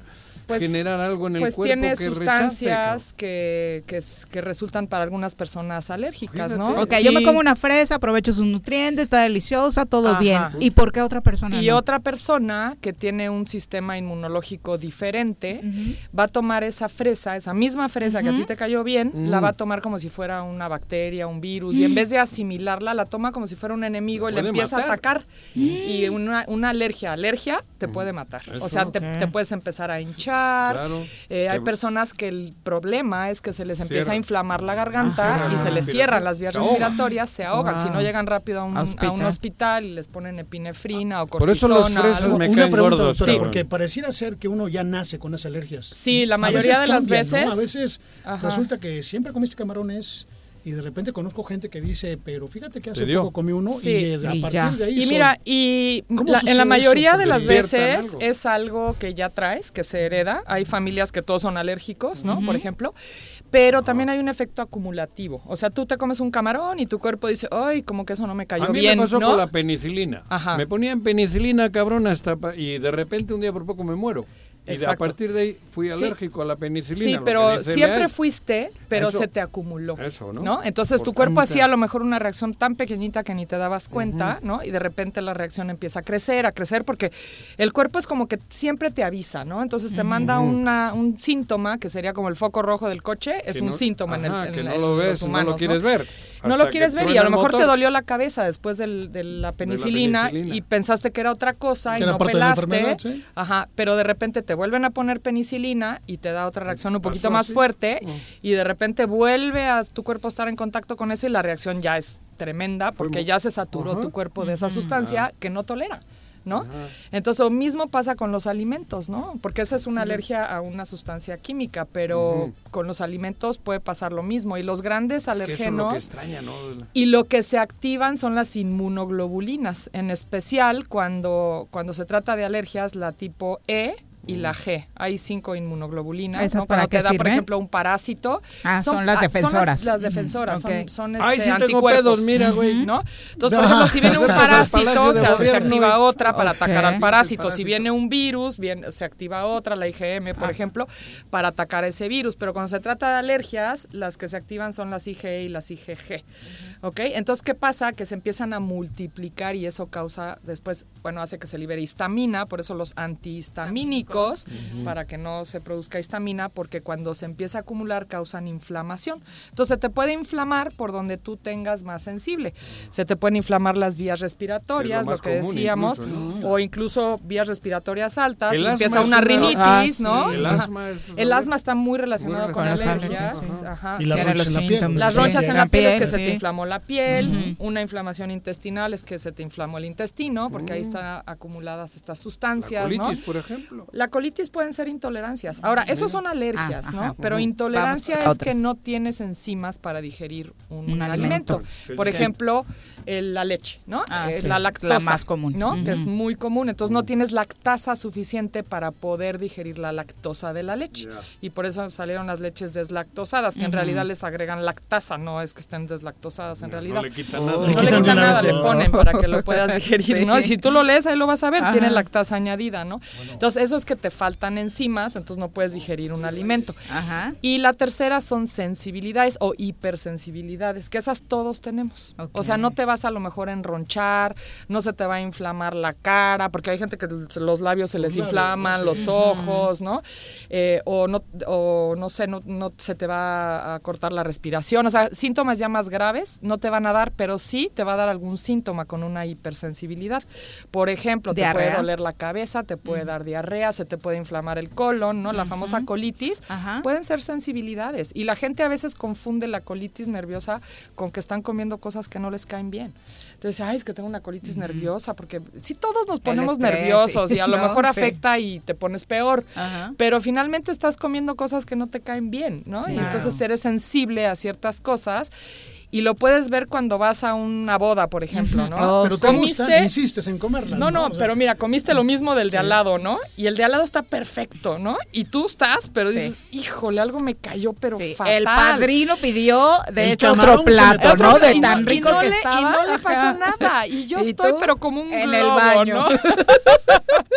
pues, generar algo en el pues cuerpo tiene que sustancias que, que, que resultan para algunas personas alérgicas, ¿no? Ok, sí. yo me como una fresa, aprovecho sus nutrientes, está deliciosa, todo Ajá. bien. ¿Y por qué otra persona Y no? otra persona que tiene un sistema inmunológico diferente Uh-huh. va a tomar esa fresa, esa misma fresa uh-huh. que a ti te cayó bien, Mm. la va a tomar como si fuera una bacteria, un virus, y en vez de asimilarla, la toma como si fuera un enemigo y le puede empieza matar. a atacar. Mm. Y una, una alergia, alergia te puede matar. Eso. O sea, te, Ok. te puedes empezar a hinchar. Claro. Eh, hay Te- personas que el problema es que se les empieza Cierra. a inflamar la garganta Ajá. y se les Respiración. cierran las vías Se ahogan. respiratorias, se ahogan. Wow. Si no llegan rápido a un, A a un hospital. hospital y les ponen epinefrina o Por eso los cortisona. fresas algo. me Una caen pregunta, gordos, doctora, cabrón. porque pareciera ser que uno ya nace con las alergias. Sí, la A mayoría veces de las cambian, veces. ¿no? A veces Ajá. resulta que siempre comiste camarones y de repente conozco gente que dice, pero fíjate que hace dio? poco comí uno Sí. y eh, a Y partir ya. de ahí Y soy. mira, y ¿Cómo la- sucede en la eso? mayoría de Porque las despiertan veces algo. es algo que ya traes, que se hereda. Hay familias que todos son alérgicos, ¿no? Por ejemplo. Pero también hay un efecto acumulativo. O sea, tú te comes un camarón y tu cuerpo dice, ay, como que eso no me cayó A mí bien, me pasó ¿no? con la penicilina. Ajá. Me ponían penicilina, cabrón, hasta pa- y de repente un día por poco me muero. Y de, a Exacto. partir de ahí fui Sí. alérgico a la penicilina. Sí, lo que pero dice siempre Lea. fuiste, pero Eso. se te acumuló. Eso, ¿no? ¿no? Entonces Por tu cuerpo tanta- hacía a lo mejor una reacción tan pequeñita que ni te dabas cuenta, ¿no? Y de repente la reacción empieza a crecer, a crecer, porque el cuerpo es como que siempre te avisa, ¿no? Entonces te manda Ujú. una, un síntoma que sería como el foco rojo del coche, es Que un no- síntoma en el ajá, en que la- no en lo los ves, no lo humanos, quieres ver. No hasta lo quieres que ver y truena a lo el mejor te motor. dolió la cabeza después del- de la penicilina, penicilina. y pensaste que era otra cosa Que y era no parte de la pelaste. enfermedad, sí. Ajá, pero de repente te vuelven a poner penicilina y te da otra reacción un poquito pasó más así. fuerte Mm. y de repente vuelve a tu cuerpo estar en contacto con eso y la reacción ya es tremenda porque Fuimos. ya se saturó Ajá. tu cuerpo de esa sustancia que no tolera. ¿no? Ajá. Entonces lo mismo pasa con los alimentos, ¿no? Porque esa es una alergia a una sustancia química, pero Ujú. con los alimentos puede pasar lo mismo. Y los grandes Es que eso es lo alergenos que extraña, ¿no? y lo que se activan son las inmunoglobulinas, en especial cuando, cuando se trata de alergias, la tipo E y la G. Hay cinco inmunoglobulinas. ¿Esas ¿no? para Cuando te qué da, por sirven? ejemplo, un parásito. Ah, son las ah, defensoras. las, las Ujú, defensoras, ok. son, son Ay, este, sí tengo anticuerpos. pedos, mira, güey. ¿No? Entonces, por ejemplo, si viene un Vas al parásito, Palacio de se, se Gobierno, activa güey. otra para atacar Ok. al parásito. El Si parásito. viene un virus, bien, se activa otra, la I G M, por ejemplo, para atacar ese virus. Pero cuando se trata de alergias, las que se activan son las I G E y las I G G. ¿Ok? Entonces, ¿qué pasa? Que se empiezan a multiplicar y eso causa después, bueno, hace que se libere histamina, por eso los antihistamínicos, para que no se produzca histamina, porque cuando se empieza a acumular causan inflamación. Entonces, te puede inflamar por donde tú tengas más sensible. Se te pueden inflamar las vías respiratorias, Que es lo lo, más que común decíamos, incluso, ¿no? o incluso vías respiratorias altas, El y asma empieza es una una- rinitis, Ah, sí, ¿no? el Ajá. asma es- El asma está muy relacionado Muy con, relacionado alergias. con alergias, Ajá. Y las Tiene ronchas los en la piel. síntomas. Las Sí. ronchas en La la piel es piel, que se sí. te inflamó la piel, una inflamación intestinal es que se te inflamó el intestino, porque ahí Mm. están acumuladas estas La sustancias, colitis, ¿no? por ejemplo. La colitis pueden ser intolerancias. Ahora, esos son alergias, Ah, ¿no? ajá. Pero Ujú. intolerancia Vamos a es otra. que no tienes enzimas para digerir un, Un alimento. alimento. Por Ok. ejemplo, el- la leche, ¿no? Ah, Eh, sí. La lactosa. La más común. ¿no? Ujú. Que es muy común. Entonces no tienes lactasa suficiente para poder digerir la lactosa de la leche. Ya. Y por eso salieron las leches deslactosadas, que en Ujú. realidad les agregan lactasa, no es que estén deslactosadas en realidad. No le quita Oh. nada. No Le le quitan quitan de una nada, vez le el- ponen para que lo puedas digerir, Sí. ¿no? Y si tú lo lees, ahí lo vas a ver, Ajá. tiene lactasa añadida, ¿no? Entonces, eso es que te faltan enzimas, entonces no puedes digerir un alimento. Ajá. Y la tercera son sensibilidades o hipersensibilidades, que esas todos tenemos. Ok. O sea, no te vas a lo mejor a enronchar, no se te va a inflamar la cara, porque hay gente que los labios se les labios, inflaman, ¿no? Sí. los ojos, ¿no? Eh, o no, o no sé, no, no se te va a cortar la respiración. O sea, síntomas ya más graves no te van a dar, pero sí te va a dar algún síntoma con una hipersensibilidad. Por ejemplo, te Diarrea. puede doler la cabeza, te puede dar diarrea, se te puede inflamar el colon, ¿no? La famosa colitis. Ajá. Pueden ser sensibilidades. Y la gente a veces confunde la colitis nerviosa con que están comiendo cosas que no les caen bien. Entonces, ay, es que tengo una colitis nerviosa, porque sí todos nos ponemos estrés, nerviosos sí. y a lo No, mejor sí. afecta y te pones peor. Ajá. Pero finalmente estás comiendo cosas que no te caen bien, ¿no? Y Claro. entonces eres sensible a ciertas cosas. Y lo puedes ver cuando vas a una boda, por ejemplo, ¿no? Oh, Pero te gustan, insistes en comerlas. No, no, O sea, pero mira, comiste lo mismo del de al lado, ¿no? Y el de al lado está perfecto, ¿no? Y tú estás, pero dices, híjole, algo me cayó, pero Sí, fatal. el padrino pidió, de El hecho, camarón otro que me plato, tocó. ¿no? De Y no- tan y rico no que le- estaba. Y no le Ajá. pasó nada. Y yo ¿Y estoy, tú? pero como un En el globo, baño. ¿no?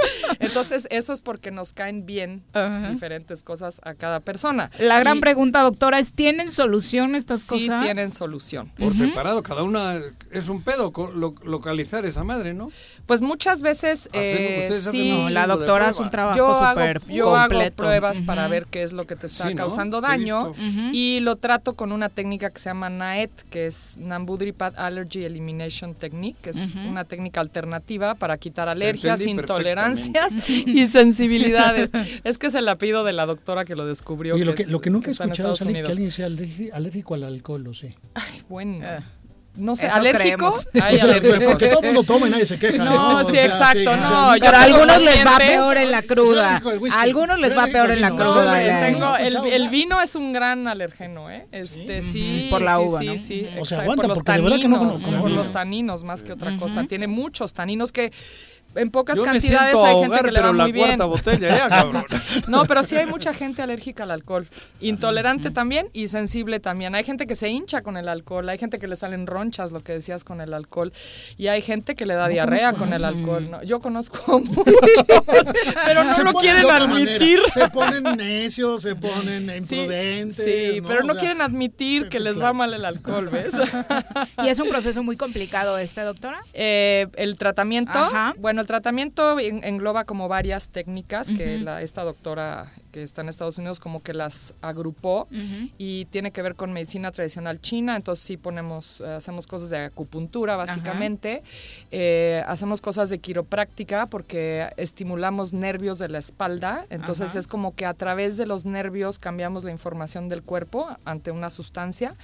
Entonces, eso es porque nos caen bien uh-huh. diferentes cosas a cada persona. La gran y, pregunta, doctora, es, ¿tienen solución estas sí cosas? Sí, tienen solución. Por uh-huh. separado, cada una es un pedo lo, localizar esa madre, ¿no? Pues muchas veces eh, sí. No, la doctora hace un trabajo yo súper hago, Yo completo. hago pruebas uh-huh. para ver qué es lo que te está sí, causando ¿no? daño uh-huh. y lo trato con una técnica que se llama N A E T, que es Nambudripad Allergy Elimination Technique, que es uh-huh. una técnica alternativa para quitar alergias, intolerancias y sensibilidades. Es que se la pido de la doctora que lo descubrió. Oye, que lo, que, es, lo que nunca que he escuchado es que alguien sea alérgico al alcohol, ¿o sí? Ay, bueno. Uh. No sé, Eso ¿alérgico? Ay, o sea, alérgico. Porque todo el mundo toma y nadie se queja. No, no sí, o sea, exacto, sí, no. O sea, pero a algunos les va peor en la cruda. A algunos les va peor en la cruda. No, tengo, el, el vino es un gran alergeno, ¿eh? Este, sí, sí por la uva, sí, ¿no? sí, sí. O sea, exacto, aguanta, por los porque de verdad que no taninos, conozco. por los taninos más que otra uh-huh. cosa. Tiene muchos taninos que en pocas Yo cantidades me hay ahogar, gente que le va muy bien. Pero la cuarta botella ya, cabrón. No, pero sí hay mucha gente alérgica al alcohol. Intolerante también y sensible también. Hay gente que se hincha con el alcohol, hay gente que le salen ronchas, lo que decías, con el alcohol. Y hay gente que le da no diarrea con el alcohol. No, yo conozco muchos, pero no se lo quieren admitir. Manera. Se ponen necios, se ponen imprudentes. Sí, sí ¿no? pero no o sea, quieren admitir que les claro. va mal el alcohol, ¿ves? ¿Y es un proceso muy complicado este, doctora? Eh, el tratamiento, Ajá. bueno, el tratamiento engloba como varias técnicas uh-huh. que la, esta doctora que está en Estados Unidos como que las agrupó uh-huh. y tiene que ver con medicina tradicional china, entonces sí ponemos, uh, hacemos cosas de acupuntura básicamente, eh, hacemos cosas de quiropráctica porque estimulamos nervios de la espalda, entonces uh-huh. es como que a través de los nervios cambiamos la información del cuerpo ante una sustancia.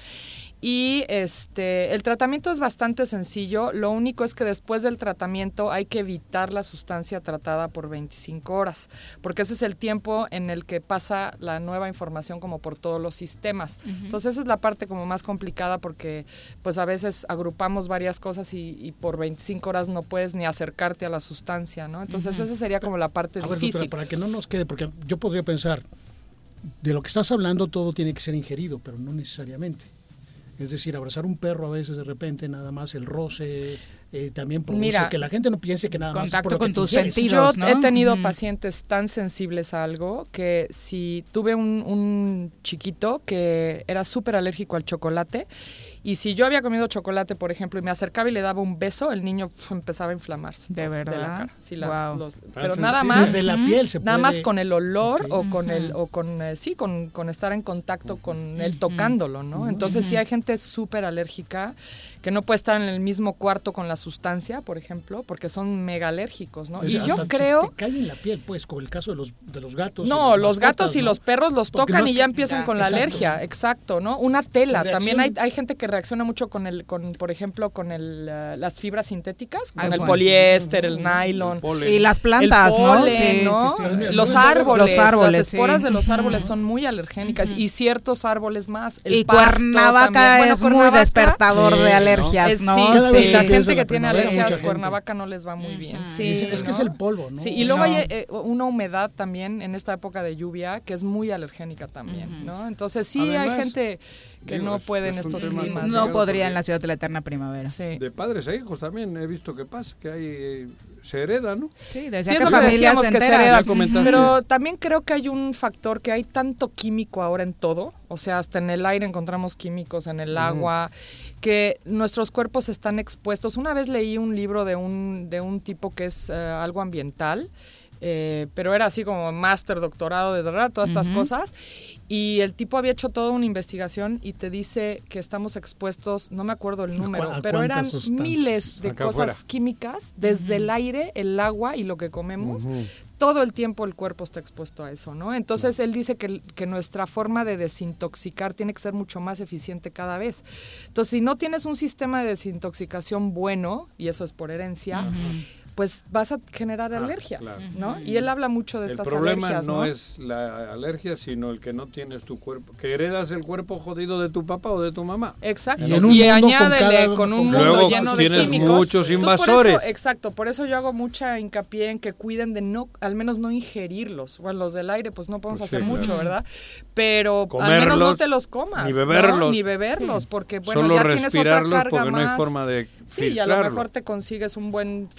Y este el tratamiento es bastante sencillo, lo único es que después del tratamiento hay que evitar la sustancia tratada por veinticinco horas, porque ese es el tiempo en el que pasa la nueva información como por todos los sistemas. Uh-huh. Entonces esa es la parte como más complicada porque pues a veces agrupamos varias cosas y, y por veinticinco horas no puedes ni acercarte a la sustancia, ¿no? Entonces uh-huh. esa sería como la parte a difícil. Ver, doctora, para que no nos quede, porque yo podría pensar, de lo que estás hablando todo tiene que ser ingerido, pero no necesariamente. Es decir, abrazar un perro a veces de repente, nada más el roce, eh, también produce Mira, que la gente no piense que nada más contacto por lo con que tus ingieres. sentidos, Yo ¿no? he tenido mm. pacientes tan sensibles a algo que si tuve un, un chiquito que era súper alérgico al chocolate y si yo había comido chocolate, por ejemplo, y me acercaba y le daba un beso, el niño pf, empezaba a inflamarse. ¿De verdad? De la cara. Sí, las, wow. los, pero nada más, desde la piel se nada puede... más con el olor okay. o con uh-huh. el o con eh, sí, con, con estar en contacto con él tocándolo, ¿no? Entonces uh-huh. sí hay gente súper alérgica que no puede estar en el mismo cuarto con la sustancia, por ejemplo, porque son mega alérgicos, ¿no? O sea, y yo hasta creo se te cae en la piel, pues, como el caso de los de los gatos. No, los mascotas, gatos y ¿no? los perros los Porque tocan no es y ya que, empiezan ya, con la exacto. alergia, exacto, ¿no? Una tela, Reacción. también hay, hay gente que reacciona mucho con el, con, por ejemplo, con el, uh, las fibras sintéticas, con Ay, el bueno. poliéster, el nylon. El y las plantas, el ¿no? polen, Sí, ¿no? sí, sí. Los árboles, los árboles, las esporas sí. de los Uh-huh. árboles son muy alergénicas uh-huh. y ciertos árboles más. El y pasto Cuernavaca también. Bueno, es Cuernavaca, muy despertador sí, de alergias, ¿no? ¿no? Sí, Cada sí. vez que la empieza gente la que tiene primavera, alergias, mucha Cuernavaca no les va muy bien. Sí, Sí, es que ¿no? es el polvo, ¿no? Sí, y luego No. hay eh, una humedad también en esta época de lluvia que es muy alergénica también, uh-huh. ¿no? Entonces sí Además, hay gente que digo, no es- puede en es un estos tema climas. No porque- podría en la ciudad de la eterna primavera. Sí. De padres a hijos también he visto que pasa, que hay eh, se hereda, ¿no? Sí, Sí, decía es que lo que familias decíamos que se enteras. hereda. Ya comentaste. Pero también creo que hay un factor que hay tanto químico ahora en todo, o sea, hasta en el aire encontramos químicos, en el agua, que nuestros cuerpos están expuestos. Una vez leí un libro de un, de un tipo que es uh, algo ambiental, eh, pero era así como máster, doctorado, de verdad, todas estas Ujú. cosas, y el tipo había hecho toda una investigación y te dice que estamos expuestos, no me acuerdo el número, ¿A pero eran cuántas sustancias? miles de Acá cosas afuera. químicas, desde el aire, el agua y lo que comemos, todo el tiempo el cuerpo está expuesto a eso, ¿no? Entonces él dice que, que nuestra forma de desintoxicar tiene que ser mucho más eficiente cada vez. Entonces, si no tienes un sistema de desintoxicación bueno, y eso es por herencia, pues vas a generar Ah, alergias, claro. ¿no? Y él habla mucho de El estas problema alergias, no, ¿no? es la alergia, sino el que no tienes tu cuerpo, que heredas el cuerpo jodido de tu papá o de tu mamá. Exacto. Y Y, en un mundo con añádele cada- con, un con mundo Luego lleno de tienes químicos. muchos Entonces, por invasores. eso, exacto, por eso yo hago mucha hincapié en que cuiden de no, al menos no ingerirlos. Bueno, los del aire pues no podemos Pues hacer sí, mucho, claro. ¿verdad? Pero al Comerlos, menos no te los comas. ni ¿no? beberlos. Ni beberlos, porque bueno, Solo ya tienes otra respirarlos carga porque no hay más. forma de Sí, y a lo filtrarlo. mejor te consigues un buen filtro de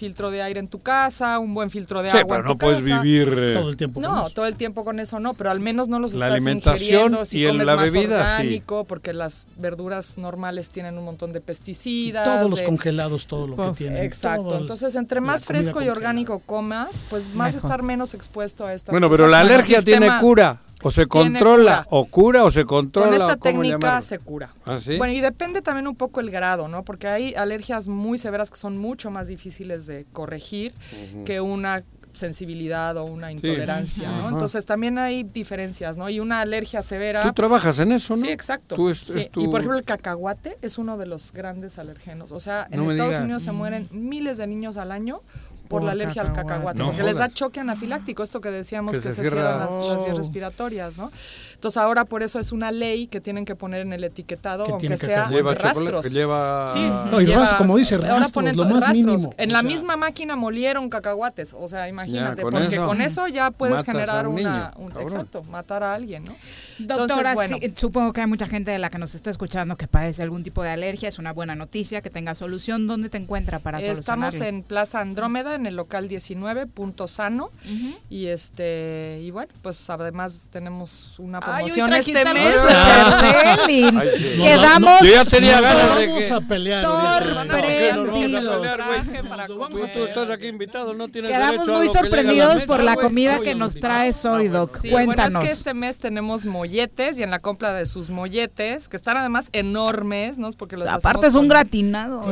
aire en tu casa, un buen filtro de sí, agua pero en no tu puedes casa. vivir eh, todo el tiempo con No, eso. todo el tiempo con eso no, pero al menos no los La estás alimentación ingiriendo. Si y en comes la más bebida, sí. orgánico, porque las verduras normales tienen un montón de pesticidas. Todos los de- congelados, todo lo que Uf, tienen. Exacto. todo el- Entonces, entre la más comida fresco y congelada. orgánico comas, pues más Mejor. estar menos expuesto a estas Bueno, cosas. pero la Bueno, alergia sistema- tiene cura. O se tiene controla, cura. o cura o se controla. Con esta o cómo técnica llamarlo. se cura. ¿Ah, sí? Bueno, y depende también un poco el grado, ¿no? Porque hay alergias muy severas que son mucho más difíciles de corregir Ujú. que una sensibilidad o una intolerancia, Ajá. ¿no? Entonces también hay diferencias, ¿no? Y una alergia severa... Tú trabajas en eso, ¿no? Sí, exacto. Tú es- Sí, es tu- Y por ejemplo el cacahuate es uno de los grandes alergenos. O sea, en No me Estados digas. Unidos se mueren miles de niños al año por, Por la alergia al cacahuate. cacahuate, No porque les da jodas. choque anafiláctico, esto que decíamos Que que, se se, cierra. cierran las, las vías Oh. respiratorias, ¿no? Entonces ahora por eso es una ley que tienen que poner en el etiquetado, Que aunque tiene sea cacahuate. Lleva chocolate, rastros. lleva... Sí, No, y lleva- rastros, como dice, ahora rastros, ponen lo más rastros. mínimo. En O la sea, misma máquina molieron cacahuates, o sea, imagínate, con porque eso con eso ya puedes matas a generar un una, niño, un- cabrón. exacto, matar a alguien, ¿no? Doctora, Entonces, bueno. sí, supongo que hay mucha gente de la que nos está escuchando que padece algún tipo de alergia. Es una buena noticia que tenga solución. ¿Dónde te encuentra para Estamos solucionarlo? en Plaza Andrómeda, en el local diecinueve, Punto Sano. Ujú. Y este y bueno, pues además tenemos una Ay, hoy promoción este trajiste mes. algo súper deli. Ay, sí. no, Quedamos Yo ya tenía ganas de Vamos que... a pelear. ahorita. No, que nos vamos a sorprendidos. pelear, güey. Traje para Nos vamos a- comer. Tú estás aquí invitado, no tienes Quedamos derecho a muy lo que llega a la sorprendidos mesa, por la güey. comida Soy que el nos invitado. trae Soy, Doc. Sí, bueno, Cuéntanos. es que este mes tenemos molletes y en la compra de sus molletes, que están además enormes, ¿no? Porque los Aparte hacemos es un con- gratinado.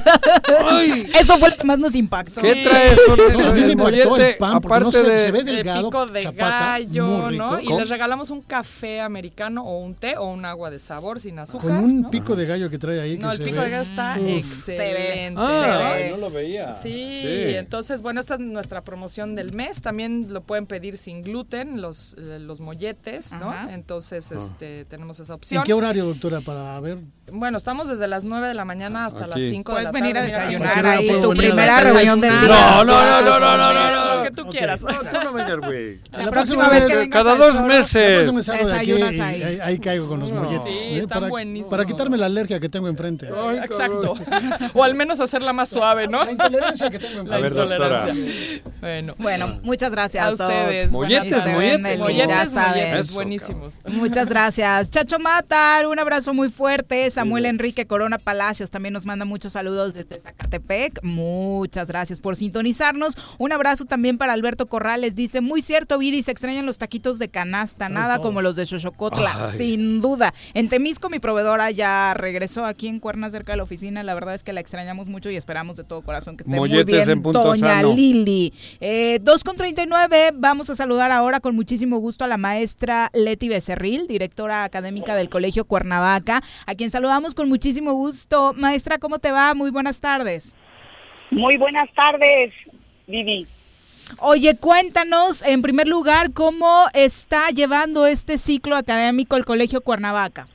Ay, Eso fue lo que más nos impactó. ¿qué trae eso? No, a mí me el impactó mollete, el pan, porque no aparte se, de... se ve El delgado, pico de chapata, gallo, muy rico, ¿no? Y ¿Con? les regalamos un café americano o un té o un agua de sabor sin azúcar. con un ¿no? pico de gallo que trae ahí. No, que el se pico ve. de gallo está Uf. excelente. Ah, Se ve. no lo veía. Sí, entonces, bueno, esta es nuestra promoción del mes. También lo pueden pedir sin gluten, los, eh, los molletes, ¿no? Ajá. Entonces, Ah. este, tenemos esa ¿En opción. qué horario, doctora, para ver? Bueno, estamos desde las nueve de la mañana hasta Aquí. las cinco de Puedes la venir tarde. a Mira, desayunar cualquier hora ahí, puedo tu venir a primera desayunar. reunión del día. No, no, no, no, no, no, no, no. Lo que tú Ok. quieras. No, tú no vengas, güey. La próxima vez que vengas Cada al dos Zoro, La meses. próxima vez salgo de aquí Desayunas y ahí. ahí, ahí caigo con los No. molletes. Sí, ¿eh? están para, buenísimos. para quitarme la alergia que tengo enfrente. Ay, Exacto. cabrón. O al menos hacerla más suave, ¿no? La intolerancia que tengo La enfrente. A ver, doctora. intolerancia. Bueno. Bueno, muchas gracias A ustedes. Doc. Molletes, Se ven molletes. deli, ya Molletes, saben. molletes, Eso, buenísimos. Muchas gracias. Chacho Matar, un abrazo muy fuerte. Samuel Enrique Corona Palacios también nos manda muchos saludos desde Zacatepec. Muchas gracias por sintonizarnos. Un abrazo también para Alberto Corrales. Dice, muy cierto, Viri, se extrañan los taquitos de canasta, nada como los de Xochocotla, Ay. sin duda. En Temisco, mi proveedora ya regresó aquí en Cuerna, cerca de la oficina. La verdad es que la extrañamos mucho y esperamos de todo corazón que esté muy Molletes bien, en Punto doña Sano. Lili. Eh, dos con treinta y nueve, vamos a saludar ahora con muchísimo gusto a la maestra Leti Becerril, directora académica del Colegio Cuernavaca, a quien saludamos con muchísimo gusto. Maestra, ¿cómo te va? Muy buenas tardes. Muy buenas tardes, Vivi. Oye, cuéntanos, en primer lugar, ¿cómo está llevando este ciclo académico el Colegio Cuernavaca?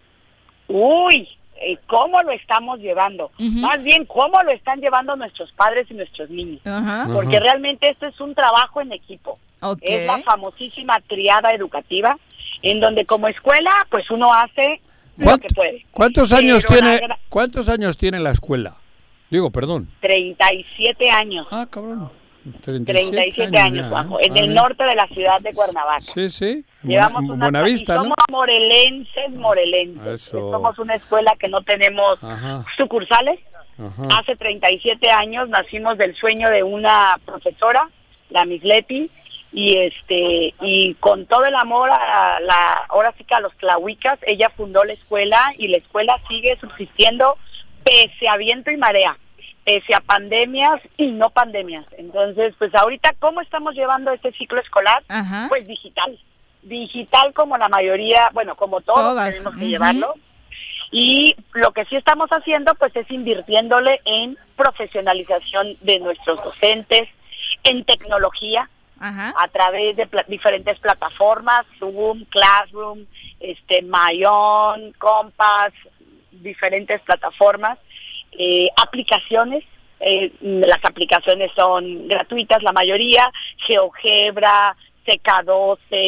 Uy, eh, ¿cómo lo estamos llevando? Ujú. Más bien, ¿cómo lo están llevando nuestros padres y nuestros niños? Ajá. Porque Ajá. realmente esto es un trabajo en equipo. Ok. Es la famosísima triada educativa, en donde como escuela, pues uno hace lo ¿Cuánto- que puede. ¿Cuántos años Pero la tiene gra- cuántos años tiene la escuela? Digo, perdón. treinta y siete años. Ah, cabrón. treinta y siete años, ya, Juanjo, ¿eh? en el Ah, norte de la ciudad de Cuernavaca. Sí, sí. Llevamos Buena, una Buenavista, y ¿no? somos morelenses, morelenses. Eso. Somos una escuela que no tenemos Ajá, sucursales. ajá. Hace treinta y siete años nacimos del sueño de una profesora, la Miss Leti, y este y con todo el amor a la, ahora sí que a los tlahuicas, ella fundó la escuela y la escuela sigue subsistiendo pese a viento y marea, pese a pandemias y no pandemias. Entonces, pues ahorita, ¿cómo estamos llevando este ciclo escolar? Ajá. Pues digital. Digital como la mayoría, bueno, como todos Todas, tenemos que ujú. llevarlo. Y lo que sí estamos haciendo, pues es invirtiéndole en profesionalización de nuestros docentes, en tecnología, Ajá. a través de pla- diferentes plataformas, Zoom, Classroom, este, Mayon, Compass, diferentes plataformas, eh, aplicaciones. Eh, las aplicaciones son gratuitas, la mayoría, GeoGebra, C K doce,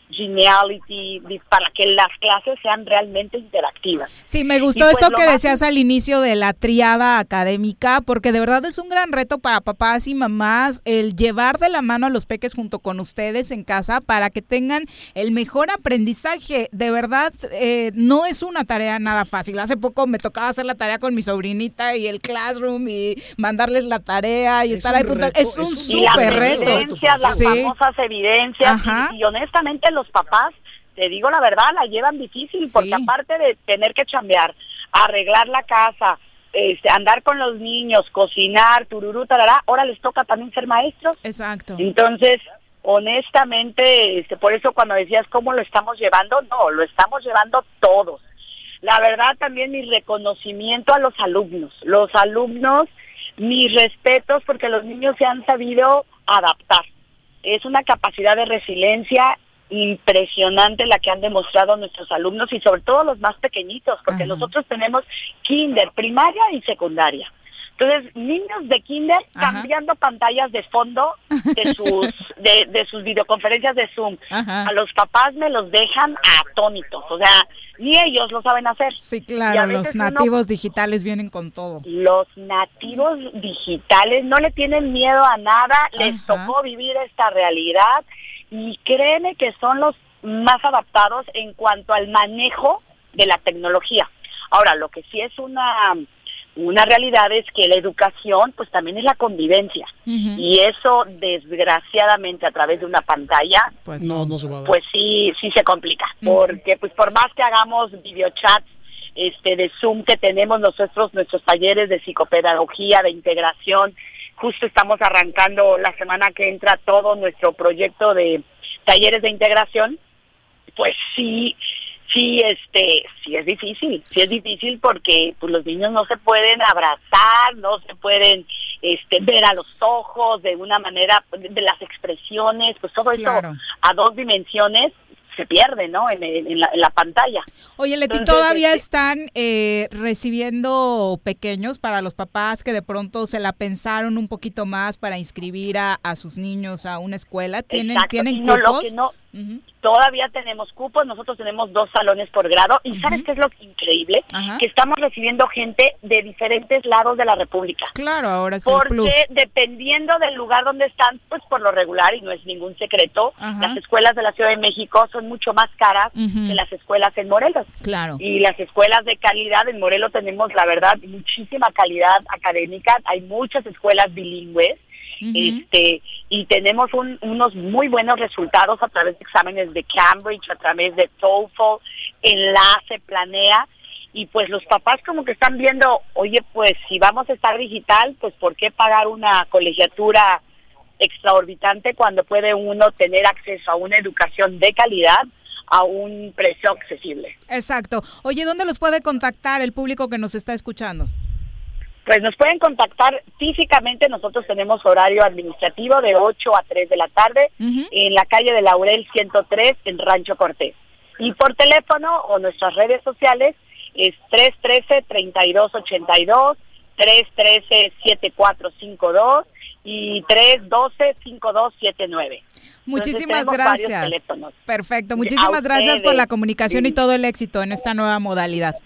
Geniality, para que las clases sean realmente interactivas. Sí, me gustó pues esto que decías al inicio de la triada académica, porque de verdad es un gran reto para papás y mamás el llevar de la mano a los peques junto con ustedes en casa para que tengan el mejor aprendizaje. De verdad, eh, no es una tarea nada fácil. Hace poco me tocaba hacer la tarea con mi sobrinita y el Classroom y mandarles la tarea y es estar ahí. Reto, es un súper reto. Evidencias, las sí. famosas evidencias y, y honestamente los papás, te digo la verdad, la llevan difícil porque sí. aparte de tener que chambear, arreglar la casa, este, andar con los niños, cocinar, tururú, tarará, ahora les toca también ser maestros. Exacto. Entonces, honestamente, este, por eso cuando decías cómo lo estamos llevando, no, lo estamos llevando todos. La verdad también mi reconocimiento a los alumnos, los alumnos, mis respetos porque los niños se han sabido adaptar. Es una capacidad de resiliencia impresionante la que han demostrado nuestros alumnos y sobre todo los más pequeñitos, porque Ajá. nosotros tenemos kinder, primaria y secundaria. Entonces, niños de kinder Ajá. cambiando pantallas de fondo de sus de, de sus videoconferencias de Zoom. Ajá. A los papás me los dejan atónitos, o sea, ni ellos lo saben hacer. Sí, claro, los nativos uno, digitales vienen con todo. Los nativos digitales no le tienen miedo a nada, Ajá. les tocó vivir esta realidad y créeme que son los más adaptados en cuanto al manejo de la tecnología. Ahora, lo que sí es una... Una realidad es que la educación pues también es la convivencia uh-huh. y eso desgraciadamente a través de una pantalla pues no, no se va a dar. Pues sí, sí se complica uh-huh. porque pues por más que hagamos videochats este de Zoom que tenemos nosotros, nuestros talleres de psicopedagogía, de integración, justo estamos arrancando la semana que entra todo nuestro proyecto de talleres de integración, pues sí Sí, este, sí es difícil, sí es difícil porque pues los niños no se pueden abrazar, no se pueden este ver a los ojos de una manera, de las expresiones, pues todo claro. eso a dos dimensiones se pierde, ¿no? En, en, la, en la pantalla. Oye, Leti, Entonces, ¿todavía este, están eh, recibiendo pequeños para los papás que de pronto se la pensaron un poquito más para inscribir a, a sus niños a una escuela? ¿Tienen, exacto, ¿tienen no, cupos? Lo que no, uh-huh. Todavía tenemos cupos, nosotros tenemos dos salones por grado y uh-huh. ¿sabes qué es lo increíble? Uh-huh. Que estamos recibiendo gente de diferentes lados de la República. Claro, ahora sí. Porque dependiendo del lugar donde están, pues por lo regular, y no es ningún secreto, uh-huh. las escuelas de la Ciudad de México son mucho más caras uh-huh. que las escuelas en Morelos. Claro. Y las escuelas de calidad, en Morelos tenemos, la verdad, muchísima calidad académica, hay muchas escuelas bilingües. Uh-huh. Este y tenemos un, unos muy buenos resultados a través de exámenes de Cambridge, a través de TOEFL, Enlace, Planea, y pues los papás como que están viendo, oye, pues si vamos a estar digital, pues ¿por qué pagar una colegiatura extraorbitante cuando puede uno tener acceso a una educación de calidad a un precio accesible? Exacto. Oye, ¿dónde los puede contactar el público que nos está escuchando? Pues nos pueden contactar físicamente, nosotros tenemos horario administrativo de ocho a tres de la tarde uh-huh. en la calle de Laurel ciento tres en Rancho Cortés. Y por teléfono o nuestras redes sociales es tres uno tres, tres dos ocho dos, tres uno tres, siete cuatro cinco dos y tres uno dos, cinco dos siete nueve. Muchísimas Entonces, gracias. Perfecto, muchísimas gracias por la comunicación sí. y todo el éxito en esta nueva modalidad.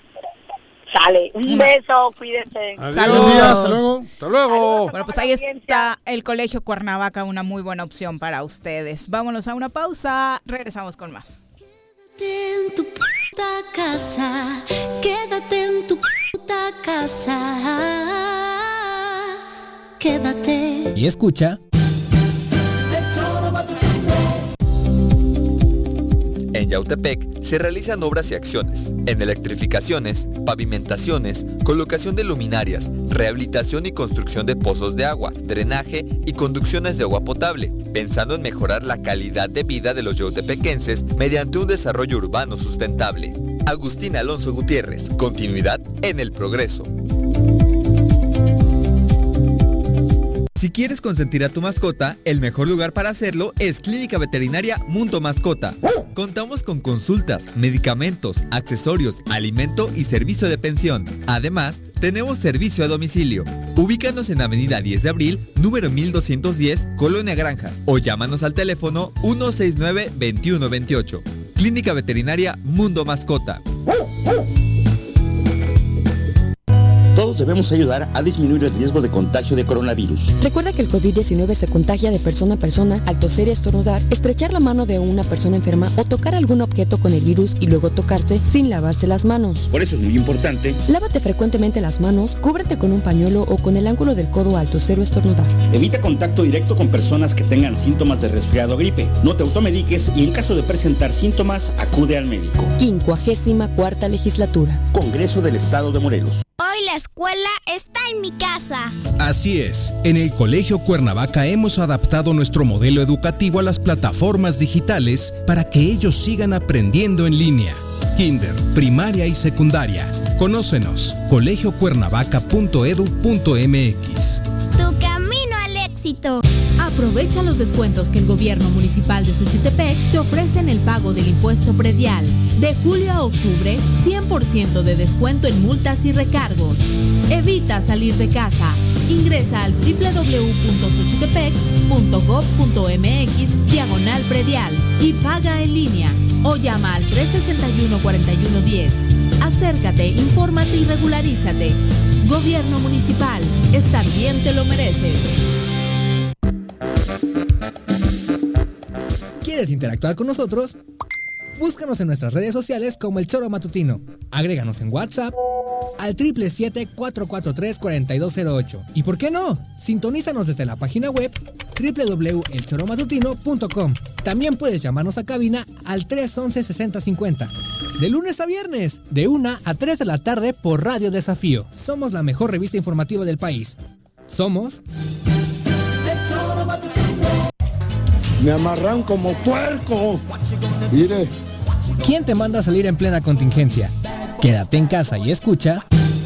Sale, un beso, cuídense. Adiós. Saludos. Hasta luego. Hasta luego. Bueno, pues ahí está el Colegio Cuernavaca, una muy buena opción para ustedes. Vámonos a una pausa, regresamos con más. Quédate en tu puta casa, quédate en tu puta casa, quédate. Y escucha. En Yautepec se realizan obras y acciones en electrificaciones, pavimentaciones, colocación de luminarias, rehabilitación y construcción de pozos de agua, drenaje y conducciones de agua potable, pensando en mejorar la calidad de vida de los yautepequenses mediante un desarrollo urbano sustentable. Agustín Alonso Gutiérrez, continuidad en el progreso. Si quieres consentir a tu mascota, el mejor lugar para hacerlo es Clínica Veterinaria Mundo Mascota. Contamos con consultas, medicamentos, accesorios, alimento y servicio de pensión. Además, tenemos servicio a domicilio. Ubícanos en Avenida diez de abril, número mil doscientos diez, Colonia Granjas, o llámanos al teléfono uno seis nueve, veintiuno veintiocho. Clínica Veterinaria Mundo Mascota. Todos debemos ayudar a disminuir el riesgo de contagio de coronavirus. Recuerda que el covid diecinueve se contagia de persona a persona al toser y estornudar, estrechar la mano de una persona enferma o tocar algún objeto con el virus y luego tocarse sin lavarse las manos. Por eso es muy importante: lávate frecuentemente las manos, cúbrete con un pañuelo o con el ángulo del codo al toser o estornudar. Evita contacto directo con personas que tengan síntomas de resfriado o gripe. No te automediques y en caso de presentar síntomas, acude al médico. Quincuagésima cuarta legislatura. Congreso del Estado de Morelos. Hoy la escuela está en mi casa. Así es, en el Colegio Cuernavaca hemos adaptado nuestro modelo educativo a las plataformas digitales para que ellos sigan aprendiendo en línea. Kinder, primaria y secundaria. Conócenos, colegio cuernavaca punto edu punto mx. Tu camino al éxito. Aprovecha los descuentos que el gobierno municipal de Xochitepec te ofrece en el pago del impuesto predial. De julio a octubre, cien por ciento de descuento en multas y recargos. Evita salir de casa. Ingresa al doble u doble u doble u punto xochitepec punto gob punto mx diagonal predial y paga en línea o llama al tres sesenta y uno, cuarenta y uno diez. Acércate, infórmate y regularízate. Gobierno municipal, estar bien te lo mereces. ¿Quieres interactuar con nosotros? Búscanos en nuestras redes sociales como El Choro Matutino. Agréganos en WhatsApp al triple siete, cuatro cuatro tres, cuatro dos cero ocho. ¿Y por qué no? Sintonízanos desde la página web doble u doble u doble u punto el choro matutino punto com. También puedes llamarnos a cabina al tres once, sesenta cincuenta. De lunes a viernes, de una a tres de la tarde por Radio Desafío. Somos la mejor revista informativa del país. Somos... El Choro Matutino. Me amarran como puerco. Mire. ¿Quién te manda a salir en plena contingencia? Quédate en casa y escucha.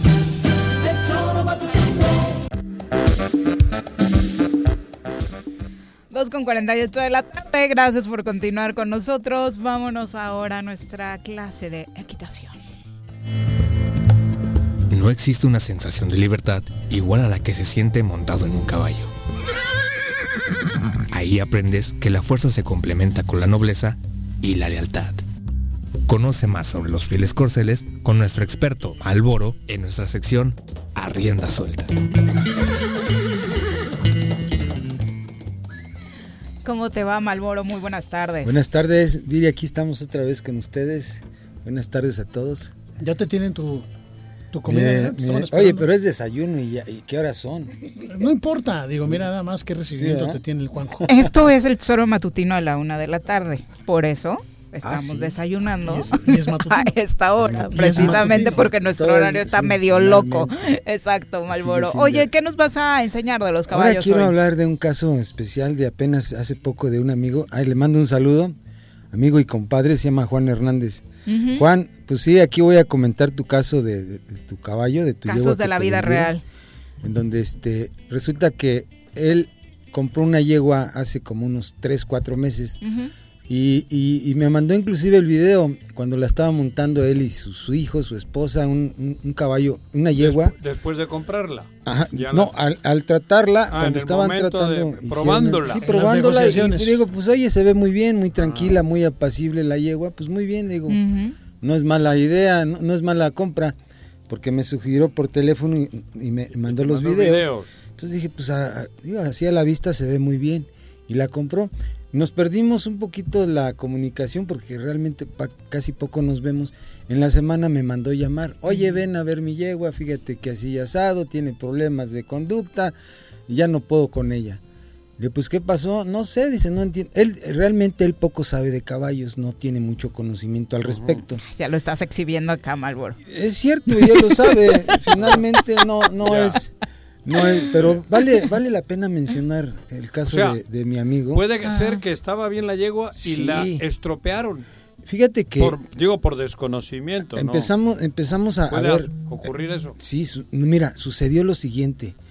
dos con cuarenta y ocho de la tarde. Gracias por continuar con nosotros. Vámonos ahora a nuestra clase de equitación. No existe una sensación de libertad igual a la que se siente montado en un caballo. Ahí aprendes que la fuerza se complementa con la nobleza y la lealtad. Conoce más sobre los fieles corceles con nuestro experto Alboro en nuestra sección A Rienda Suelta. ¿Cómo te va, Malboro? Muy buenas tardes. Buenas tardes, Viri, aquí estamos otra vez con ustedes. Buenas tardes a todos. Ya te tienen tu, tu comida. Me, me, oye, pero es desayuno y, ya, y ¿qué horas son? No importa, digo, mira nada más qué recibimiento sí, te tiene el Juanjo. Esto es el Choro Matutino a la una de la tarde, por eso estamos ah, sí. desayunando y es, y es a esta hora, y precisamente es porque nuestro Todo horario es, está sí, medio loco. Exacto, Malboro. Sí, sí, Oye, ¿qué nos vas a enseñar de los caballos? Ahora quiero hoy? hablar de un caso especial de apenas hace poco de un amigo. Ay, le mando un saludo, amigo y compadre, se llama Juan Hernández. Uh-huh. Juan, pues sí, aquí voy a comentar tu caso de, de, de tu caballo, de tu Casos yegua de la vida vendría, real. En donde este resulta que él compró una yegua hace como unos tres, cuatro meses. Uh-huh. Y, y, y me mandó inclusive el video cuando la estaba montando él y su, su hijo, su esposa, un, un, un caballo, una yegua. Después, después de comprarla. Ajá, no, la... al, al tratarla, ah, cuando estaban tratando. De, probándola. Sí, probándola. Y, y digo, pues oye, se ve muy bien, muy tranquila, ah. muy apacible la yegua. Pues muy bien, digo, uh-huh. no es mala idea, no, no es mala compra, porque me sugirió por teléfono y, y me mandó los videos. videos. Entonces dije, pues a, a, digo, así a la vista se ve muy bien. Y la compró. Nos perdimos un poquito la comunicación porque realmente pa, casi poco nos vemos. En la semana me mandó llamar, oye, ven a ver mi yegua, fíjate que así asado, tiene problemas de conducta y ya no puedo con ella. Le digo, pues ¿qué pasó? No sé, dice, no entiendo. Él, realmente él poco sabe de caballos, no tiene mucho conocimiento al respecto. Ya lo estás exhibiendo acá, Malboro. Es cierto, ya lo sabe, finalmente no, no es... No, pero vale vale la pena mencionar el caso o sea, de, de mi amigo. Puede ser que estaba bien la yegua y sí. la estropearon. Fíjate que... Por, digo, por desconocimiento, empezamos, ¿no? Empezamos a, a ver... ocurrir eso? Sí, su, mira, sucedió lo siguiente.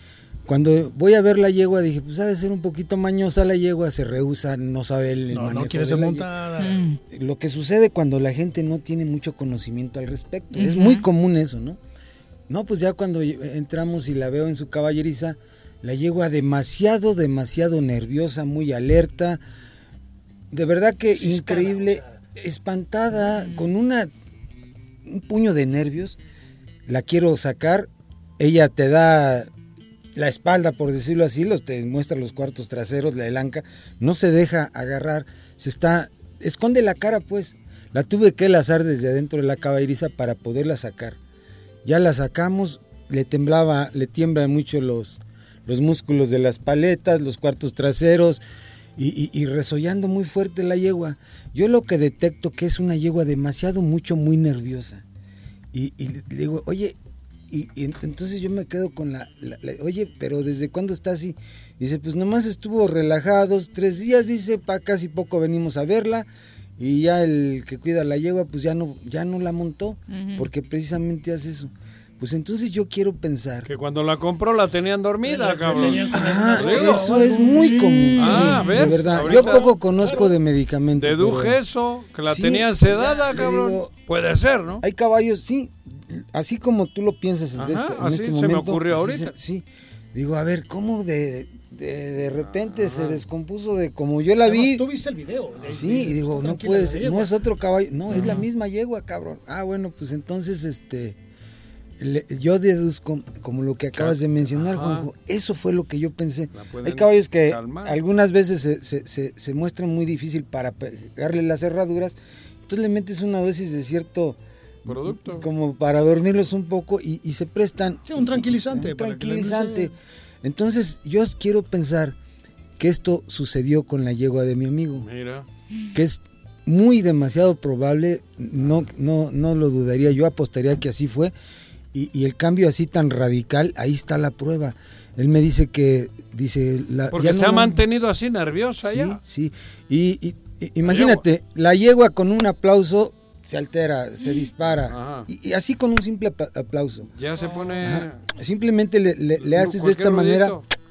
Cuando voy a ver la yegua, dije, pues ha de ser un poquito mañosa la yegua, se rehúsa, no sabe el, el no, manejo no quiere de ser la montada. yegua. Lo que sucede cuando la gente no tiene mucho conocimiento al respecto. Uh-huh. Es muy común eso, ¿no? No, pues ya cuando entramos y la veo en su caballeriza, la yegua demasiado, demasiado nerviosa, muy alerta. De verdad que sí, increíble, escala, o sea. espantada, uh-huh. con una un puño de nervios. La quiero sacar, ella te da la espalda, por decirlo así, los te muestra los cuartos traseros, la elanca, no se deja agarrar, se está, esconde la cara pues, la tuve que lazar desde adentro de la caballeriza para poderla sacar. Ya la sacamos, le temblaba, le tiemblan mucho los, los músculos de las paletas, los cuartos traseros, y, y, y resollando muy fuerte la yegua. Yo lo que detecto que es una yegua demasiado, mucho, muy nerviosa. Y, y le digo, oye, y, y entonces yo me quedo con la, la, la, oye, pero ¿desde cuándo está así? Dice, pues nomás estuvo relajados, tres días, dice, pa casi poco venimos a verla, y ya el que cuida la yegua, pues ya no, ya no la montó, uh-huh. porque precisamente hace eso. Pues entonces yo quiero pensar... Que cuando la compró la tenían dormida, cabrón. Ah, eso es muy común. Ah, sí, ¿ves? De verdad, ahorita, yo poco conozco claro, de medicamentos. Deduje pero... eso, que la sí, tenían sedada, o sea, cabrón. Digo, puede ser, ¿no? Hay caballos, sí, así como tú lo piensas Ajá, de este, en así este se momento. me ocurrió ahorita. Se, sí, digo, a ver, ¿cómo de, de, de repente Ajá. se descompuso de como yo la Además, vi? tú viste el video. De, sí, y digo, no puede ser, no es otro caballo, no, Ajá. es la misma yegua, cabrón. Ah, bueno, pues entonces, este... Le, yo deduzco, como lo que acabas de mencionar, Ajá. Juanjo, eso fue lo que yo pensé. Hay caballos que calmar. algunas veces se, se, se, se muestran muy difícil para pegarle las cerraduras, entonces le metes una dosis de cierto producto como para dormirlos un poco y, y se prestan... Sí, un tranquilizante. Y, un tranquilizante. Entonces yo quiero pensar que esto sucedió con la yegua de mi amigo. Mira. Que es muy demasiado probable, no, no, no lo dudaría, yo apostaría que así fue. Y, y el cambio así tan radical, ahí está la prueba. Él me dice que, dice... La, Porque ya se no, ha mantenido así nerviosa sí, ya. Sí, y, y, y imagínate, la yegua con un aplauso se altera, se dispara. Y, y así con un simple aplauso. Ya se pone... Ajá. Simplemente le, le, le haces de esta ruidito. manera...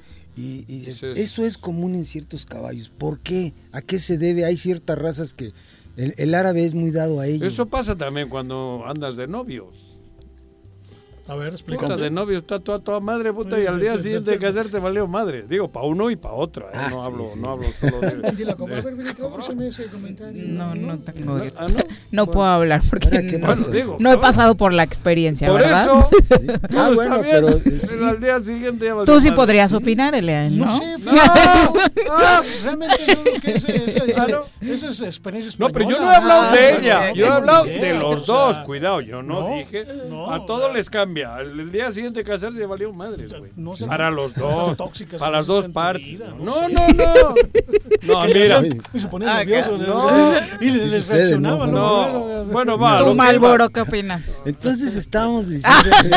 Y, y es, eso es común en ciertos caballos. ¿Por qué? ¿A qué se debe? Hay ciertas razas que el, el árabe es muy dado a ello. Eso pasa también cuando andas de novio. A ver, explícate. Puta, de novio está toda, toda madre, puta, sí, y al día sí, siguiente de casarte valió madre. Digo, para uno y para otro, ¿eh? ah, no, sí, hablo, sí. no hablo solo de... Entendí la compra. A ver, tradúceme ese comentario. No, no tengo... ¿No, ah, no? no puedo hablar porque no, bueno, digo, no he pasado por la experiencia, por ¿verdad? Por eso. Sí. Ah, bueno, pero... Sí. Al día siguiente ya Tú sí madre. podrías opinar, Elian, ¿no? No sé. No, ah, realmente yo creo que ese, ese, ese, ah, no. esa es experiencia española. No, pero yo no he hablado ah, de ella. Okay. Yo he hablado idea, de los o sea, dos. Cuidado, yo no, no dije... no, a todos les cambia. El día siguiente casarse ya valió madres, güey. No para los dos. Tóxicas, para las dos partes. Vida, no, no, no. No, mira. Y se ponían nerviosos. No. Y les, les reaccionaban. No. Bueno, va. Tú, Malboro, ¿qué opinas? Entonces estábamos diciendo...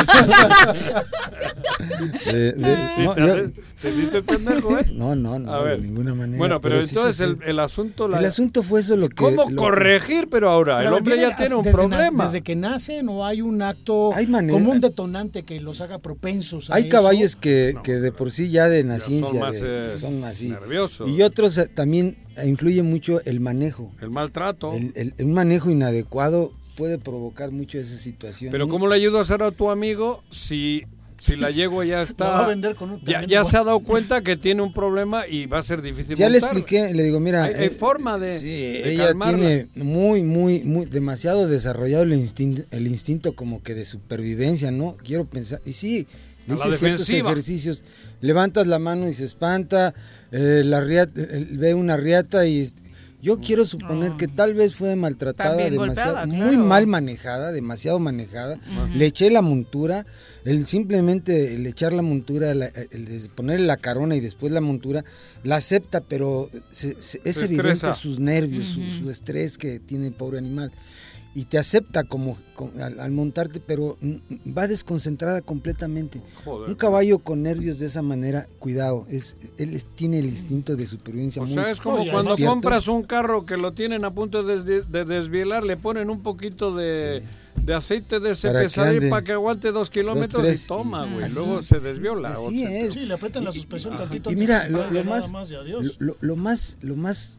de, de, sí, no, te, yo, te diste pendejo, ¿eh? No, no, no, de ninguna manera. Bueno, pero, pero entonces sí, sí, el, el asunto... La... El asunto fue eso lo que... ¿Cómo lo corregir? Que... Pero ahora, pero el hombre ya tiene un desde problema. Na, desde que nace no hay un acto hay como un detonante que los haga propensos a Hay eso. caballos que, no, que de por sí ya de naciencia son, más, de, eh, son así. Nerviosos. Y otros también influye mucho el manejo. El maltrato. El, el, un manejo inadecuado puede provocar mucho esa situación. Pero ¿cómo le ayudo a hacer a tu amigo si... Si la yegua ya está, va a vender con un ya, ya se ha dado cuenta que tiene un problema y va a ser difícil. Ya montarla. le expliqué, le digo, mira, hay, hay eh, forma de, sí, de ella calmarla. Tiene muy, muy, muy demasiado desarrollado el instinto, el instinto como que de supervivencia, ¿no? Quiero pensar y sí, le hice ciertos ejercicios. Levantas la mano y se espanta, eh, la riata, eh, ve una riata y yo quiero suponer oh. que tal vez fue maltratada, demasiado, golpeada, muy claro. mal manejada, demasiado manejada. Uh-huh. Le eché la montura, el simplemente el echar la montura, la, el ponerle la carona y después la montura, la acepta, pero se, se, es se evidente estresa. sus nervios, uh-huh. su, su estrés que tiene el pobre animal. Y te acepta como, como al, al montarte, pero va desconcentrada completamente. Joder. Un caballo con nervios de esa manera, cuidado, es él es, tiene el instinto de supervivencia. O muy, sea, es como muy cuando compras un carro que lo tienen a punto de, des, de desvielar, le ponen un poquito de... Sí. de aceite de ese Para que pesadillo ande para que aguante dos kilómetros dos, tres, y toma, güey. así, Luego se desviola. así o sea, es. Sí, le apretan la suspensión y, tantito. y mira, antes lo, que se lo vaya, más, nada más y adiós. lo, lo más, lo más,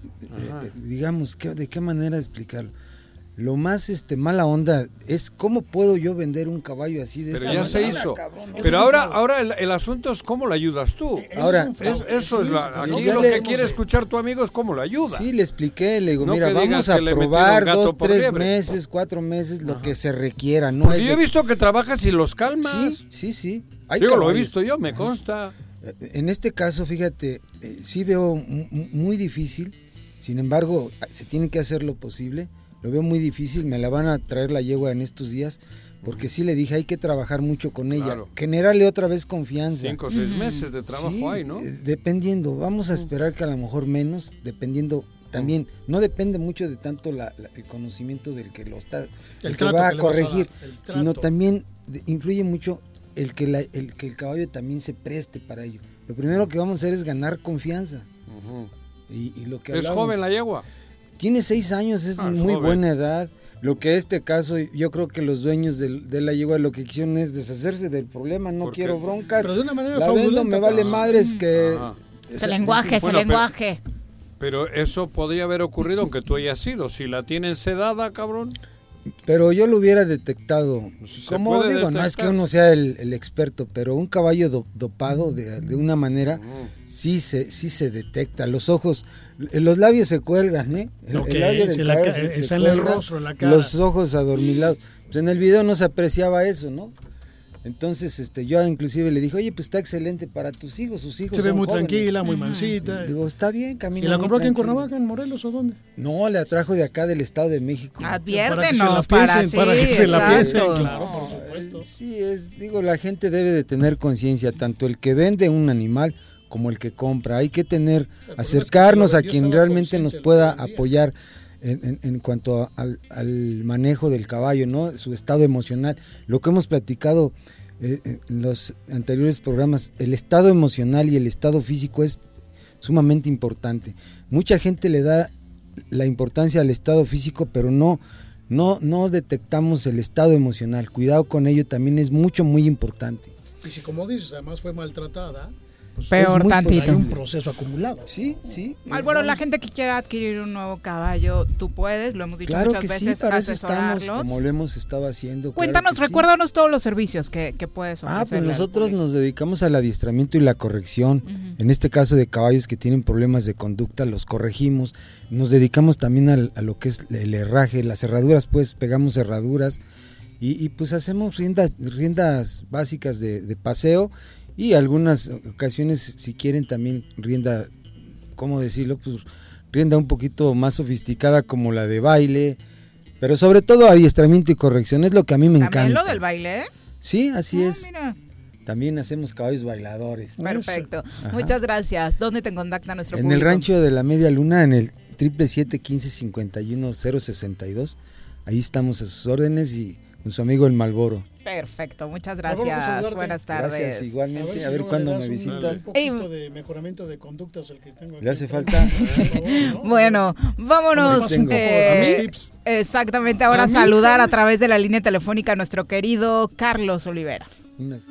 eh, digamos, ¿qué, ¿de qué manera explicarlo? Lo más este mala onda es cómo puedo yo vender un caballo así de Pero esta ya manera, se hizo. cabrón, ¿no? Pero ahora, ahora el, el asunto es cómo le ayudas tú. Ahora, Es- eso es la, sí, aquí ya lo le- que quiere escuchar tu amigo es cómo le ayuda. Sí, le expliqué, le digo, No mira, que digas vamos a que le metieron probar gato dos, por tres liebre. meses, cuatro meses, lo que se requiera, ¿no? Porque es yo de- he visto que trabajas y los calmas. Sí, sí, sí. Hay Digo, lo he caballos. visto yo, me consta. En este caso, fíjate, eh, sí veo mu- mu- muy difícil, sin embargo, se tiene que hacer lo posible, lo veo muy difícil, me la van a traer la yegua en estos días, porque sí le dije, hay que trabajar mucho con ella, Claro. generarle otra vez confianza. Cinco o seis meses de trabajo Sí, hay, ¿no? eh, dependiendo, vamos a esperar que a lo mejor menos, dependiendo también, no depende mucho de tanto la- la- el conocimiento del que lo está, el, que trato va a que le vas a dar, corregir, el sino trato. también de- influye mucho el que, la- el que el caballo también se preste para ello. Lo primero que vamos a hacer es ganar confianza. Ujú. Y, y lo que ¿Es hablábamos- joven la yegua? Tiene seis años, es Ah, es muy joven. buena edad. Lo que este caso, yo creo que los dueños del- de la yegua lo que quisieron es deshacerse del problema, no ¿Por qué? quiero broncas. Pero de una manera la vendo, fraudulenta, me vale pues. madres que... Ajá. Ese lenguaje, ese Bueno, pero- lenguaje. Pero eso podría haber ocurrido aunque tú hayas sido. Si la tienen sedada, cabrón. Pero yo lo hubiera detectado. Como puede digo, no es que detectar. uno sea el, el experto, pero un caballo do- dopado de, de una manera sí se sí se detecta. Los ojos, eh, los labios se cuelgan, ¿eh? El, Ok, el labio del se la caballo ca- se- se está en el cuelga, rostro, en la cara. Los ojos adormilados. Pues en el video no se apreciaba eso, ¿no? Entonces, este, yo inclusive le dije, oye, pues está excelente para tus hijos, sus hijos Se ve son muy jóvenes". tranquila, muy mansita. Digo, está bien, camina ¿Y la muy compró aquí en tranquila. Cuernavaca, en Morelos o dónde? No, la trajo de acá del Estado de México. Adviértenos Para que se la para, piensen, para sí, que se la exacto. piensen, claro, por supuesto. Sí, es, digo, la gente debe de tener conciencia, tanto el que vende un animal como el que compra. Hay que tener, acercarnos a quien realmente nos pueda apoyar en, en- en cuanto a- al, al manejo del caballo, ¿no? Su estado emocional. Lo que hemos platicado eh, en los anteriores programas, el estado emocional y el estado físico es sumamente importante. Mucha gente le da la importancia al estado físico, pero no, no, no detectamos el estado emocional. Cuidado con ello, también es mucho, muy importante. Y si como dices, además fue maltratada, pues Peor es muy tantito. posible. Hay un proceso acumulado. Sí, sí. Álvaro, la gente que quiera adquirir un nuevo caballo, tú puedes, lo hemos dicho Claro muchas que sí, veces, para eso estamos, asesorarlos. como lo hemos estado haciendo. claro Cuéntanos, que sí. recuérdanos todos los servicios que, que puedes ofrecer. Ah, pues nosotros nos dedicamos al adiestramiento y la corrección. En este caso de caballos que tienen problemas de conducta, los corregimos. Nos dedicamos también al- a lo que es el herraje, las cerraduras, pues pegamos cerraduras y, y pues hacemos riendas, riendas básicas de, de paseo y algunas ocasiones, si quieren, también rienda, ¿cómo decirlo? Pues rienda un poquito más sofisticada como la de baile, pero sobre todo adiestramiento y corrección, es lo que a mí me ¿También encanta. lo del baile? ¿Eh? Sí, así Ah, es. mira. También hacemos caballos bailadores. Perfecto. Ajá. Muchas gracias. ¿Dónde te contacta nuestro En público? el rancho de la Media Luna, en el siete siete uno cinco, cincuenta y uno cero sesenta y dos. Ahí estamos a sus órdenes y con su amigo el Malboro. Perfecto, muchas Por favor, gracias. saludarte. Buenas tardes. Gracias, igualmente. ver si A ver luego cuándo le me das un- visitas. Un poquito de mejoramiento de conductas el que tengo aquí. ¿Le hace falta? Por favor, ¿no? Bueno, vámonos. Tengo. eh, A mis tips. exactamente, ahora A mí, saludar Carlos. a través de la línea telefónica a nuestro querido Carlos Olivera. Unas-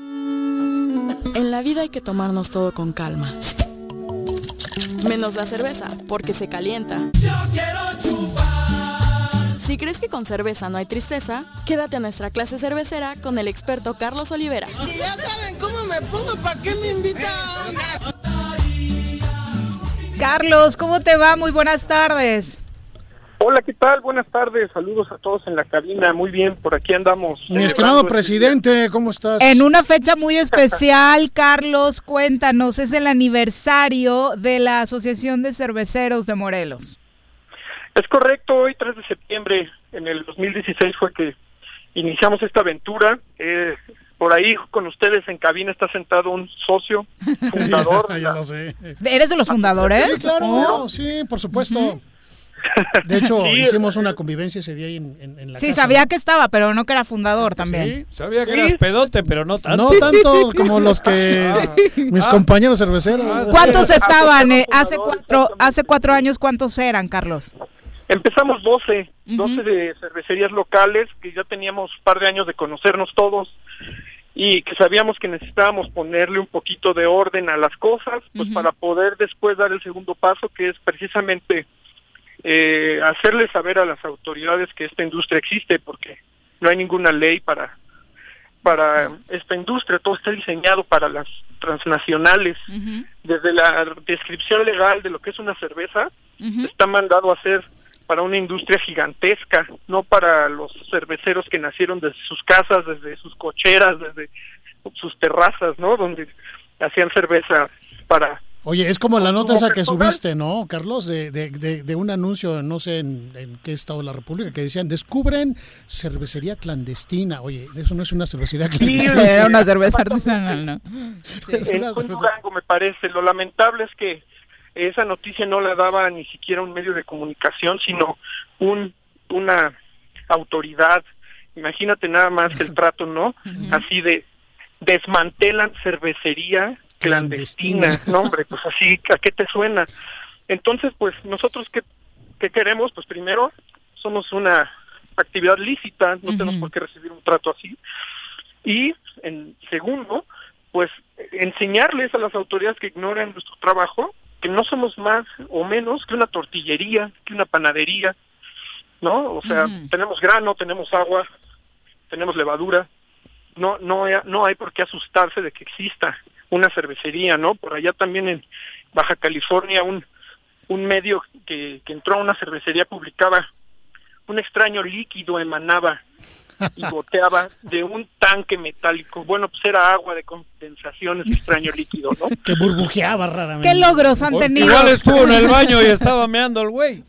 En la vida hay que tomarnos todo con calma. Menos la cerveza, porque se calienta. Si crees que con cerveza no hay tristeza, quédate a nuestra clase cervecera con el experto Carlos Olivera. Si ya saben cómo me pongo, ¿para qué me invitan? Carlos, ¿cómo te va? Muy buenas tardes. Hola, ¿qué tal? Buenas tardes, saludos a todos en la cabina, muy bien, por aquí andamos. Mi estimado presidente, ¿cómo estás? En una fecha muy especial, Carlos, cuéntanos, es el aniversario de la Asociación de Cerveceros de Morelos. Es correcto, hoy tres de septiembre, en el dos mil dieciséis fue que iniciamos esta aventura. Eh, por ahí con ustedes en cabina está sentado un socio, fundador. ya, ya lo sé. ¿Eres de los fundadores? Sí, claro, Oh. sí, por supuesto. De hecho, Sí, hicimos una convivencia ese día ahí en, en, en la Sí, casa. sabía que estaba, pero no que era fundador también. Sabía que eras pedote, pero no tanto. No tanto como los que mis compañeros cerveceros. ¿Cuántos estaban? eh, hace cuatro hace cuatro años, ¿cuántos eran, Carlos? Empezamos doce, uh-huh. doce de cervecerías locales, que ya teníamos un par de años de conocernos todos, y que sabíamos que necesitábamos ponerle un poquito de orden a las cosas, pues uh-huh. para poder después dar el segundo paso, que es precisamente eh, hacerle saber a las autoridades que esta industria existe, porque no hay ninguna ley para para uh-huh. esta industria, todo está diseñado para las transnacionales. Uh-huh. Desde la descripción legal de lo que es una cerveza, uh-huh. está mandado a hacer para una industria gigantesca, no para los cerveceros que nacieron desde sus casas, desde sus cocheras, desde sus terrazas, ¿no? Donde hacían cerveza para... Oye, es como la nota como esa que personal. subiste, ¿no, Carlos? De, de, de, de un anuncio, no sé en, en qué estado de la República, que decían, descubren cervecería clandestina. Oye, eso no es una cervecería clandestina. Sí, era una cerveza artesanal, ¿no? Sí. En Durango, me parece. Lo lamentable es que esa noticia no la daba ni siquiera un medio de comunicación, sino un una autoridad. Imagínate nada más el trato, ¿no? Uh-huh. Así de desmantelan cervecería clandestina. clandestina. No, hombre, pues así, ¿a qué te suena? Entonces, pues nosotros qué, qué queremos, pues primero somos una actividad lícita, no uh-huh. tenemos por qué recibir un trato así. Y en segundo, pues enseñarles a las autoridades que ignoran nuestro trabajo que no somos más o menos que una tortillería, que una panadería, ¿no? O sea, uh-huh. tenemos grano, tenemos agua, tenemos levadura. No no hay, no hay por qué asustarse de que exista una cervecería, ¿no? Por allá también en Baja California un un medio que, que entró a una cervecería publicaba un extraño líquido emanaba y goteaba de un tanque metálico. Bueno, pues era agua de condensación, ese extraño líquido, ¿no? Que burbujeaba raramente. ¿Qué logros han tenido? Igual estuvo en el baño y estaba meando el güey.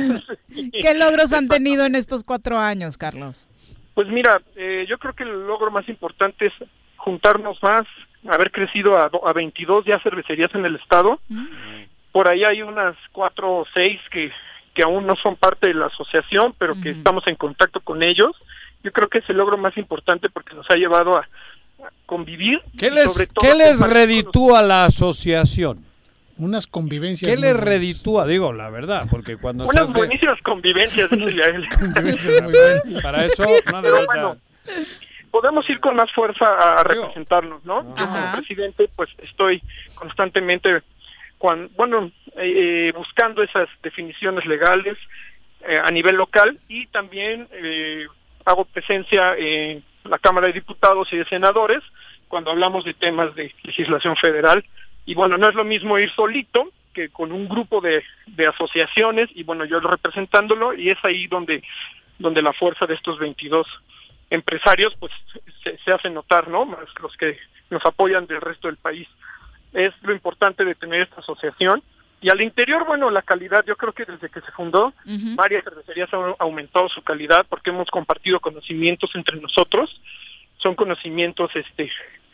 ¿Qué logros han tenido en estos cuatro años, Carlos? Pues mira, eh, yo creo que el logro más importante es juntarnos más, haber crecido a, a veintidós ya cervecerías en el estado. Mm. Por ahí hay unas cuatro o seis que, que aún no son parte de la asociación, pero que mm. estamos en contacto con ellos. Yo creo que es el logro más importante porque nos ha llevado a, a convivir. ¿Qué les, sobre todo, ¿qué les reditúa la asociación? Unas convivencias. ¿Qué les reditúa? Digo, la verdad, porque cuando unas se hace... buenísimas convivencias, dice él. Convivencias muy buenas. Para eso, no de bueno, podemos ir con más fuerza a, a representarnos, ¿no? Ajá. Yo como presidente, pues estoy constantemente, cuando, bueno, eh, buscando esas definiciones legales eh, a nivel local y también eh, hago presencia en la Cámara de Diputados y de Senadores cuando hablamos de temas de legislación federal. Y bueno, no es lo mismo ir solito que con un grupo de, de asociaciones y bueno, yo representándolo y es ahí donde, donde la fuerza de estos veintidós empresarios pues se, se hace notar, ¿no? Más los que nos apoyan del resto del país. Es lo importante de tener esta asociación. Y al interior, bueno, la calidad, yo creo que desde que se fundó, uh-huh. varias cervecerías han aumentado su calidad porque hemos compartido conocimientos entre nosotros. Son conocimientos este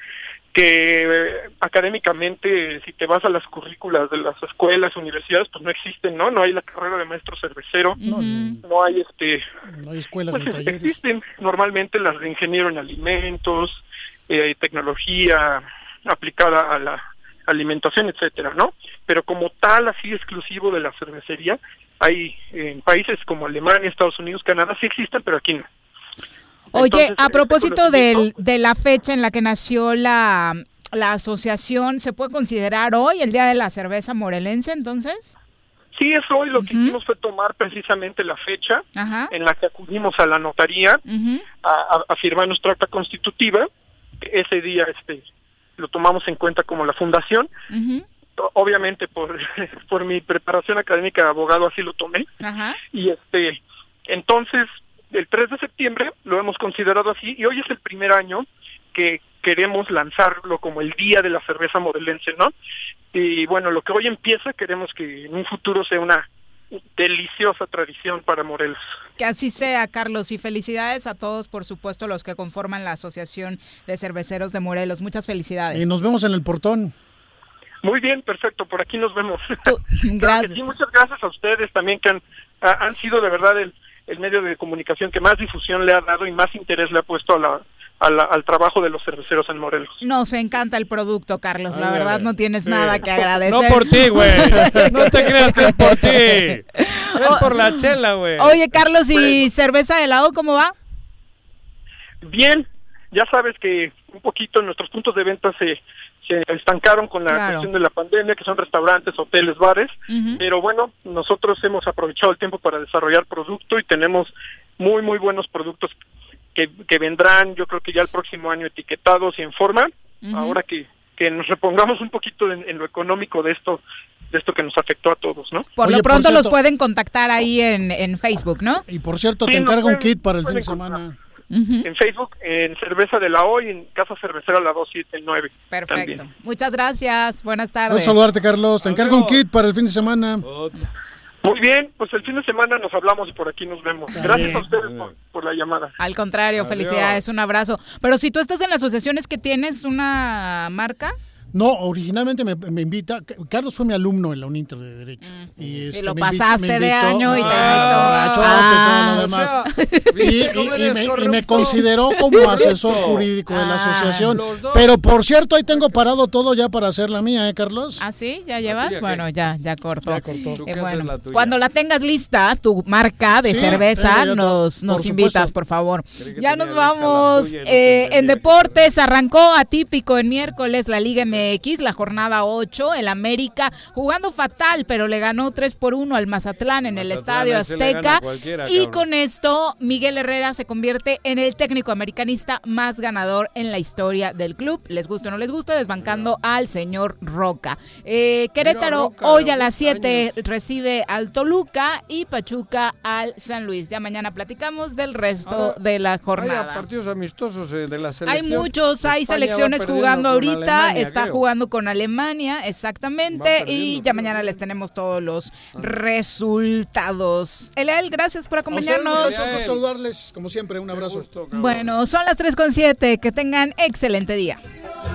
que eh, académicamente, si te vas a las currículas de las escuelas, universidades, pues no existen, ¿no? No hay la carrera de maestro cervecero, uh-huh. no hay este... No hay escuelas pues, ni talleres. Existen normalmente las de ingeniero en alimentos, eh, tecnología aplicada a la alimentación, etcétera, ¿no? Pero como tal, así exclusivo de la cervecería, hay en países como Alemania, Estados Unidos, Canadá, sí existen, pero aquí no. Oye, Entonces, a propósito este del, de la fecha en la que nació la, la asociación, ¿se puede considerar hoy el Día de la Cerveza Morelense, entonces? Sí, es hoy. Lo uh-huh. que hicimos fue tomar precisamente la fecha uh-huh. en la que acudimos a la notaría uh-huh. a, a firmar nuestra acta constitutiva. Ese día este lo tomamos en cuenta como la fundación. Uh-huh. Obviamente por, por mi preparación académica de abogado así lo tomé. Uh-huh. Y este entonces el tres de septiembre lo hemos considerado así y hoy es el primer año que queremos lanzarlo como el Día de la Cerveza Morelense, ¿no? Y bueno, lo que hoy empieza, queremos que en un futuro sea una deliciosa tradición para Morelos. Que así sea, Carlos, y felicidades a todos, por supuesto, los que conforman la Asociación de Cerveceros de Morelos. Muchas felicidades. Y nos vemos en el portón. Muy bien, perfecto, por aquí nos vemos. Tú, gracias. Sí, muchas gracias a ustedes también que han, han sido de verdad el, el medio de comunicación que más difusión le ha dado y más interés le ha puesto a la a la, al trabajo de los cerveceros en Morelos. Nos encanta el producto, Carlos. La Ay, verdad ay, no tienes sí. nada que agradecer. No por ti, güey. No te creas que es por ti. Es por la chela, güey. Oye, Carlos, ¿y cerveza de helado cómo va? Bien, ya sabes que un poquito nuestros puntos de venta se, se estancaron con la Claro. cuestión de la pandemia, que son restaurantes, hoteles, bares, Ujú. pero bueno, nosotros hemos aprovechado el tiempo para desarrollar producto y tenemos muy, muy buenos productos que, que vendrán, yo creo que ya el próximo año etiquetados y en forma, Ujú. ahora que, que nos repongamos un poquito en, en lo económico de esto, de esto que nos afectó a todos, ¿no? Por Oye, lo por pronto cierto- los pueden contactar ahí en, en Facebook, ¿no? Y por cierto, Sí, te nos encargo un pueden- kit para el fin pueden de semana. En Facebook, en Cerveza de la O y en Casa Cervecera la dos siete nueve. Perfecto. También. Muchas gracias. Buenas Voy tardes. a saludarte, Carlos. Te encargo un kit para el fin de semana. Muy bien, pues el fin de semana nos hablamos y por aquí nos vemos. Gracias a ustedes por, por la llamada. Al contrario, Adiós. felicidades, un abrazo. Pero si tú estás en la asociación, ¿es que tienes una marca? No, originalmente me, me invita. Carlos fue mi alumno en la UNINTER de Derecho. Y, este, lo me invi- pasaste me de invitó- año y te Ah, invitó. chote, Ah, todo lo o demás. sea, Y, ¿viste cómo y- y eres me, y corrupto? me consideró como asesor Corrupto. jurídico de la Ah, asociación. los dos. Pero por cierto, ahí tengo parado todo ya para hacer la mía, ¿eh, Carlos? ¿Ah, sí? ¿Ya llevas? Bueno, ya, ya cortó. Ya cortó. Eh, ¿Tú qué bueno, haces la tuya? cuando la tengas lista, tu marca de Sí, cerveza, tengo ya todo. nos, nos Por invitas, supuesto. por favor. Creí que Ya tenía nos lista la vamos. tuya y no eh, en deportes, arrancó atípico en miércoles la Liga M X, la jornada ocho. El América jugando fatal, pero le ganó tres por uno al Mazatlán en el Mazatlán, Estadio ese le gana Azteca. a cualquiera, Y cabrón. con esto, Miguel Herrera se convierte en el técnico americanista más ganador en la historia del club. Les guste o no les guste, desbancando al señor Roca. Eh, Querétaro Roca, hoy de a las veinte siete recibe al Toluca y Pachuca al San Luis. Ya mañana platicamos del resto Ahora, de la Hay jornada. partidos amistosos eh, de la Hay selección. muchos, hay España va selecciones perdiendo jugando con ahorita, Alemania, está creo. jugando con Alemania, exactamente, y ya mañana les tenemos todos los resultados. Eliel, gracias por A ustedes, acompañarnos. muchachos, por saludarles, como siempre, un abrazo. Bueno, son las tres con siete, que tengan excelente día.